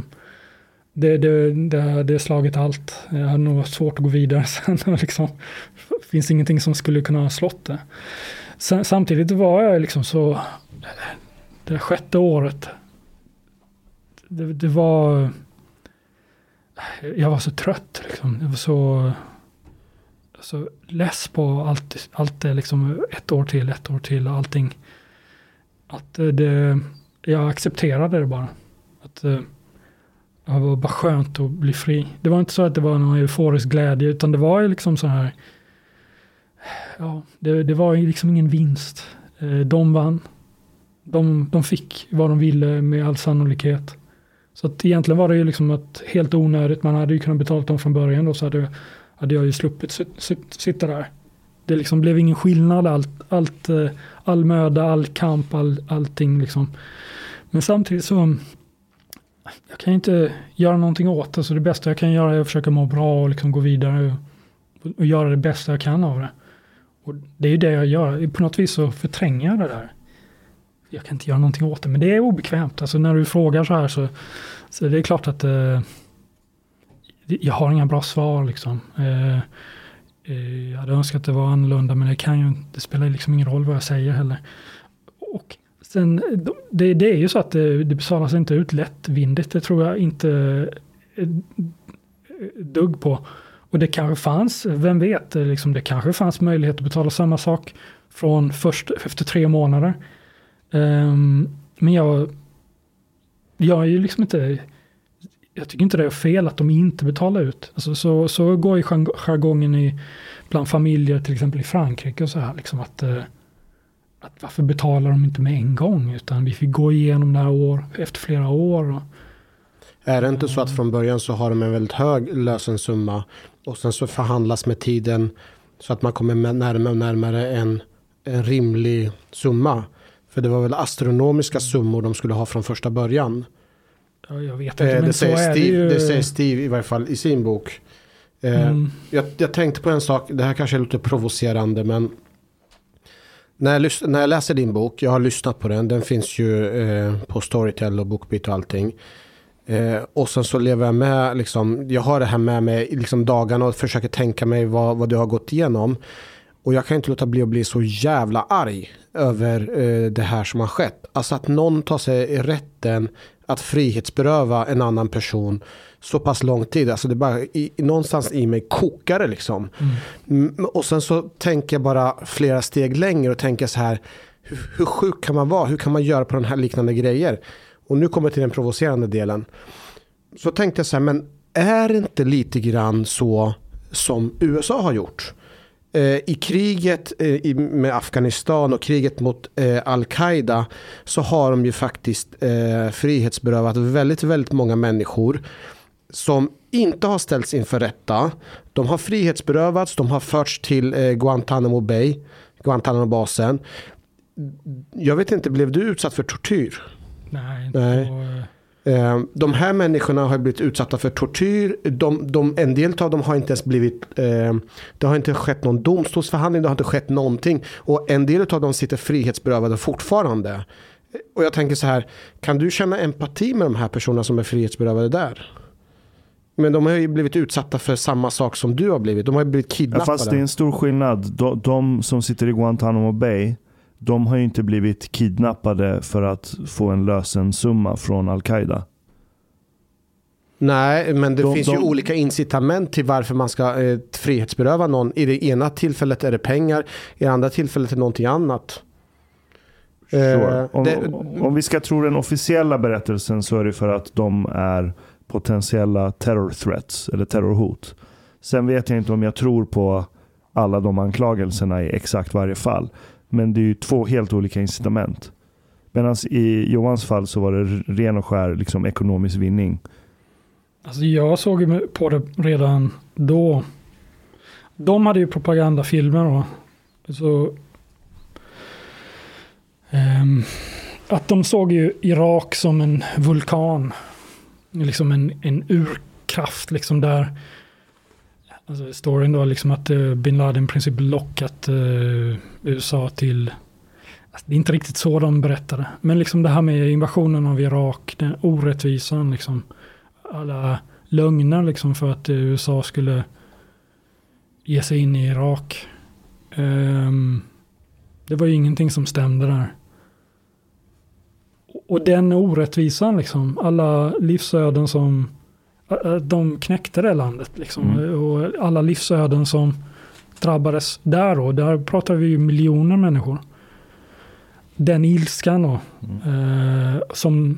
Speaker 1: Det slagit allt. Jag hade nog svårt att gå vidare sen liksom. Finns ingenting som skulle kunna ha slått det. Samtidigt var jag liksom så, det 6:e året, det var, jag var så trött liksom. Jag var så less på allt det liksom, ett år till allting. Att jag accepterade det bara. Att det var bara skönt att bli fri. Det var inte så att det var någon euforisk glädje, utan det var ju liksom så här. Ja, det var ju liksom ingen vinst. De vann. De fick vad de ville med all sannolikhet. Så att egentligen var det ju liksom helt onödigt. Man hade ju kunnat betala dem från början då, så hade jag ju sluppit sitta där. Det liksom blev ingen skillnad. All möda, all kamp, allting liksom. Men samtidigt så jag kan inte göra någonting åt det. Så det bästa jag kan göra är att försöka må bra och liksom gå vidare och göra det bästa jag kan av det. Och det är ju det jag gör. På något vis så förtränger jag det där. Jag kan inte göra någonting åt det. Men det är obekvämt. Alltså när du frågar så här så det är klart att jag har inga bra svar liksom. Jag hade önskat att det var annorlunda, men det spelar liksom ingen roll vad jag säger heller. Och sen, det är ju så att det betalas inte ut lättvindigt. Det tror jag inte dugg på. Och det kanske fanns, vem vet, liksom, det kanske fanns möjlighet att betala samma sak från först efter 3 månader. Men jag är ju liksom inte, jag tycker inte det är fel att de inte betalar ut. Alltså, så går ju jargongen bland familjer, till exempel i Frankrike och så här, liksom att varför betalar de inte med en gång, utan vi fick gå igenom det här efter flera år.
Speaker 2: Är det inte så att från början så har de en väldigt hög lösensumma och sen så förhandlas med tiden så att man kommer närmare en rimlig summa? För det var väl astronomiska summor de skulle ha från första början.
Speaker 1: Ja, jag vet inte, men så är det ju.
Speaker 2: Det säger Steve i varje fall i sin bok. Jag tänkte på en sak, det här kanske är lite provocerande, men när jag läser din bok, jag har lyssnat på den finns ju på Storytel och BookBeat och allting. Och sen så lever jag med, liksom, jag har det här med mig liksom dagarna och försöker tänka mig vad du har gått igenom. Och jag kan inte låta bli att bli så jävla arg över det här som har skett. Alltså att någon tar sig i rätten att frihetsberöva en annan person så pass lång tid. Alltså det bara någonstans i mig kokar det liksom. Och sen så tänker jag bara flera steg längre och tänker så här, hur sjuk kan man vara? Hur kan man göra på den här liknande grejer? Och nu kommer jag till den provocerande delen. Så tänkte jag så här, men är inte lite grann så som USA har gjort? I kriget med Afghanistan och kriget mot Al-Qaida så har de ju faktiskt frihetsberövat väldigt, väldigt många människor som inte har ställts inför rätta. De har frihetsberövats, de har förts till Guantanamo-basen. Jag vet inte, blev du utsatt för tortyr?
Speaker 1: Nej.
Speaker 2: De här människorna har blivit utsatta för tortyr. En del av dem har inte ens blivit... det har inte skett någon domstolsförhandling, det har inte skett någonting. Och en del av dem sitter frihetsberövade fortfarande. Och jag tänker så här, kan du känna empati med de här personerna som är frihetsberövade där? Men de har ju blivit utsatta för samma sak som du har blivit. De har ju blivit kidnappade.
Speaker 3: Ja, fast det är en stor skillnad. De som sitter i Guantanamo Bay, de har ju inte blivit kidnappade för att få en lösensumma från Al-Qaida.
Speaker 2: Nej, men det finns ju olika incitament till varför man ska frihetsberöva någon. I det ena tillfället är det pengar, i det andra tillfället är det någonting annat.
Speaker 3: Sure. Om vi ska tro den officiella berättelsen så är det för att de är potentiella terror threats eller terrorhot. Sen vet jag inte om jag tror på alla de anklagelserna i exakt varje fall. Men det är ju 2 helt olika incitament. Medan i Johans fall så var det ren och skär liksom ekonomisk vinning.
Speaker 1: Alltså jag såg ju på det redan då. De hade ju propagandafilmer då. Så, att de såg ju Irak som en vulkan. Liksom en urkraft liksom där. Alltså storyn då liksom att Bin Laden i princip lockat USA till, alltså, det är inte riktigt så de berättade, men liksom det här med invasionen av Irak, den orättvisan liksom, alla lögner liksom för att USA skulle ge sig in i Irak. Det var ju ingenting som stämde där. Och den orättvisan liksom, alla livsöden som de knäckte det landet liksom. Och alla livsöden som drabbades där då, där pratar vi ju miljoner människor. Den ilskan då, som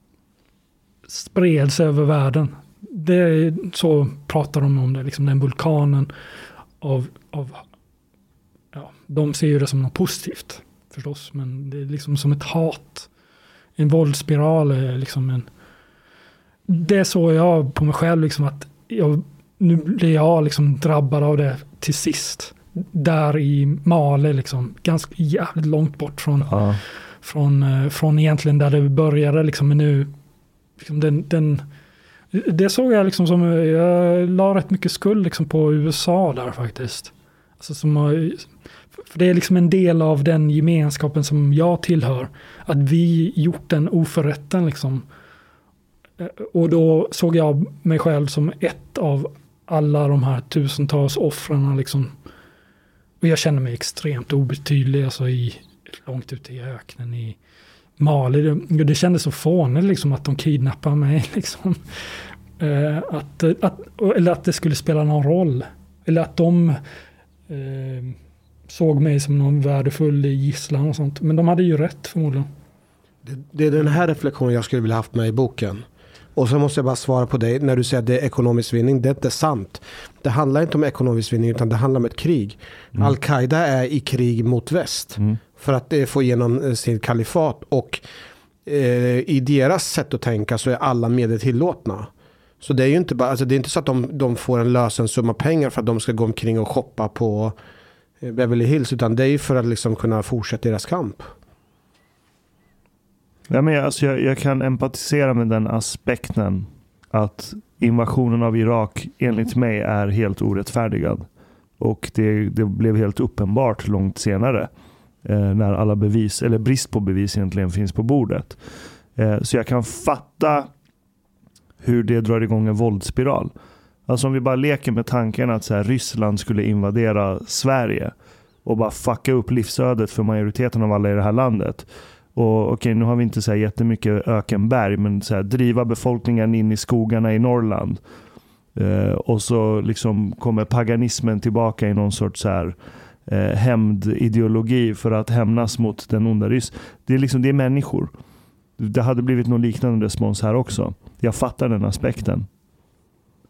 Speaker 1: spreds över världen. Det är, så pratar de om det, liksom den vulkanen av ja, de ser ju det som något positivt förstås, men det är liksom som ett hat. En våldsspiral är liksom en... Det såg jag på mig själv liksom att nu blir jag liksom drabbad av det till sist. Där i Mali liksom, ganska jävligt långt bort från egentligen där det började liksom, men nu liksom det såg jag liksom som, jag la rätt mycket skuld liksom på USA där faktiskt. Alltså för det är liksom en del av den gemenskapen som jag tillhör, att vi gjort den oförrätten liksom. Och då såg jag mig själv som ett av alla de här tusentals offren liksom. Och jag känner mig extremt obetydlig alltså långt ute i öknen i Mali. Det kändes så fånigt liksom att de kidnappade mig liksom. Eller att det skulle spela någon roll. Eller att de såg mig som någon värdefull gisslan och sånt. Men de hade ju rätt förmodligen.
Speaker 2: Det är den här reflektionen jag skulle vilja haft med i boken. Och så måste jag bara svara på dig när du säger att det är ekonomisk vinning. Det är inte sant. Det handlar inte om ekonomisk vinning utan det handlar om ett krig. Al-Qaida är i krig mot väst. För att få igenom sin kalifat. Och i deras sätt att tänka så är alla medel tillåtna. Så det är ju inte bara, alltså det är inte så att de får en lösensumma pengar för att de ska gå omkring och shoppa på Beverly Hills, utan det är ju för att liksom kunna fortsätta deras kamp.
Speaker 3: Ja, men jag kan empatisera med den aspekten att invasionen av Irak enligt mig är helt orättfärdigad. Och det blev helt uppenbart långt senare när alla bevis, eller brist på bevis egentligen finns på bordet. Så jag kan fatta hur det drar igång en våldsspiral. Alltså om vi bara leker med tanken att så här, Ryssland skulle invadera Sverige och bara fucka upp livsödet för majoriteten av alla i det här landet. Och okej, nu har vi inte så här jättemycket ökenberg, men så här, driva befolkningen in i skogarna i Norrland. Och så liksom kommer paganismen tillbaka i någon sorts så här hämndideologi för att hämnas mot den onda ryss. Det är människor. Det hade blivit någon liknande respons här också. Jag fattar den aspekten.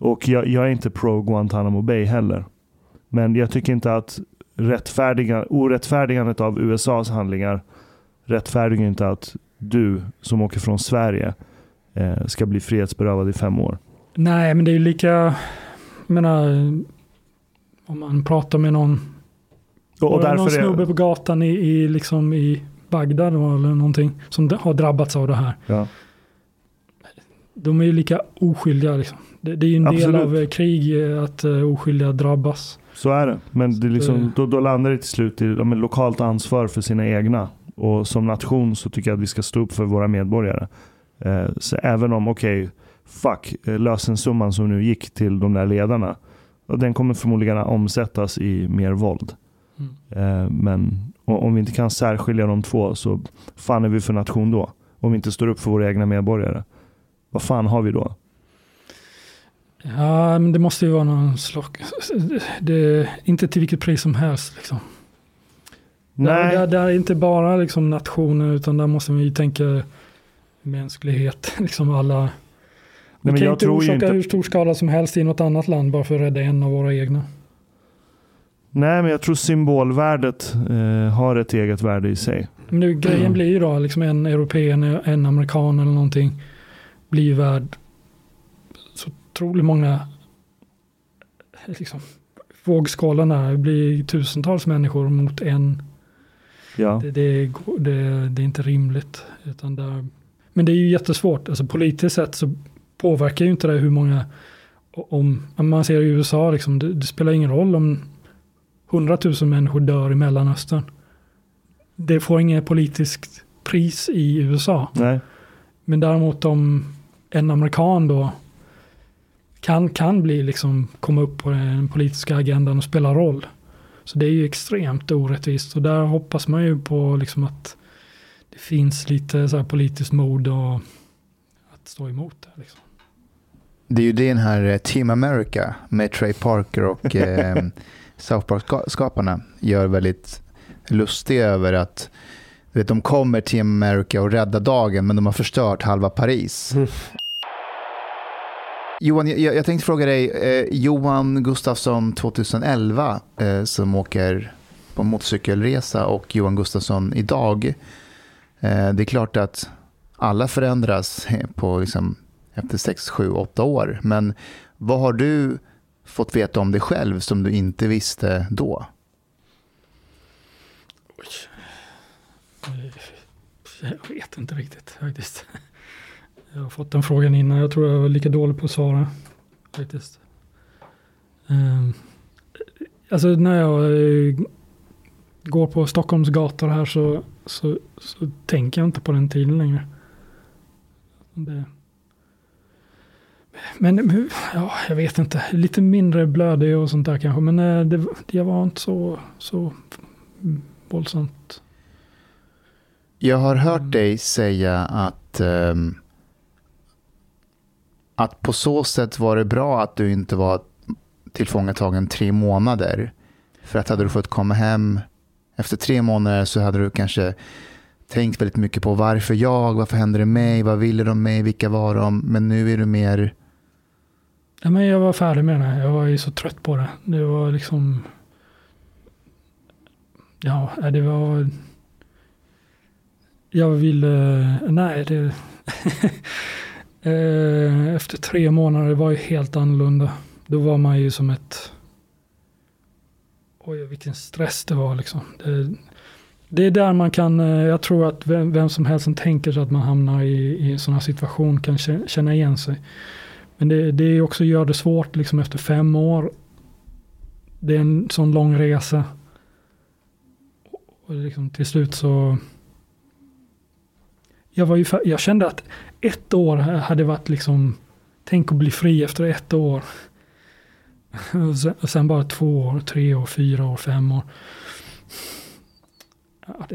Speaker 3: Och jag är inte pro Guantanamo Bay heller. Men jag tycker inte att orättfärdigandet av USAs handlingar rättfärdigar inte att du som åker från Sverige ska bli frihetsberövad i 5 år.
Speaker 1: Nej, men det är ju lika, jag menar, om man pratar med någon snubbe på gatan i Bagdad eller någonting som har drabbats av det här.
Speaker 3: Ja.
Speaker 1: De är ju lika oskyldiga liksom. Det är ju en del av krig att oskyldiga drabbas.
Speaker 3: Så är det. Men det är liksom, då landar det till slut i lokalt ansvar för sina egna. Och som nation så tycker jag att vi ska stå upp för våra medborgare. Så även om, lösensumman som nu gick till de där ledarna, och den kommer förmodligen att omsättas i mer våld. Men om vi inte kan särskilja de två, så fan är vi för nation då? Om vi inte står upp för våra egna medborgare, vad fan har vi då?
Speaker 1: Ja, men det måste ju vara någon slags, det är inte till vilket pris som helst liksom. Nej. Där är inte bara liksom nationer, utan där måste vi tänka mänsklighet, liksom alla. Vi kan inte orsaka hur stor skada som helst i något annat land bara för att rädda en av våra egna.
Speaker 3: Nej, men jag tror symbolvärdet har ett eget värde i sig.
Speaker 1: Men nu, grejen blir ju då liksom en europén, en amerikan eller någonting blir ju värd så otroligt många liksom, vågskalan där blir tusentals människor mot en. Ja. Det är inte rimligt. Men det är ju jättesvårt. Alltså, politiskt sett så påverkar ju inte det hur många, om man ser i USA liksom, det spelar ingen roll om 100 000 människor dör i Mellanöstern. Det får inget politiskt pris i USA.
Speaker 3: Nej.
Speaker 1: Men däremot om en amerikan då kan bli liksom, komma upp på den politiska agendan och spela roll. Så det är ju extremt orättvist. Och där hoppas man ju på liksom att det finns lite så här politiskt mod och att stå emot det. Liksom.
Speaker 4: Det är ju den här Team America med Trey Parker och South Park-skaparna gör väldigt lustiga över att de kommer till America och räddar dagen, men de har förstört halva Paris. Johan, jag tänkte fråga dig, Johan Gustafsson 2011 som åker på motorcykelresa och Johan Gustafsson idag. Det är klart att alla förändras på liksom, efter 6, 7, 8 år. Men vad har du fått veta om dig själv som du inte visste då?
Speaker 1: Jag vet inte riktigt faktiskt. Jag har fått den frågan innan. Jag tror jag var lika dålig på att svara faktiskt. Alltså när jag går på Stockholms gator här så tänker jag inte på den tiden längre. Men ja, jag vet inte. Lite mindre blödig och sånt där kanske. Men det var inte så våldsamt.
Speaker 4: Jag har hört dig säga att på så sätt var det bra att du inte var tillfångatagen 3 månader. För att hade du fått komma hem efter 3 månader så hade du kanske tänkt väldigt mycket på varför hände det mig, vad ville de mig, vilka var de, men nu är du mer...
Speaker 1: Ja, men jag var färdig med det. Jag var ju så trött på det. Det var liksom... Ja, det var... Jag ville... Nej, det... Efter 3 månader var ju helt annorlunda. Då var man ju som ett... Oj, vilken stress det var liksom. Det är där man kan... Jag tror att vem som helst som tänker sig att man hamnar i en sån här situation kan känna igen sig. Men det också gör det svårt liksom efter 5 år. Det är en sån lång resa. Och liksom till slut så... Jag kände att 1 år hade varit liksom... Tänk att bli fri efter 1 år. Och sen bara 2 år, 3 år, 4 år, 5 år. Ja,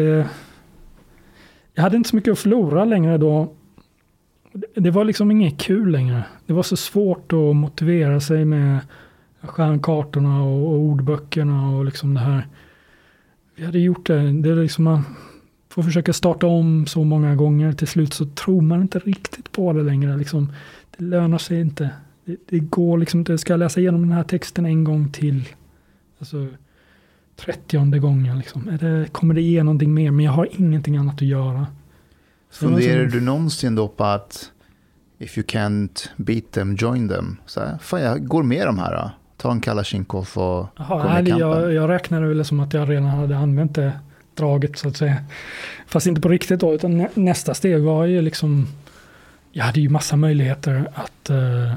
Speaker 1: jag hade inte så mycket att förlora längre då. Det var liksom inget kul längre. Det var så svårt att motivera sig med stjärnkartorna och ordböckerna och liksom det här. Vi hade gjort det. Det är liksom man får försöka starta om så många gånger. Till slut så tror man inte riktigt på det längre. Liksom, det lönar sig inte. det går liksom inte. Ska jag läsa igenom den här texten en gång till? Alltså 30:e gången liksom. Kommer det ge någonting mer? Men jag har ingenting annat att göra.
Speaker 4: Funderar du någonsin då på att if you can't beat them, join them? Så här, fan, jag går med de här då. Ta en Kalashnikov och komma i kampen.
Speaker 1: Jag räknade väl som att jag redan hade använt det draget så att säga. Fast inte på riktigt då, utan nästa steg var ju liksom, jag hade ju massa möjligheter att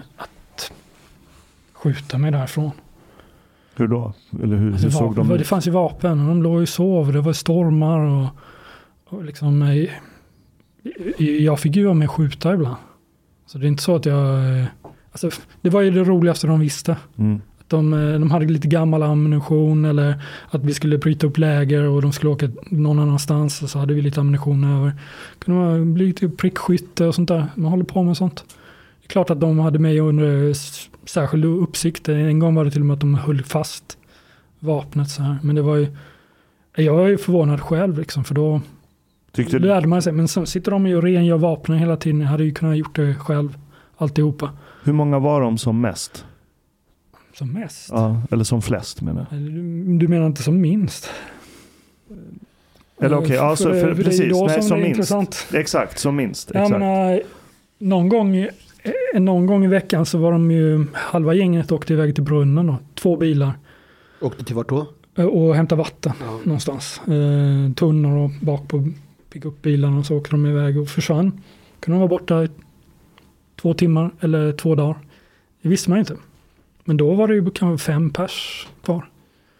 Speaker 1: skjuta mig därifrån.
Speaker 3: Hur då? Eller hur såg de ut?
Speaker 1: Det fanns ju vapen och de låg ju sov, det var stormar och liksom jag fick ju vara med och skjuta ibland. Så det är inte så att alltså, det var ju det roligaste de visste. Att de hade lite gammal ammunition eller att vi skulle bryta upp läger och de skulle åka någon annanstans och så hade vi lite ammunition över. Kunde man bli typ prickskytte och sånt där. Man håller på med sånt. Det är klart att de hade mig under särskild uppsikt. En gång var det till och med att de höll fast vapnet så här. Men det var ju, jag var ju förvånad själv liksom, för då lärde man sig. Men så sitter de ju och rengör vapnen hela tiden. Jag hade ju kunnat gjort det själv alltihopa.
Speaker 3: Hur många var de som mest?
Speaker 1: Som mest?
Speaker 3: Ja, eller som flest menar jag.
Speaker 1: Du menar inte som minst?
Speaker 3: Eller okej, alltså precis. Nej, som minst.
Speaker 1: Intressant.
Speaker 3: Exakt, som minst.
Speaker 1: Jag menar, någon gång i veckan så var de ju, halva gänget åkte iväg till brunnen då. 2 bilar.
Speaker 2: Åkte till vart då?
Speaker 1: Och hämta vatten någonstans. Tunnor och bak på pick upp bilarna och så åkte de iväg och försvann. Kunde de vara borta i 2 timmar eller 2 dagar. Det visste man inte. Men då var det ju kanske 5 pers kvar.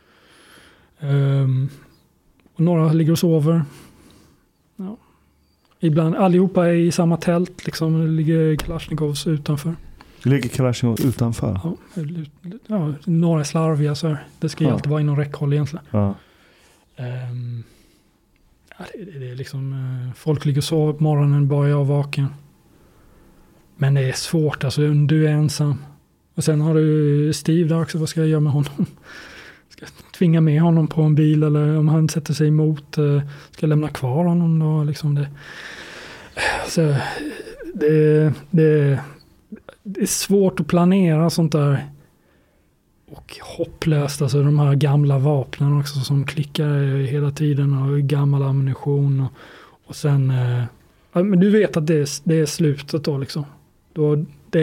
Speaker 1: Och några ligger och sover. Ja. Ibland allihopa är i samma tält. Liksom, det ligger Kalashnikovs utanför.
Speaker 3: Det ligger Kalashnikov utanför?
Speaker 1: Ja, några är slarviga så här. Det ska ju alltid vara inom räckhåll egentligen.
Speaker 3: Ja.
Speaker 1: Det är liksom, folk ligger och sover på morgonen, bara jag vaken. Men det är svårt, alltså du är ensam. Och sen har du Steve där också, vad ska jag göra med honom? Ska jag tvinga med honom på en bil eller om han sätter sig emot, ska jag lämna kvar honom då? Liksom det. Så det är svårt att planera sånt där. Och hopplöst, alltså de här gamla vapnen också som klickar hela tiden och gammal ammunition och sen men du vet att det är slutet då liksom. Då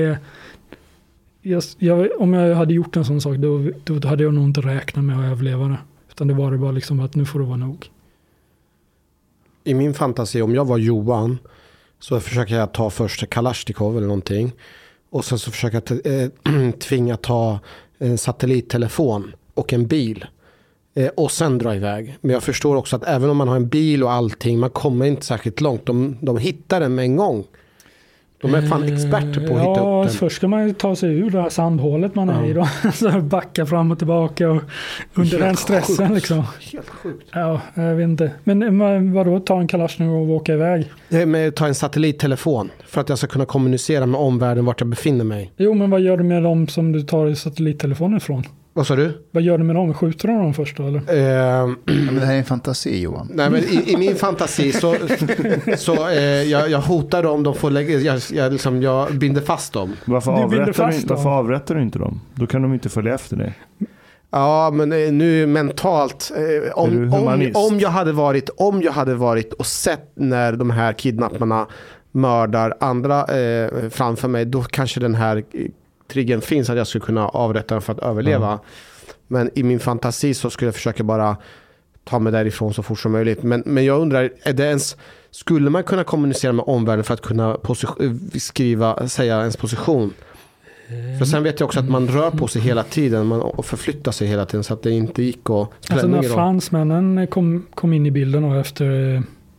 Speaker 1: om jag hade gjort en sån sak då hade jag nog inte räknat med att överleva det. Utan det var det bara liksom att nu får det vara nog.
Speaker 2: I min fantasi, om jag var Johan så försöker jag ta först Kalashnikov eller någonting. Och sen så försöker jag tvinga ta en satellittelefon och en bil. Och sen dra iväg. Men jag förstår också att även om man har en bil och allting, man kommer inte särskilt långt. De hittar den med en gång. De är fan experter på att hitta upp den.
Speaker 1: Först ska man ju ta sig ur det här sandhålet man är i då. Så backa fram och tillbaka och under den stressen liksom.
Speaker 2: Helt sjukt.
Speaker 1: Ja, jag vet inte. Men vadå, ta en Kalashnikov och åka iväg?
Speaker 2: Ta en satellittelefon för att jag ska kunna kommunicera med omvärlden vart jag befinner mig.
Speaker 1: Jo, men vad gör du med dem som du tar satellittelefonen ifrån?
Speaker 2: Vad sa du?
Speaker 1: Vad gör du med dem? Skjuter de dem först då, eller?
Speaker 4: Men det här är en fantasi, Johan.
Speaker 2: Nej, men i min fantasi så jag hotar dem, de får lägga, jag binder fast dem.
Speaker 3: Varför avrättar du inte dem? Då kan de inte följa efter dig.
Speaker 2: Ja, men nu mentalt om jag hade varit och sett när de här kidnapparna mördar andra framför mig, då kanske den här triggern finns att jag skulle kunna avrätta dem för att överleva. Men i min fantasi så skulle jag försöka bara ta mig därifrån så fort som möjligt. Men jag undrar, skulle man kunna kommunicera med omvärlden för att kunna säga ens position? För sen vet jag också att man rör på sig hela tiden och förflyttar sig hela tiden så att det inte gick att spela.
Speaker 1: Alltså när fransmännen kom in i bilden och efter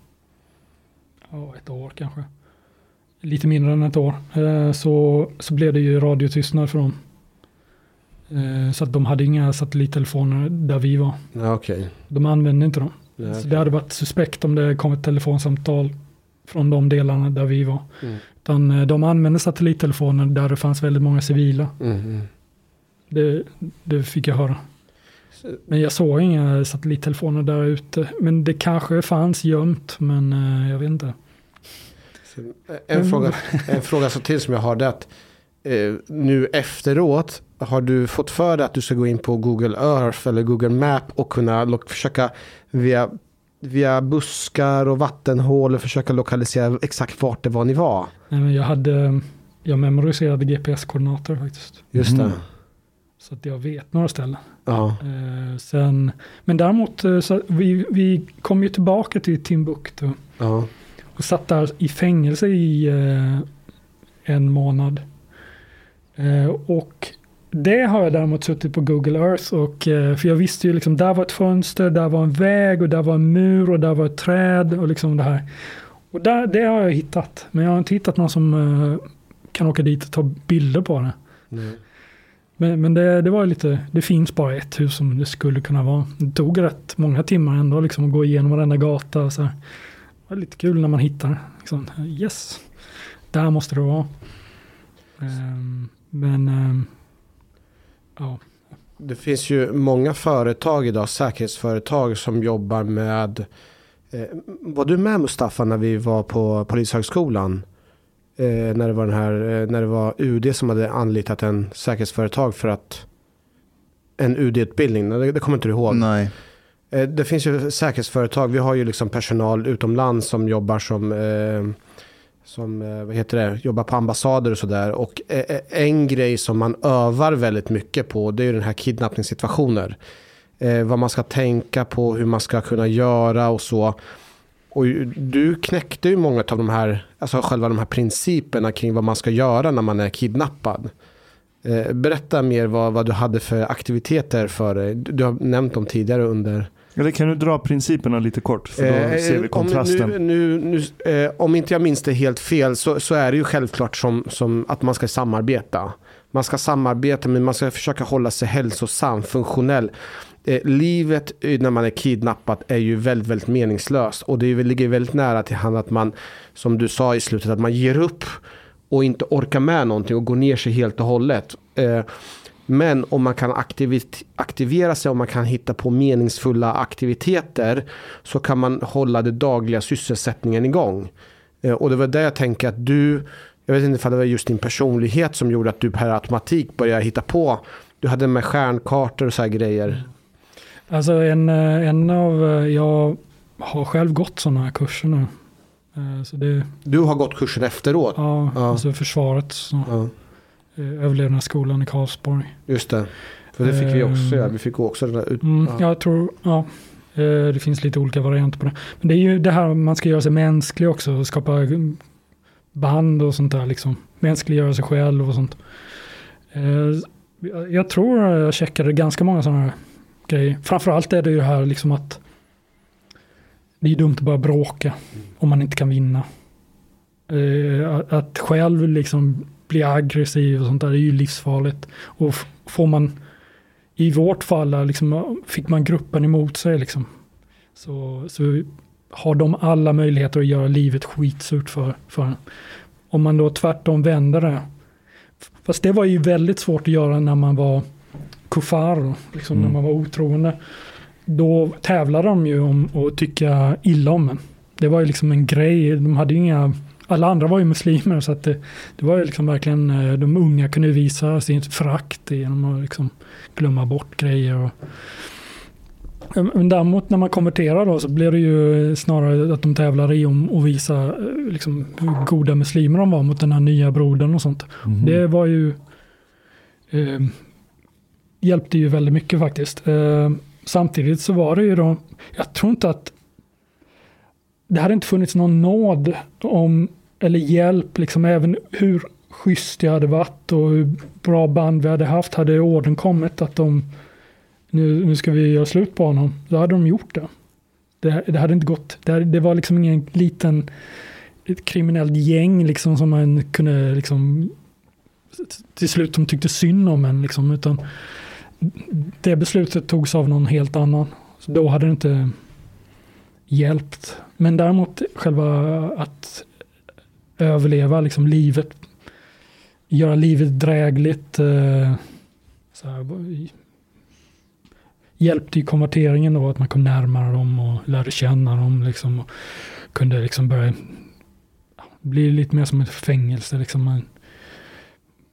Speaker 1: ett år kanske. Lite mindre än ett år. Så blev det ju radiotystnad för dem. Så att de hade inga satellittelefoner där vi var.
Speaker 2: Ja, okay.
Speaker 1: De använde inte dem.
Speaker 2: Ja, okay.
Speaker 1: Så det hade varit suspekt om det kom ett telefonsamtal från de delarna där vi var. Utan de använde satellittelefoner där det fanns väldigt många civila. Det fick jag höra. Men jag såg inga satellittelefoner där ute. Men det kanske fanns gömt, men jag vet inte.
Speaker 2: En fråga så till som jag har det att nu efteråt, har du fått för dig att du ska gå in på Google Earth eller Google Map och kunna försöka via buskar och vattenhål försöka lokalisera exakt vart det var ni var?
Speaker 1: Nej, men jag memoriserade GPS-koordinater faktiskt.
Speaker 2: Just det.
Speaker 1: Så att jag vet några ställen.
Speaker 2: Ja.
Speaker 1: Men däremot så vi kom ju tillbaka till Timbuktu.
Speaker 2: Ja.
Speaker 1: Och satt där i fängelse i 1 månad. Och det har jag däremot suttit på Google Earth. För jag visste ju liksom, där var ett fönster, där var en väg och där var en mur och där var ett träd och liksom det här. Och det har jag hittat. Men jag har inte hittat någon som kan åka dit och ta bilder på det.
Speaker 2: Nej.
Speaker 1: Men det var lite, det finns bara ett hus som det skulle kunna vara. Det tog rätt många timmar ändå liksom att gå igenom varenda gata och så här. Det var lite kul när man hittar liksom, yes, där måste det vara. Ja.
Speaker 2: Det finns ju många företag idag, säkerhetsföretag som jobbar med var du med, Mustafa, när vi var på Polishögskolan? När det var UD som hade anlitat en säkerhetsföretag för en UD-utbildning. Det kommer inte du ihåg.
Speaker 4: Nej.
Speaker 2: Det finns ju säkerhetsföretag. Vi har ju liksom personal utomlands som jobbar som vad heter det, jobbar på ambassader och sådär. Och en grej som man övar väldigt mycket på, det är ju den här kidnappningssituationer. Vad man ska tänka på, hur man ska kunna göra och så. Och du knäckte ju många av de här, alltså själva de här principerna kring vad man ska göra när man är kidnappad. Berätta mer vad du hade för aktiviteter för dig. Du har nämnt dem tidigare under...
Speaker 3: Eller kan du dra principerna lite kort? För då ser vi kontrasten.
Speaker 2: Om inte jag minns det helt fel så är det ju självklart som att man ska samarbeta. Man ska samarbeta, men man ska försöka hålla sig hälsosam, funktionell. Livet när man är kidnappad är ju väldigt, väldigt meningslöst. Och det ligger väldigt nära till hand att man, som du sa i slutet, att man ger upp och inte orkar med någonting och går ner sig helt och hållet. Men om man kan aktivera sig, om man kan hitta på meningsfulla aktiviteter, så kan man hålla det dagliga sysselsättningen igång. Och det var där jag tänker att jag vet inte om det var just din personlighet som gjorde att du per automatik började hitta på. Du hade med stjärnkartor och så här grejer.
Speaker 1: Alltså jag har själv gått sådana här kurser nu. Så
Speaker 2: du har gått kursen efteråt?
Speaker 1: Ja. Alltså försvaret. Så. Ja. Överlevnadsskolan i Karlsborg.
Speaker 2: Just det. För det fick vi också göra. Vi fick också den där
Speaker 1: Jag tror, det finns lite olika varianter på det. Men det är ju det här man ska göra sig mänsklig också. Skapa band och sånt där liksom. Mänskliggöra sig själv och sånt. Jag tror jag checkade ganska många sådana här grejer. Framförallt är det ju det här liksom att det är dumt att bara bråka om man inte kan vinna. Att själv liksom bli aggressiv och sånt där är ju livsfarligt. Och får man, i vårt fall liksom, fick man gruppen emot sig liksom. Så har de alla möjligheter att göra livet skitsurt för en. Om man då tvärtom vänder det. Fast det var ju väldigt svårt att göra när man var kuffar, liksom, när man var otroende. Då tävlade de ju om att tycka illa om en. Det var ju liksom en grej. De hade ju inga... Alla andra var ju muslimer, så att det var ju liksom verkligen... De unga kunde visa sin förakt genom att liksom glömma bort grejer. Men däremot när man konverterar då, så blir det ju snarare att de tävlar i om att visa liksom hur goda muslimer de var mot den här nya brodern och sånt. Det var ju... hjälpte ju väldigt mycket faktiskt. Samtidigt så var det ju då... Jag tror inte att det hade inte funnits någon nåd eller hjälp, liksom, även hur schysst jag hade varit och hur bra band vi hade haft, hade orden kommit att nu ska vi göra slut på honom. Då hade de gjort det. Det hade inte gått. Det var liksom ingen liten ett kriminellt gäng liksom, som man kunde liksom, till slut de tyckte synd om en liksom, utan det beslutet togs av någon helt annan. Så då hade det inte hjälpt. Men däremot själva att överleva liksom livet, göra livet drägligt, så här, hjälpte i konverteringen då, att man kom närmare dem och lärde känna dem liksom, och kunde liksom börja bli lite mer som ett fängelse liksom.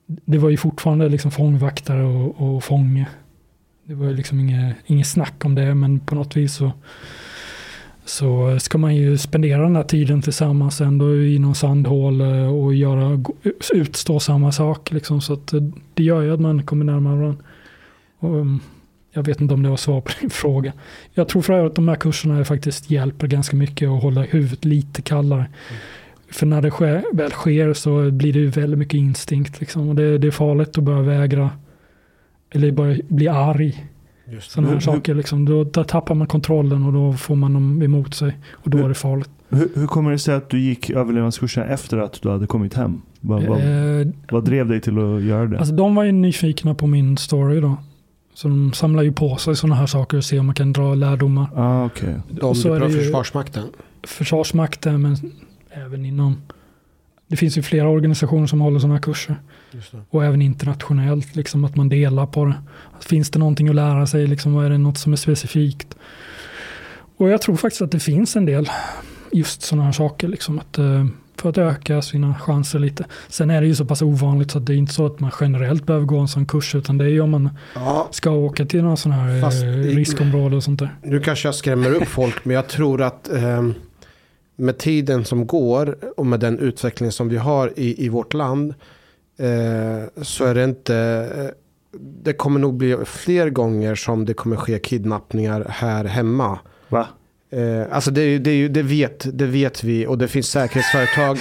Speaker 1: det var ju fortfarande liksom fångvaktare och fånge. Det var ju liksom inget snack om det, men på något vis så ska man ju spendera den här tiden tillsammans ändå i någon sandhål och utstå samma sak liksom, så att det gör ju att man kommer närmare varandra. Och jag vet inte om det var svar på din fråga. Jag tror för att de här kurserna faktiskt hjälper ganska mycket att hålla huvudet lite kallare. För när det väl sker så blir det ju väldigt mycket instinkt liksom, och det är farligt att börja vägra eller bara bli arg. Sådana här saker liksom. Då tappar man kontrollen och då får man dem emot sig och då är det farligt.
Speaker 3: Hur kommer det sig att du gick överlevnadskursen efter att du hade kommit hem? Vad drev dig till att göra det?
Speaker 1: Alltså de var ju nyfikna på min story då. Så de samlar ju på sig sådana här saker och ser om man kan dra lärdomar.
Speaker 3: Okay.
Speaker 2: De är bra Försvarsmakten?
Speaker 1: Försvarsmakten, men även inom... Det finns ju flera organisationer som håller sådana här kurser. Och även internationellt, liksom, att man delar på det. Finns det någonting att lära sig? Liksom, är det något som är specifikt? Och jag tror faktiskt att det finns en del just sådana här saker. Liksom, för att öka sina chanser lite. Sen är det ju så pass ovanligt så att det är inte så att man generellt behöver gå en sån kurs. Utan det är ju om man ska åka till någon sån här riskområde och sånt där.
Speaker 2: Nu kanske jag skrämmer upp folk, men jag tror att... med tiden som går och med den utveckling som vi har i vårt land så är det inte... det kommer nog bli fler gånger som det kommer ske kidnappningar här hemma.
Speaker 3: Va?
Speaker 2: Alltså det vet vi, och det finns säkerhetsföretag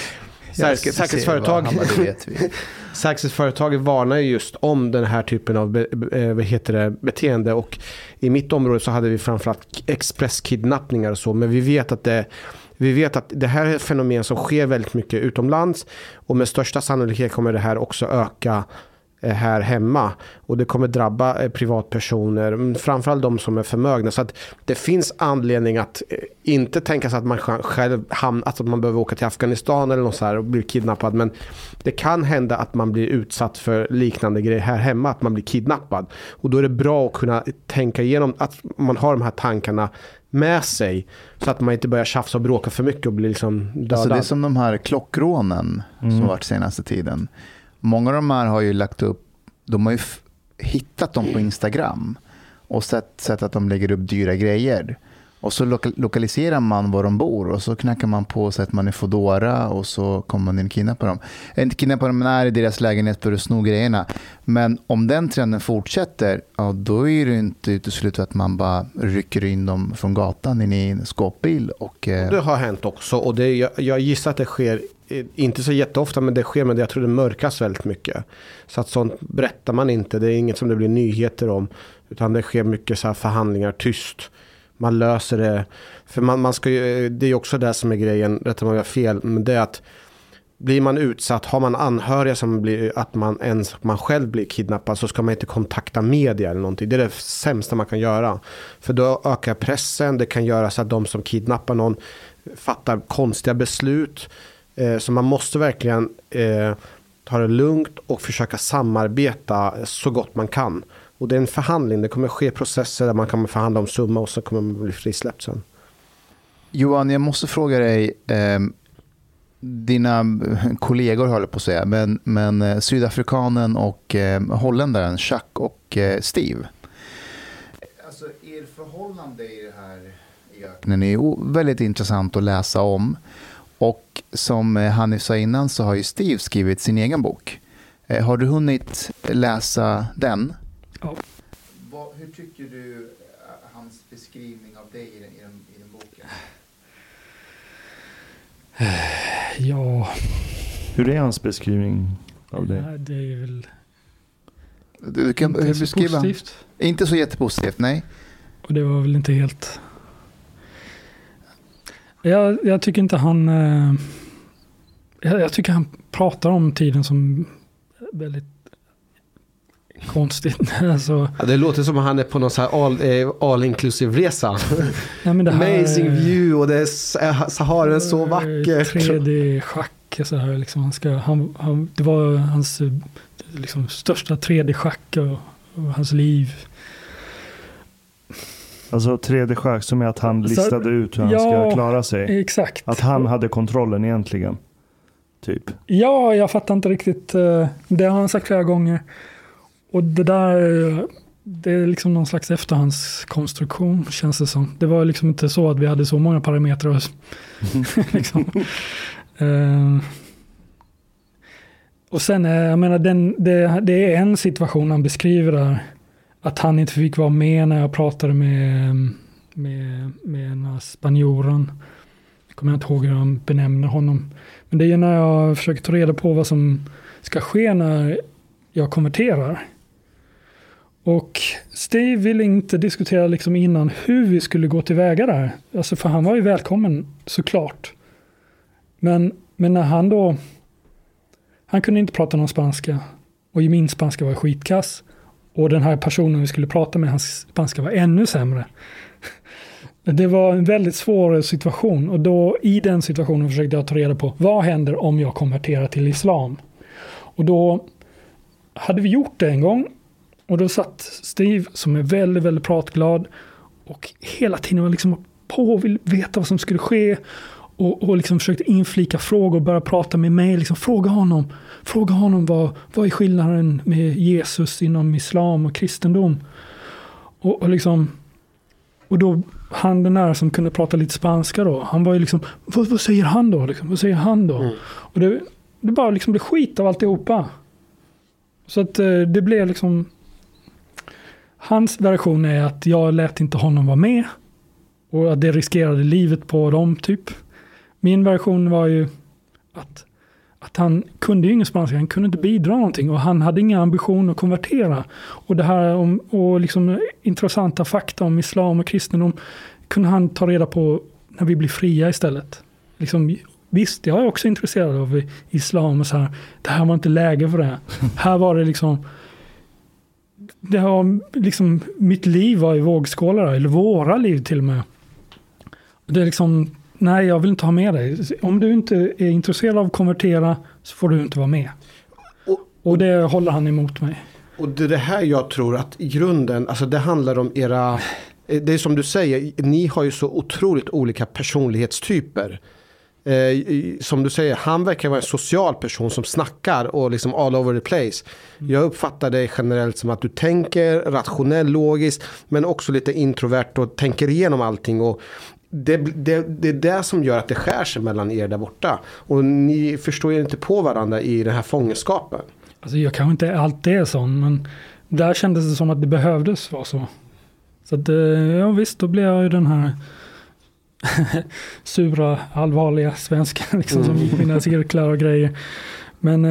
Speaker 2: säkerhetsföretag varnar just om den här typen av beteende, och i mitt område så hade vi framförallt expresskidnappningar och så, men vi vet att det här är ett fenomen som sker väldigt mycket utomlands, och med största sannolikhet kommer det här också öka här hemma, och det kommer drabba privatpersoner, framförallt de som är förmögna. Så att det finns anledning att inte tänka sig att man själv att man behöver åka till Afghanistan eller något så här och bli kidnappad, men det kan hända att man blir utsatt för liknande grejer här hemma, att man blir kidnappad, och då är det bra att kunna tänka igenom att man har de här tankarna med sig, så att man inte börjar tjafsa och bråka för mycket och blir liksom dödad.
Speaker 4: Alltså det är som de här klockrånen som varit senaste tiden. Många av de här har ju lagt upp, de har ju hittat dem på Instagram och sett att de lägger upp dyra grejer. Och så lokaliserar man var de bor, och så knackar man på så att man är Foodora, och så kommer man in och kidnappar dem. Inte kidnappar dem, men är i deras lägenhet för att sno grejerna. Men om den trenden fortsätter, ja, då är det inte uteslutet att man bara rycker in dem från gatan in i en skåpbil. Och
Speaker 2: det har hänt också, och jag gissar att det sker inte så jätteofta, men det sker, men jag tror det mörkas väldigt mycket. Så att sånt berättar man inte, det är inget som det blir nyheter om, utan det sker mycket så här förhandlingar tyst. Man löser det, för man ska ju, det är också det som är grejen, rätt om jag har fel, men det är att blir man utsatt, har man anhöriga som blir, att man själv blir kidnappad, så ska man inte kontakta media eller någonting. Det är det sämsta man kan göra, för då ökar pressen. Det kan göra så att de som kidnappar någon fattar konstiga beslut, så man måste verkligen ta det lugnt och försöka samarbeta så gott man kan. Och det är en förhandling, det kommer ske processer där man kan förhandla om summa, och så kommer man bli frisläppt sen.
Speaker 4: Johan, jag måste fråga dig, dina kollegor håller på att säga, men sydafrikanen och holländaren Chuck och Steve. Alltså er förhållande i det här i öknen är väldigt intressant att läsa om. Och som Hanif sa innan, så har ju Steve skrivit sin egen bok. Har du hunnit läsa den?
Speaker 1: Ja.
Speaker 4: Hur tycker du hans beskrivning av dig i den boken?
Speaker 1: Ja.
Speaker 3: Hur är hans beskrivning av dig?
Speaker 1: Det är väl
Speaker 4: du kan
Speaker 1: inte
Speaker 4: beskriva.
Speaker 1: så positivt.
Speaker 4: Inte så jättepositivt, nej.
Speaker 1: Och det var väl inte helt... Jag tycker inte han... Jag tycker han pratar om tiden som väldigt konstigt. Alltså,
Speaker 2: ja, det låter som att han är på någon så här all-inclusive-resa.
Speaker 1: Nej, men det här,
Speaker 2: amazing view, och det är Sahara så vackert.
Speaker 1: 3D-schack så här, liksom, det var hans liksom, största 3D-schack och hans liv.
Speaker 3: Alltså 3D-schack som är att han listade ut hur han ska klara sig.
Speaker 1: Exakt.
Speaker 3: Att han hade kontrollen egentligen. typ.
Speaker 1: Ja, jag fattar inte riktigt. Det har han sagt flera gånger. Och det där, det är liksom någon slags efterhandskonstruktion, känns det som. Det var liksom inte så att vi hade så många parametrar. Liksom. Och sen, jag menar, det är en situation han beskriver där. Att han inte fick vara med när jag pratade med den här spanjoren. Jag kommer inte ihåg hur han benämner honom. Men det är när jag försöker ta reda på vad som ska ske när jag konverterar. Och Steve ville inte diskutera liksom innan hur vi skulle gå tillväga där. Alltså för han var ju välkommen såklart. Men när han kunde inte prata någon spanska. Och min spanska var skitkass. Och den här personen vi skulle prata med, hans spanska var ännu sämre. Det var en väldigt svår situation. Och då i den situationen försökte jag ta reda på vad händer om jag konverterar till islam. Och då hade vi gjort det en gång. Och då satt Steve som är väldigt, väldigt pratglad. Och hela tiden var liksom på och ville veta vad som skulle ske. Och liksom försökte inflika frågor och börja prata med mig. Liksom fråga honom vad är skillnaden med Jesus inom islam och kristendom. Och då han den där som kunde prata lite spanska då. Han var ju liksom, vad säger han då? Liksom, vad säger han då? Och det bara liksom blev skit av alltihopa. Så att det blev liksom... Hans version är att jag lät inte honom vara med. Och att det riskerade livet på dem typ. Min version var ju att han kunde ju ingen spanska, han kunde inte bidra någonting och han hade inga ambitioner att konvertera. Och det här och liksom intressanta fakta om islam och kristendom kunde han ta reda på när vi blir fria istället. Liksom, visst, jag är också intresserad av islam och så här. Det här var inte läge för det. Här var det liksom mitt liv var i vågskålar, eller våra liv till och med. Det är liksom, nej, jag vill inte ha med dig. Om du inte är intresserad av att konvertera så får du inte vara med. Och det håller han emot mig. Och
Speaker 2: det är det här jag tror att i grunden, alltså det handlar om era, det är som du säger, ni har ju så otroligt olika personlighetstyper. Som du säger, han verkar vara en social person som snackar och liksom all over the place. Jag uppfattar det generellt som att du tänker rationellt, logiskt, men också lite introvert och tänker igenom allting. Och det är det som gör att det skär sig mellan er där borta. Och ni förstår ju inte på varandra i den här fångenskapen.
Speaker 1: Alltså jag kanske inte alltid är sån, men där kändes det som att det behövdes vara så. Så att, ja visst, då blev jag ju den här sura, allvarliga svenskan liksom, som gick mina cirklar och grejer. Men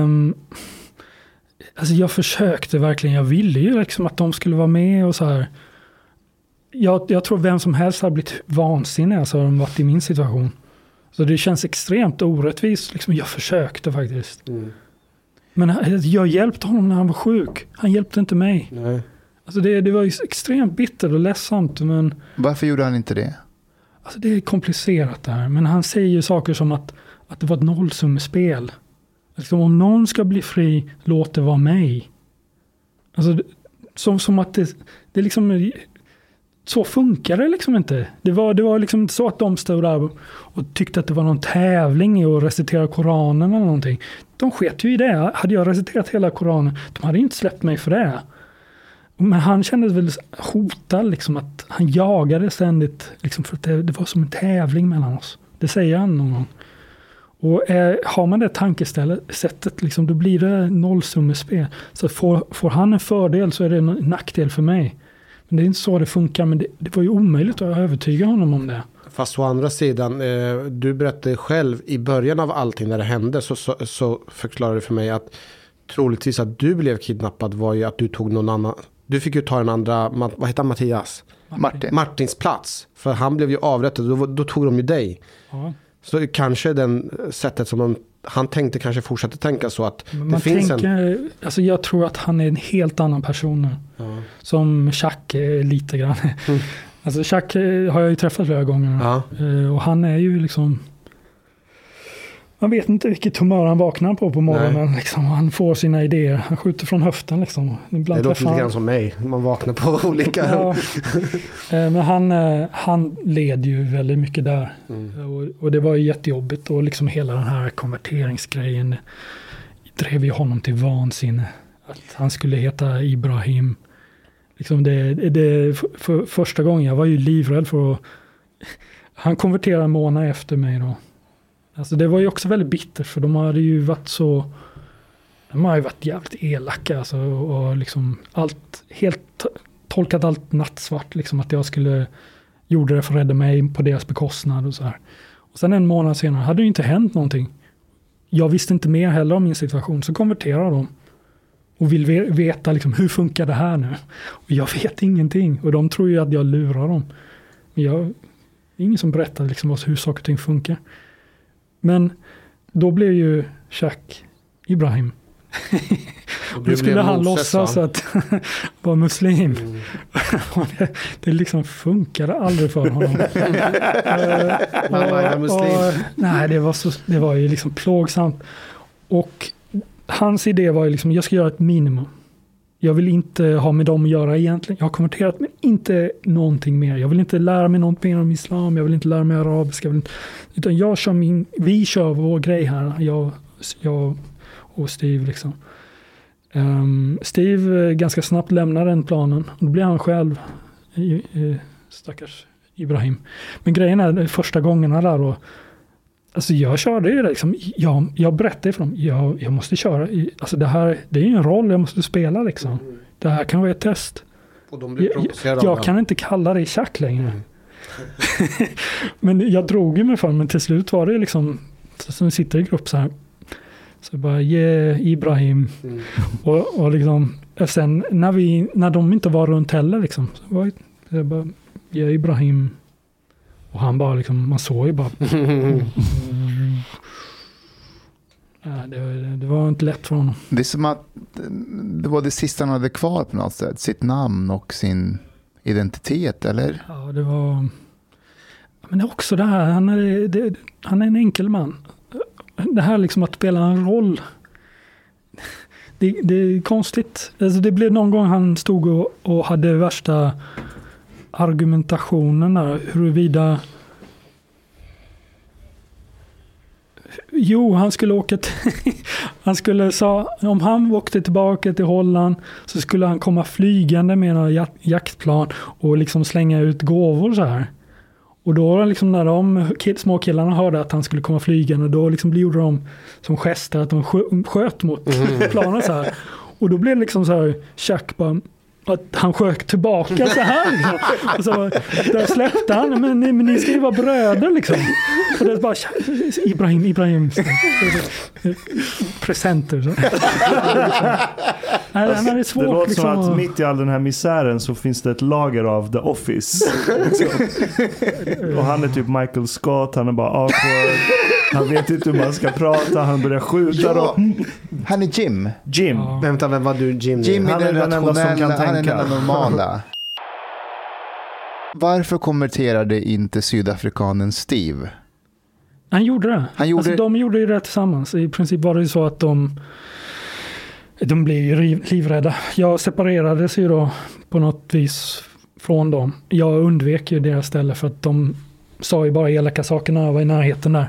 Speaker 1: alltså jag försökte verkligen, jag ville ju liksom att de skulle vara med och så här. Jag tror vem som helst har blivit vansinnig alltså, har de varit i min situation. Så det känns extremt orättvist. Liksom, jag försökte faktiskt. Men jag hjälpte honom när han var sjuk. Han hjälpte inte mig.
Speaker 2: Nej.
Speaker 1: Alltså det var ju extremt bitter och ledsamt. Men
Speaker 4: varför gjorde han inte det?
Speaker 1: Alltså det är komplicerat det här. Men han säger ju saker som att det var ett nollsummespel. Liksom, om någon ska bli fri, låt det vara mig. Alltså som att det liksom... Så funkar det liksom inte. Det var liksom inte så att de stod där och tyckte att det var någon tävling i att recitera Koranen eller någonting. De sket ju i det. Hade jag reciterat hela Koranen, de hade inte släppt mig för det. Men han kände väl hotad liksom, att han jagade ständigt liksom, för att det var som en tävling mellan oss. Det säger han någon gång. Och har man det tankesättet liksom, då blir det nollsummespel. Så får han en fördel så är det en nackdel för mig. Men det är inte så det funkar, men det var ju omöjligt att övertyga honom om det.
Speaker 2: Fast å andra sidan, du berättade själv i början av allting när det hände så förklarade du för mig att troligtvis att du blev kidnappad var ju att du tog någon annan. Du fick ju ta den andra, vad heter Mattias? Martins plats. För han blev ju avrättad, då tog de ju dig.
Speaker 1: Ja.
Speaker 2: Så kanske den sättet som han tänkte kanske fortsätta tänka så att
Speaker 1: det finns alltså jag tror att han är en helt annan person. Ja. Som Chuck är lite grann. Alltså Chuck har jag ju träffat flera gånger. Ja. Och han är ju liksom... man vet inte vilket humör han vaknar på morgonen. Liksom. Han får sina idéer. Han skjuter från höften. Liksom.
Speaker 2: Ibland det låter lite grann som mig. Man vaknar på olika...
Speaker 1: Ja. Men han led ju väldigt mycket där. Och det var ju jättejobbigt. Och liksom hela den här konverteringsgrejen drev ju honom till vansinne. Att han skulle heta Ibrahim. Liksom för första gången, jag var ju livrädd för att... Han konverterade en månad efter mig då. Alltså det var ju också väldigt bittert, för de hade ju varit så... De har ju varit jävligt elaka alltså, och liksom tolkat allt nattsvart. Liksom att jag gjorde det för att rädda mig på deras bekostnad och så här. Och sen en månad senare hade ju inte hänt någonting. Jag visste inte mer heller om min situation, så konverterade de. Och vill veta liksom, hur funkar det här nu? Och jag vet ingenting. Och de tror ju att jag lurar dem. Men det är ingen som berättar liksom, hur saker och ting funkar. Men då blev ju Chuck Ibrahim. Då skulle han låtsas att vara muslim. Det liksom funkade aldrig för honom. Nej, det var ju liksom plågsamt. Och hans idé var ju liksom, jag ska göra ett minimum. Jag vill inte ha med dem att göra egentligen. Jag har konverterat, men inte någonting mer. Jag vill inte lära mig något mer om islam. Jag vill inte lära mig arabiska. Utan vi kör vår grej här. Jag och Steve liksom. Steve ganska snabbt lämnar den planen. Och då blir han själv stackars Ibrahim. Men grejen är, första gångerna där då, alltså jag körde ju det liksom, jag berättade för dem, jag måste köra, alltså det är ju en roll jag måste spela liksom. Det här kan vara ett test.
Speaker 2: Och de blir provocerade.
Speaker 1: Jag kan inte kalla det Chuck längre. Men jag drog ju mig för, men till slut var det liksom, som sitter i grupp så här, så bara, Ibrahim. Och liksom, sen när de inte var runt heller liksom, så var jag bara, Ibrahim. Och han bara liksom, man såg ju bara. Det var inte lätt för honom.
Speaker 4: Det är som att det var det sista han hade kvar på något sätt. Sitt namn och sin identitet, eller?
Speaker 1: Ja, det var... Men det är också det här, han är en enkel man. Det här liksom att spela en roll. Det är konstigt. Alltså det blev någon gång han stod och hade värsta argumentationen där, huruvida han skulle åka om han åkte tillbaka till Holland så skulle han komma flygande med några jaktplan och liksom slänga ut gåvor så här. Och då liksom när de små killarna hörde att han skulle komma flygande, då liksom gjorde de som gester att de sköt mot planen så här. Och då blev det liksom så här, Chuck bara, att han sköt tillbaka så här liksom. Och så där släppte han, men ni ska ju vara bröder liksom. Och det är bara Ibrahim presenter så. Nej, det är svårt,
Speaker 3: det låter
Speaker 1: liksom,
Speaker 3: som att mitt i all den här misären så finns det ett lager av The Office. Och han är typ Michael Scott, han är bara awkward. Han vet inte hur man ska prata, han börjar skjuta dem.
Speaker 4: Han är Jim.
Speaker 3: Ja.
Speaker 2: Vänta, vem var du? Jim
Speaker 4: är den rationella, han är den normala. Varför konverterade inte sydafrikanen Steve?
Speaker 1: Han gjorde det. Alltså, de gjorde ju det tillsammans. I princip var det ju så att de blev ju livrädda. Jag separerades ju då på något vis från dem. Jag undvek ju deras ställe för att de sa ju bara elaka saker när jag var i närheten där.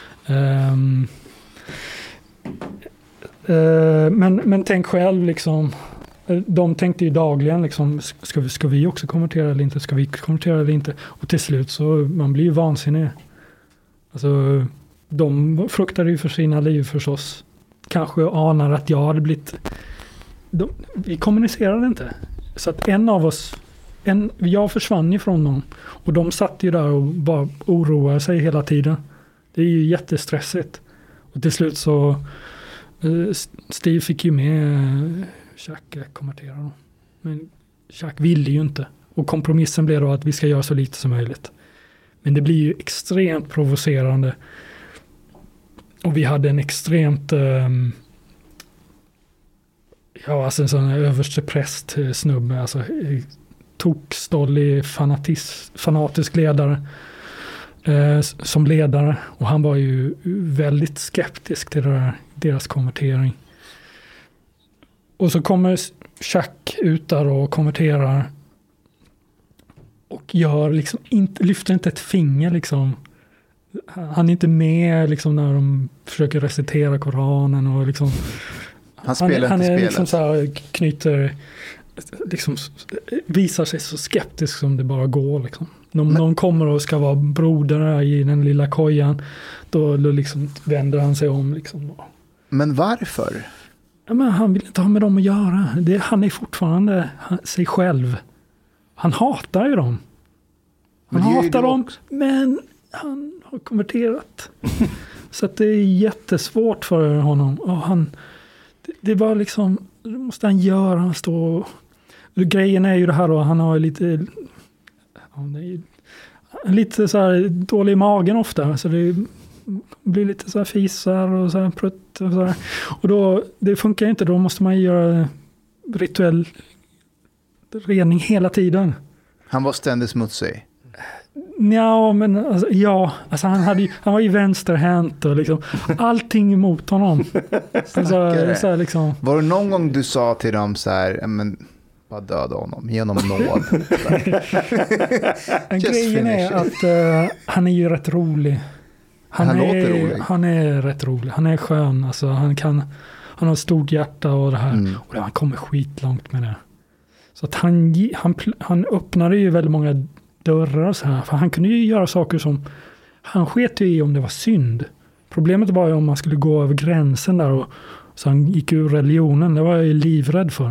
Speaker 1: Men tänk själv liksom, de tänkte ju dagligen liksom, ska vi också konvertera eller inte? Ska vi konvertera eller inte? Och till slut så man blir ju vansinnig. Alltså, de fruktade ju för sina liv förstås. Kanske anar att jag hade blivit... Vi kommunicerade inte. Så att en av oss... jag försvann ifrån dem. Och de satt ju där och bara oroade sig hela tiden. Det är ju jättestressigt. Och till slut så... Steve fick ju med Chuck konvertera dem. Men Chuck ville ju inte. Och kompromissen blev då att vi ska göra så lite som möjligt. Men det blir ju extremt provocerande. Och vi hade en extremt alltså en sån överstepräst snubbe, alltså tokstollig fanatisk ledare. som ledare. Och han var ju väldigt skeptisk till deras konvertering. Och så kommer Chuck ut där och konverterar. Och gör liksom lyfter inte ett finger liksom. Han är inte med liksom när de försöker recitera Koranen och liksom
Speaker 4: han spelar
Speaker 1: han
Speaker 4: inte
Speaker 1: är
Speaker 4: spelet.
Speaker 1: liksom så här, knyter liksom visar sig så skeptisk som det bara går liksom. Någon kommer och ska vara broder i den lilla kojan, då liksom vänder han sig om liksom.
Speaker 4: Men varför?
Speaker 1: Ja, men han vill inte ha med dem att göra. Han är fortfarande sig själv. Han hatar ju dem. Han hatar dem, men han har konverterat. Så att det är jättesvårt för honom. Och det var liksom, det måste han göra. Han står. Grejen är ju det här då, han har lite så här dålig i magen ofta. Så det blir lite så här fisar och så här prutt och så här. Och då, det funkar inte, då måste man göra rituell rening hela tiden.
Speaker 4: Han var ständigt smutsig.
Speaker 1: Ja, men alltså han var ju vänsterhänt och liksom allting emot honom. så här, liksom.
Speaker 4: Var det någon gång du sa till dem så här, men bara döda honom, ge honom nåd?
Speaker 1: Grejen är att han är ju rätt rolig. Han
Speaker 4: låter rolig.
Speaker 1: Han är rätt rolig. Han är skön. Alltså, han har ett stort hjärta och det här. Och han kommer skitlångt med det. Så att han öppnade ju väldigt många dörrar så här. För han kunde ju göra saker som han sket ju i om det var synd. Problemet var ju om man skulle gå över gränsen där och så han gick ur religionen. Det var jag ju livrädd för.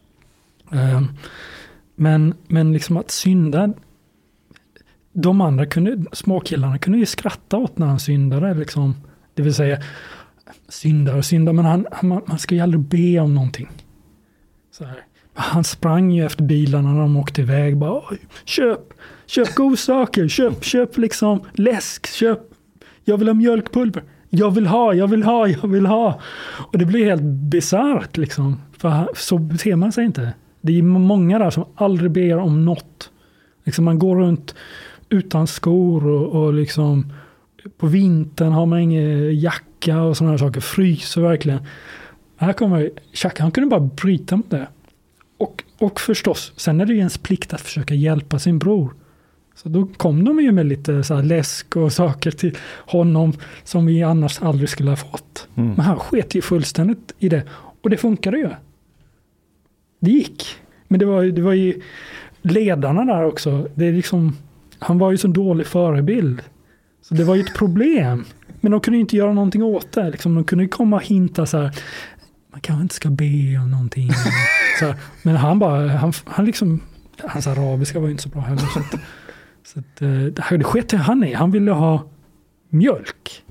Speaker 1: Men liksom att synda, de andra småkillarna kunde ju skratta åt när han syndade liksom. Det vill säga synda, men man ska ju aldrig be om någonting. Så här. Han sprang ju efter bilarna när de åkte iväg. Bara, köp godsaker. Köp liksom läsk. Jag vill ha mjölkpulver. Jag vill ha. Och det blir helt bizarrt liksom. För så beter man sig inte. Det är många där som aldrig ber om något. Liksom man går runt utan skor och liksom på vintern har man ingen jacka och sådana här saker. Fryser verkligen. Här kommer Chuck. Han kunde bara bryta mot det. Och förstås, sen är det ju ens plikt att försöka hjälpa sin bror. Så då kom de ju med lite så här läsk och saker till honom som vi annars aldrig skulle ha fått. Men han sket ju fullständigt i det. Och det funkade ju. Det gick. Men det var ju ledarna där också. Det är liksom, han var ju så dålig förebild. Så det var ju ett problem. Men de kunde ju inte göra någonting åt det. Liksom, de kunde ju komma och hinta så här, man kanske inte ska be om någonting. Så här, men han liksom, hans arabiska var ju inte så bra heller. Så att det skett till han i. Han ville ha mjölk.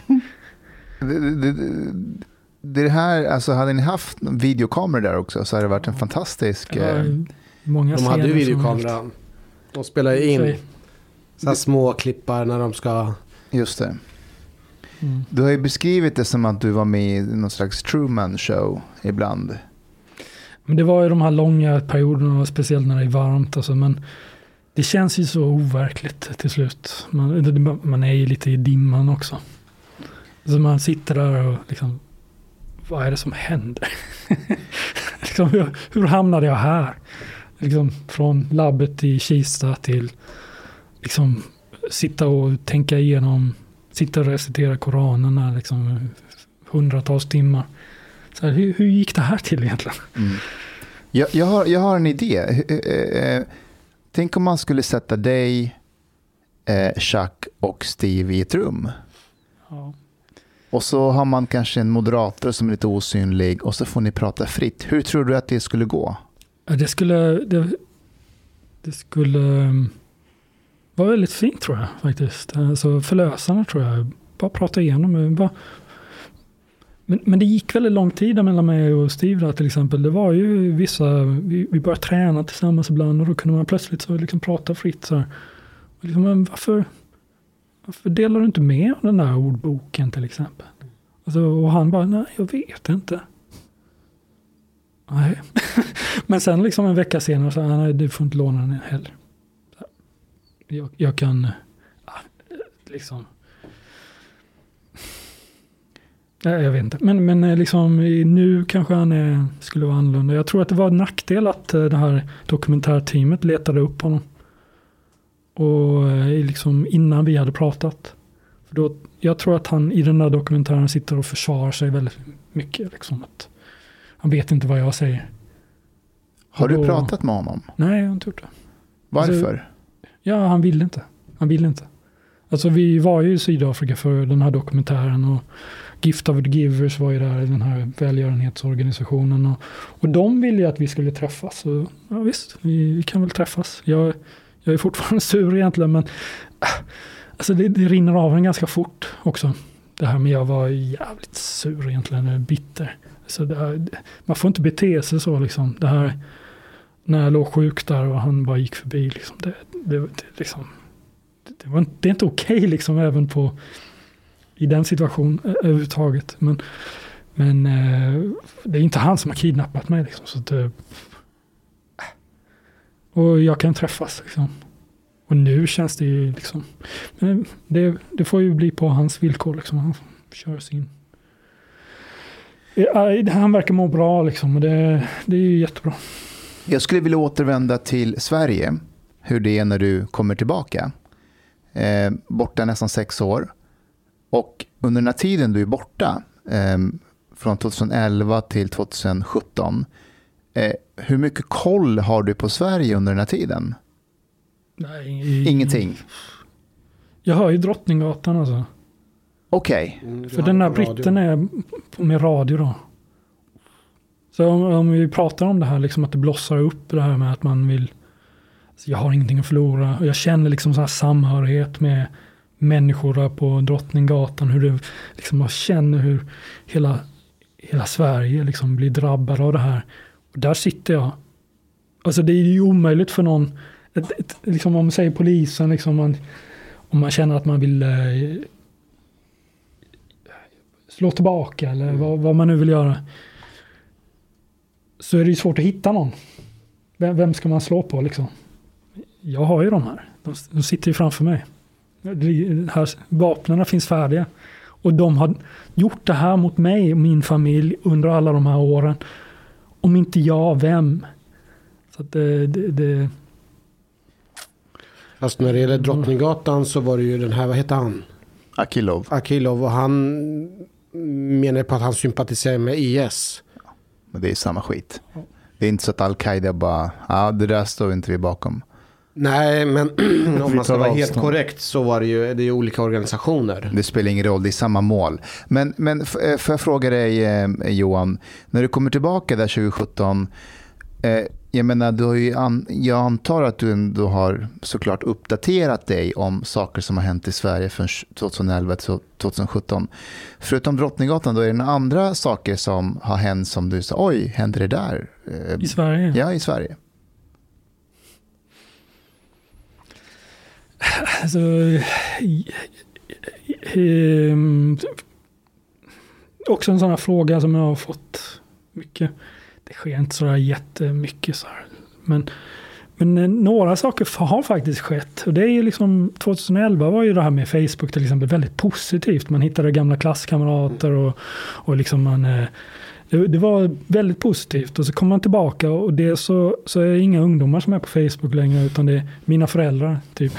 Speaker 4: Det här, alltså hade ni haft videokameror där också så hade det varit en fantastisk...
Speaker 1: Många
Speaker 2: de hade ju videokamera. De spelar ju in så här små klippar när de ska...
Speaker 4: Just det. Du har ju beskrivit det som att du var med i någon slags Truman show ibland.
Speaker 1: Men det var ju de här långa perioderna, speciellt när det är varmt. Alltså, men det känns ju så overkligt till slut. Man är ju lite i dimman också. Så man sitter där och liksom, vad är det som händer? Liksom, hur hamnade jag här? Liksom, från labbet i Kista till liksom, sitta och tänka igenom, sitta och recitera Koranen liksom, hundratals timmar. Så här, hur gick det här till egentligen?
Speaker 4: Jag har en idé. Tänk om man skulle sätta dig, Chuck och Steve i ett rum.
Speaker 1: Ja.
Speaker 4: Och så har man kanske en moderator som är lite osynlig och så får ni prata fritt. Hur tror du att det skulle gå?
Speaker 1: Det skulle vara väldigt fint tror jag faktiskt. Alltså förlösande tror jag. Bara prata igenom. Men det gick väldigt lång tid mellan mig och Steve där, till exempel. Det var ju vissa, vi började träna tillsammans ibland och då kunde man plötsligt så liksom prata fritt så här. Och liksom, men varför delar du inte med den där ordboken till exempel? Alltså, och han bara, nej jag vet inte. Nej. Men sen liksom en vecka senare så nej, du får inte låna den heller. Jag kan liksom... Jag vet inte. Men liksom nu kanske han skulle vara annorlunda. Jag tror att det var en nackdel att det här dokumentärteamet letade upp honom. Och liksom innan vi hade pratat. För då, jag tror att han i den där dokumentären sitter och försvarar sig väldigt mycket. Liksom, att han vet inte vad jag säger.
Speaker 4: Har du pratat med honom?
Speaker 1: Nej, jag har inte gjort det.
Speaker 4: Varför?
Speaker 1: Alltså, ja, han ville inte. Alltså vi var ju i Sydafrika för den här dokumentären och Gift of the Givers var ju där, den här välgörenhetsorganisationen. Och de ville ju att vi skulle träffas. Och, ja visst, vi kan väl träffas. Jag är fortfarande sur egentligen, men alltså det rinner av en ganska fort också. Det här med jag var jävligt sur egentligen, bitter. Så man får inte bete sig så liksom. Det här när jag låg sjuk där och han bara gick förbi liksom. Det är inte okej liksom, även i den situationen överhuvudtaget. Men det är inte han som har kidnappat mig liksom, så att, och jag kan träffas liksom. Och nu känns det ju liksom, men det får ju bli på hans villkor liksom. Han kör sin. Han verkar må bra liksom, och det är ju jättebra.
Speaker 4: Jag skulle vilja återvända till Sverige. Hur det är när du kommer tillbaka. Borta nästan 6 år. Och under den här tiden du är borta, från 2011 till 2017, hur mycket koll har du på Sverige under den här tiden?
Speaker 1: Nej,
Speaker 4: ingenting.
Speaker 1: Jag hör ju Drottninggatan alltså.
Speaker 4: Okej.
Speaker 1: För den här britten är med radio då. Så om vi pratar om det här, liksom att det blossar upp det här med att man vill, alltså jag har ingenting att förlora. Och jag känner liksom så här samhörighet med människor där på Drottninggatan. Hur det liksom, man känner hur hela Sverige liksom blir drabbad av det här. Och där sitter jag. Alltså det är ju omöjligt för någon, liksom om man säger polisen, liksom om man känner att man vill slå tillbaka eller vad man nu vill göra, så är det ju svårt att hitta någon. Vem ska man slå på liksom? Jag har ju de här. De sitter ju framför mig. Här, vapnen finns färdiga. Och de har gjort det här mot mig och min familj under alla de här åren. Om inte jag, vem? Så att det...
Speaker 2: Fast när det gäller Drottninggatan så var det ju den här, vad heter han? Akilov, och han menar på att han sympatiserar med IS.
Speaker 4: Men det är samma skit. Det är inte så att Al-Qaida bara, det där står inte vi bakom.
Speaker 2: Nej, men om man ska vara helt korrekt så var det är olika organisationer.
Speaker 4: Det spelar ingen roll, det är samma mål. Men får jag fråga dig, Johan, när du kommer tillbaka där 2017, jag menar, jag antar att du ändå har såklart uppdaterat dig om saker som har hänt i Sverige från 2011 till 2017. Förutom Drottninggatan, då är det några andra saker som har hänt som du sa, oj, händer det där?
Speaker 1: I Sverige?
Speaker 4: Ja, i Sverige.
Speaker 1: Alltså, också en sån här fråga som jag har fått mycket. Det sker inte så där jättemycket så här. Men några saker har faktiskt skett. Och det är ju liksom, 2011 var ju det här med Facebook till exempel väldigt positivt. Man hittade gamla klasskamrater och liksom det var väldigt positivt. Och så kommer man tillbaka och det så är det inga ungdomar som är på Facebook längre, utan det är mina föräldrar typ.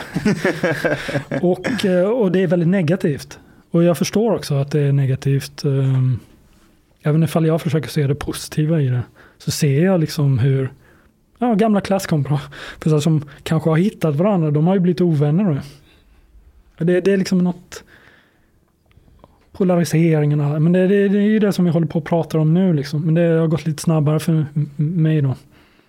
Speaker 1: och det är väldigt negativt. Och jag förstår också att det är negativt. Även ifall jag försöker se det positiva i det, så ser jag liksom hur gamla klasskamrater som kanske har hittat varandra, de har ju blivit ovänner nu. Det är liksom något polariseringen, men det är ju det som vi håller på att prata om nu liksom. Men det har gått lite snabbare för mig då.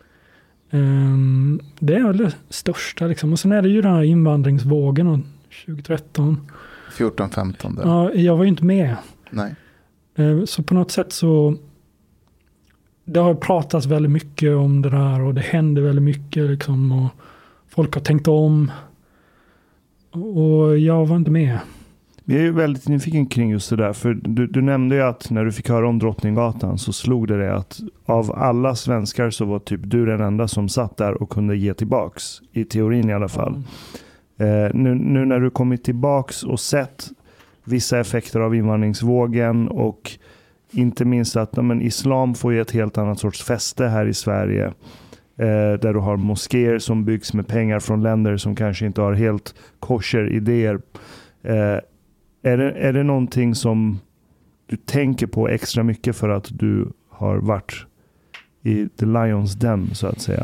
Speaker 1: Det är det största liksom. Och sen är det ju den här invandringsvågen 2013.
Speaker 4: 14-15 där.
Speaker 1: Ja, jag var ju inte med.
Speaker 4: Nej.
Speaker 1: Så på något sätt så det har pratats väldigt mycket om det där och det händer väldigt mycket liksom, och folk har tänkt om och jag var inte med.
Speaker 3: Jag är ju väldigt nyfiken kring just det där, för du nämnde ju att när du fick höra om Drottninggatan så slog det att av alla svenskar så var typ du den enda som satt där och kunde ge tillbaks, i teorin i alla fall. Nu när du kommit tillbaks och sett vissa effekter av invandringsvågen och inte minst att islam får ju ett helt annat sorts fäste här i Sverige. Där du har moskéer som byggs med pengar från länder som kanske inte har helt kosher idéer. Är det någonting som du tänker på extra mycket för att du har varit i The Lions Den så att säga?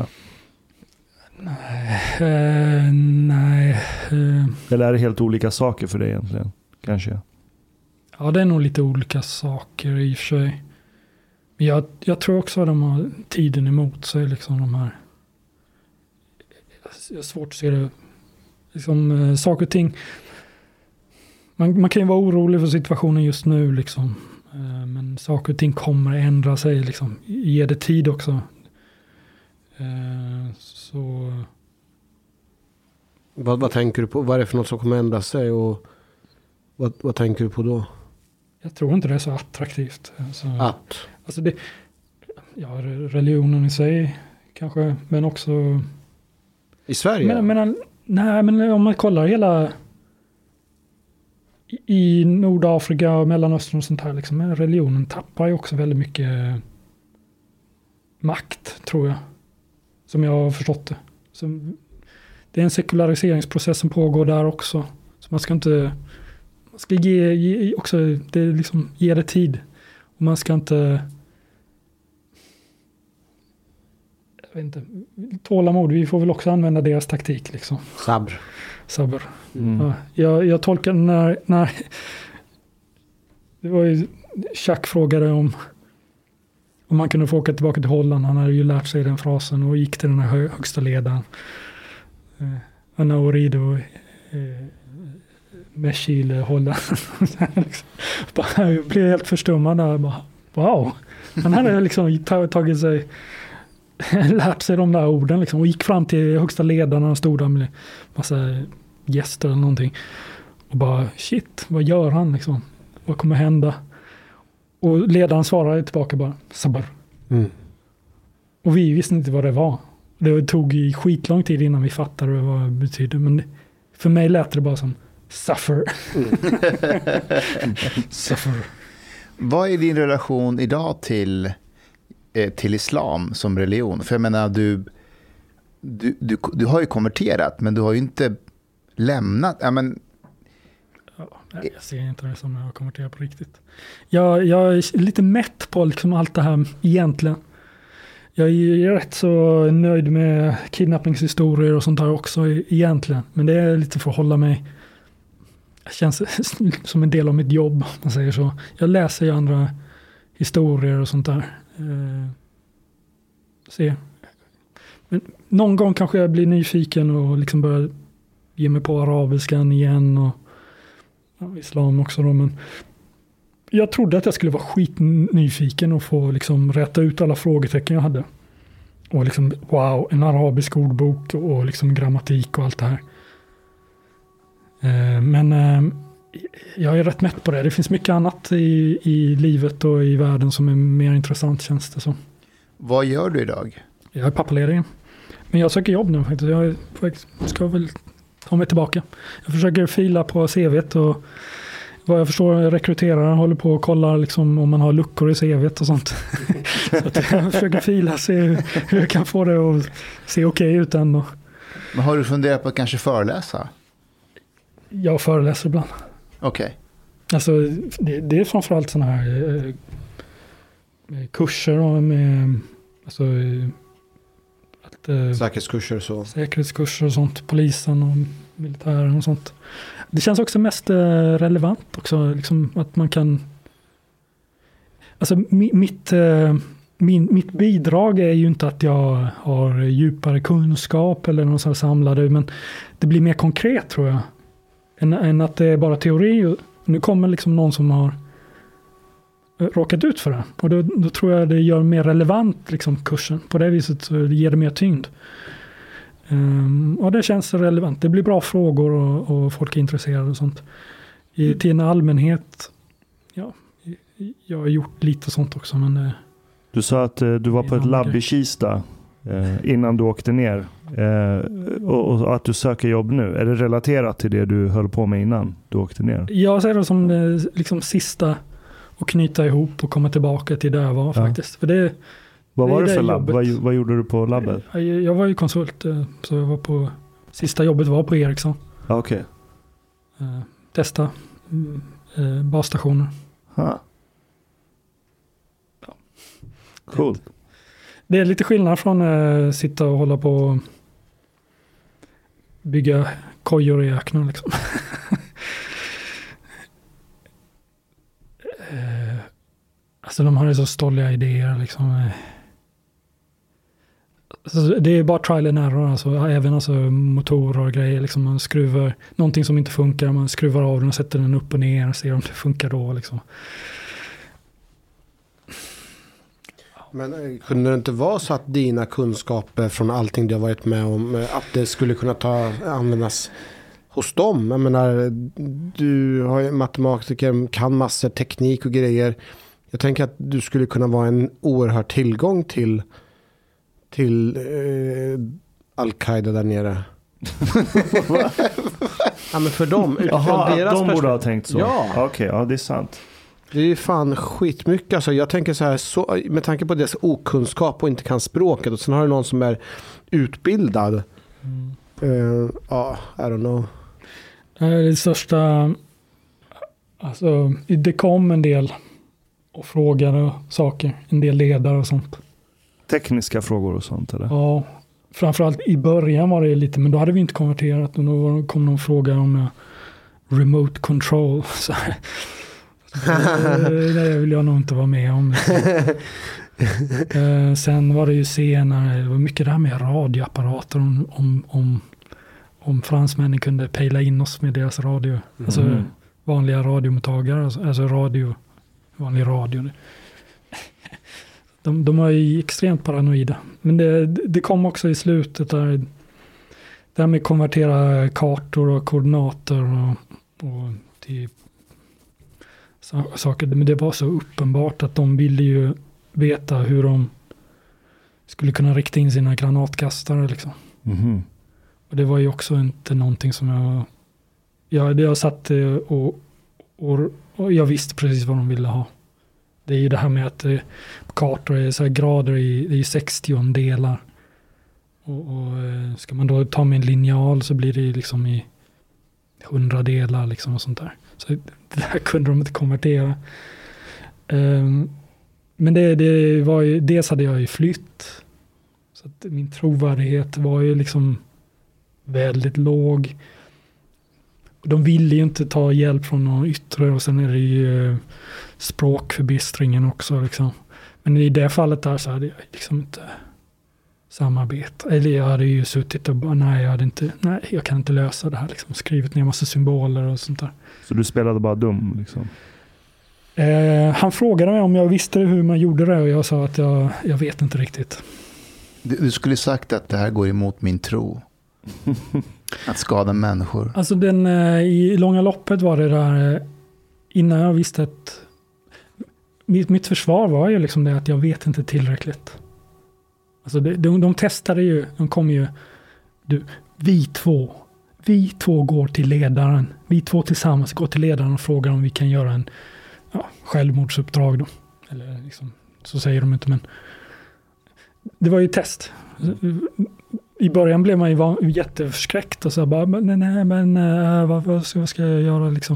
Speaker 1: Nej.
Speaker 3: Eller är det helt olika saker för dig egentligen? Kanske.
Speaker 1: Ja, det är nog lite olika saker i och för sig. Men jag tror också att de har tiden emot sig. Liksom de här. Det är svårt att se det. Liksom, saker och ting. Man kan ju vara orolig för situationen just nu. Liksom. Men saker och ting kommer att ändra sig. Liksom. Ge det tid också. Så...
Speaker 2: Vad tänker du på? Vad är det för något som kommer ändra sig? Och vad tänker du på då?
Speaker 1: Jag tror inte det är så attraktivt. Alltså det, ja, religionen i sig kanske, men också...
Speaker 2: I Sverige?
Speaker 1: Men om man kollar hela... I Nordafrika och Mellanöstern och sånt här, liksom, religionen tappar ju också väldigt mycket makt, tror jag. Som jag har förstått det. Det är en sekulariseringsprocess som pågår där också. Så man ska inte... Man ska ge också... Det liksom, ge det tid. Och man ska inte... Jag vet inte. Tålamod. Vi får väl också använda deras taktik. Liksom. Sabr.
Speaker 2: Mm.
Speaker 1: Ja, jag tolkar när... Det var ju... Chuck frågade om man kunde få åka tillbaka till Holland. Han hade ju lärt sig den frasen och gick till den här högsta ledaren. Anna Orido med Chile, Holland. Jag blev helt förstummad där. Bara, wow. Han hade liksom tagit sig, lärt sig de där orden liksom, och gick fram till högsta ledaren och stod där med massa gäster eller någonting. Och bara, shit, vad gör han liksom? Vad kommer hända? Och ledaren svarade tillbaka bara, sabr.
Speaker 2: Mm.
Speaker 1: Och vi visste inte vad det var. Det tog skitlång tid innan vi fattade vad det betydde. Men för mig lät det bara som suffer. Suffer.
Speaker 4: Vad är din relation idag till islam som religion? För jag menar, du har ju konverterat, men du har ju inte lämnat...
Speaker 1: Jag ser inte det som jag har konverterat på riktigt. Jag är lite mätt på liksom allt det här egentligen. Jag är rätt så nöjd med kidnappningshistorier och sånt där också egentligen. Men det är lite för att hålla mig... Det känns som en del av mitt jobb, om man säger så. Jag läser ju andra historier och sånt där. Se. Men någon gång kanske jag blir nyfiken och liksom börjar ge mig på arabiskan igen och islam också då. Men jag trodde att jag skulle vara skitnyfiken och få liksom rätta ut alla frågetecken jag hade. Och liksom, wow, en arabisk ordbok och liksom grammatik och allt det här. Men jag är rätt mätt på det. Det finns mycket annat i livet och i världen som är mer intressant, känns det så.
Speaker 4: Vad gör du idag?
Speaker 1: Jag är pappaledig. Men jag söker jobb nu faktiskt. Jag ska väl ta mig tillbaka. Jag försöker fila på CV:t och vad jag förstår rekryterare håller på och kollar liksom om man har luckor i CV:t och sånt. Så att jag försöker fila, se hur jag kan få det att se okej ut ändå.
Speaker 4: Men har du funderat på att kanske föreläsa?
Speaker 1: Jag föreläser ibland.
Speaker 4: Okej.
Speaker 1: Alltså det är framförallt sådana här kurser och med alltså säkerhetskurser och sånt, polisen och militären och sånt. Det känns också mest relevant också, liksom att man kan alltså mitt bidrag är ju inte att jag har djupare kunskap eller någon sån samlade, men det blir mer konkret tror jag än att det är bara teori. Nu kommer liksom någon som har råkat ut för det. Och då tror jag det gör mer relevant liksom kursen. På det viset så ger det mer tyngd. Och det känns relevant. Det blir bra frågor och folk är intresserade och sånt. Till en allmänhet, ja, jag har gjort lite sånt också. Men
Speaker 3: du sa att du var på ett labb i Kista innan du åkte ner. Och att du söker jobb nu. Är det relaterat till det du höll på med innan du åkte ner?
Speaker 1: Jag ser det som det liksom sista att knyta ihop och komma tillbaka till där jag var faktiskt. För det,
Speaker 3: vad var det för labb?
Speaker 1: Jobbet.
Speaker 3: Vad gjorde du på labbet?
Speaker 1: Jag var ju konsult, så jag var på sista jobbet var på Ericsson.
Speaker 3: Okej.
Speaker 1: Testa basstationer.
Speaker 3: Ja. Coolt.
Speaker 1: Det är lite skillnad från sitta och hålla på och bygga kojor i öknen liksom. Alltså de har ju så stolliga idéer liksom. Alltså, det är bara trial and error, alltså, även alltså, motorer och grejer. Liksom, man skruvar någonting som inte funkar, man skruvar av den och sätter den upp och ner och ser om det funkar då. Liksom.
Speaker 2: Men kunde det inte vara så att dina kunskaper från allting du har varit med om, att det skulle kunna användas hos dem? Jag menar, du har ju matematiker, kan massor teknik och grejer. Jag tänker att du skulle kunna vara en oerhörd tillgång till Al-Qaida där nere. Ja, men för dem,
Speaker 3: Jaha,
Speaker 2: deras
Speaker 3: de borde ha tänkt så.
Speaker 2: Ja.
Speaker 3: Okej, ja, det är sant.
Speaker 2: Det är ju fan skitmycket. Alltså, jag tänker så här, med tanke på deras okunskap och inte kan språket, och sen har du någon som är utbildad. I don't know.
Speaker 1: Det är det största. Alltså, det kom en del och frågade saker. En del ledare och sånt.
Speaker 3: Tekniska frågor och sånt, eller?
Speaker 1: Ja, framförallt i början var det lite, men då hade vi inte konverterat och då kom någon fråga om remote control. Så det vill jag nog inte vara med om. Sen var det ju senare, det var mycket det här med radioapparater, om fransmännen kunde pejla in oss med deras radio. Alltså vanliga radiomottagare, alltså vanlig radio. De var ju extremt paranoida. Men det kom också i slutet där, det här med konvertera kartor och koordinater och till saker. Men det var så uppenbart att de ville ju veta hur de skulle kunna rikta in sina granatkastare liksom. Och det var ju också inte någonting som jag satt och jag visste precis vad de ville ha. Det är ju det här med att kartor är så här grader det är 60 delar. Och ska man då ta med en linjal så blir det liksom i 100 delar liksom och sånt där. Så det här kunde de inte konvertera. Men det var ju, dels hade jag ju flytt. Så att min trovärdighet var ju liksom väldigt låg. De ville ju inte ta hjälp från någon yttre, och sen är det ju språkförbistringen också liksom. Men i det fallet där så hade jag liksom inte samarbete. Eller jag hade ju suttit och bara, jag kan inte lösa det här liksom. Skrivit ner massa symboler och sånt där.
Speaker 3: Så du spelade bara dum liksom?
Speaker 1: Han frågade mig om jag visste hur man gjorde det, och jag sa att jag vet inte riktigt.
Speaker 4: Du skulle sagt att det här går emot min tro. Att skada människor.
Speaker 1: Alltså i långa loppet var det där, innan jag visste att mitt försvar var ju liksom det att jag vet inte tillräckligt. Alltså de testade ju, de kom ju, vi två går till ledaren. Vi två tillsammans går till ledaren och frågar om vi kan göra en självmordsuppdrag då. Eller liksom, så säger de inte, men det var ju test. I början blev man ju jätteförskräckt och så bara, vad ska jag göra liksom?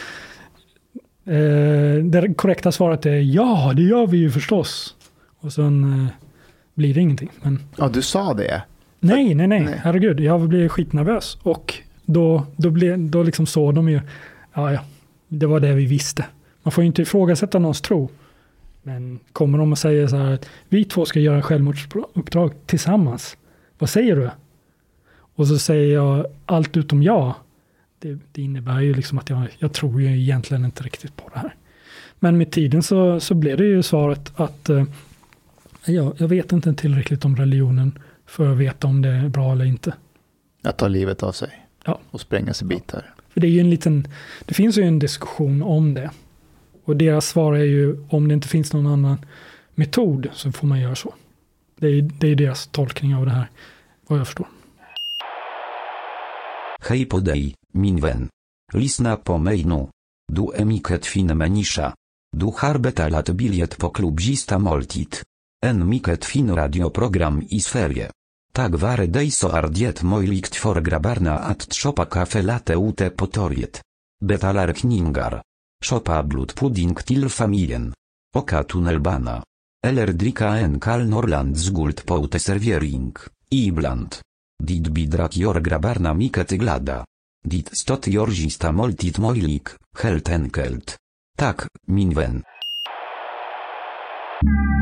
Speaker 1: Det korrekta svaret är ja, det gör vi ju förstås. Och sen blir det ingenting. Men
Speaker 4: ja, du sa det?
Speaker 1: Nej, herregud, jag blev skitnervös. Och då liksom såg de ju, ja, det var det vi visste. Man får ju inte ifrågasätta någons tro. Men kommer de och säger så här att vi två ska göra en självmordsuppdrag tillsammans. Vad säger du? Och så säger jag allt utom ja. Det innebär ju liksom att jag tror ju egentligen inte riktigt på det här. Men med tiden så blev det ju svaret att jag vet inte tillräckligt om religionen för att veta om det är bra eller inte.
Speaker 4: Att ta livet av sig.
Speaker 1: Ja.
Speaker 4: Och sprängas i bitar.
Speaker 1: För det är ju det finns ju en diskussion om det. Och deras svar är ju, om det inte finns någon annan metod så får man göra så. Det är deras tolkning av det här, vad jag förstår.
Speaker 5: Hej på dig, min vän. Lyssna på mig nu. Du är mycket fin människa. Du har betalat bilet på klubbzista måltid. En mycket fin radioprogram i Sverige. Tack vare dig så är det möjligt för grabbarna att shoppa kaffe latte ute på torget. Betalar kningar. Shoppa blodpudding till familjen. Åka tunnelbana. Eller dricka en kall Norrlands guld på uteservering, ibland. Dit bidrag gör grabbarna mycket glada. Dit stot gör zista måltid möjlig, helt enkelt. Tack, min vän.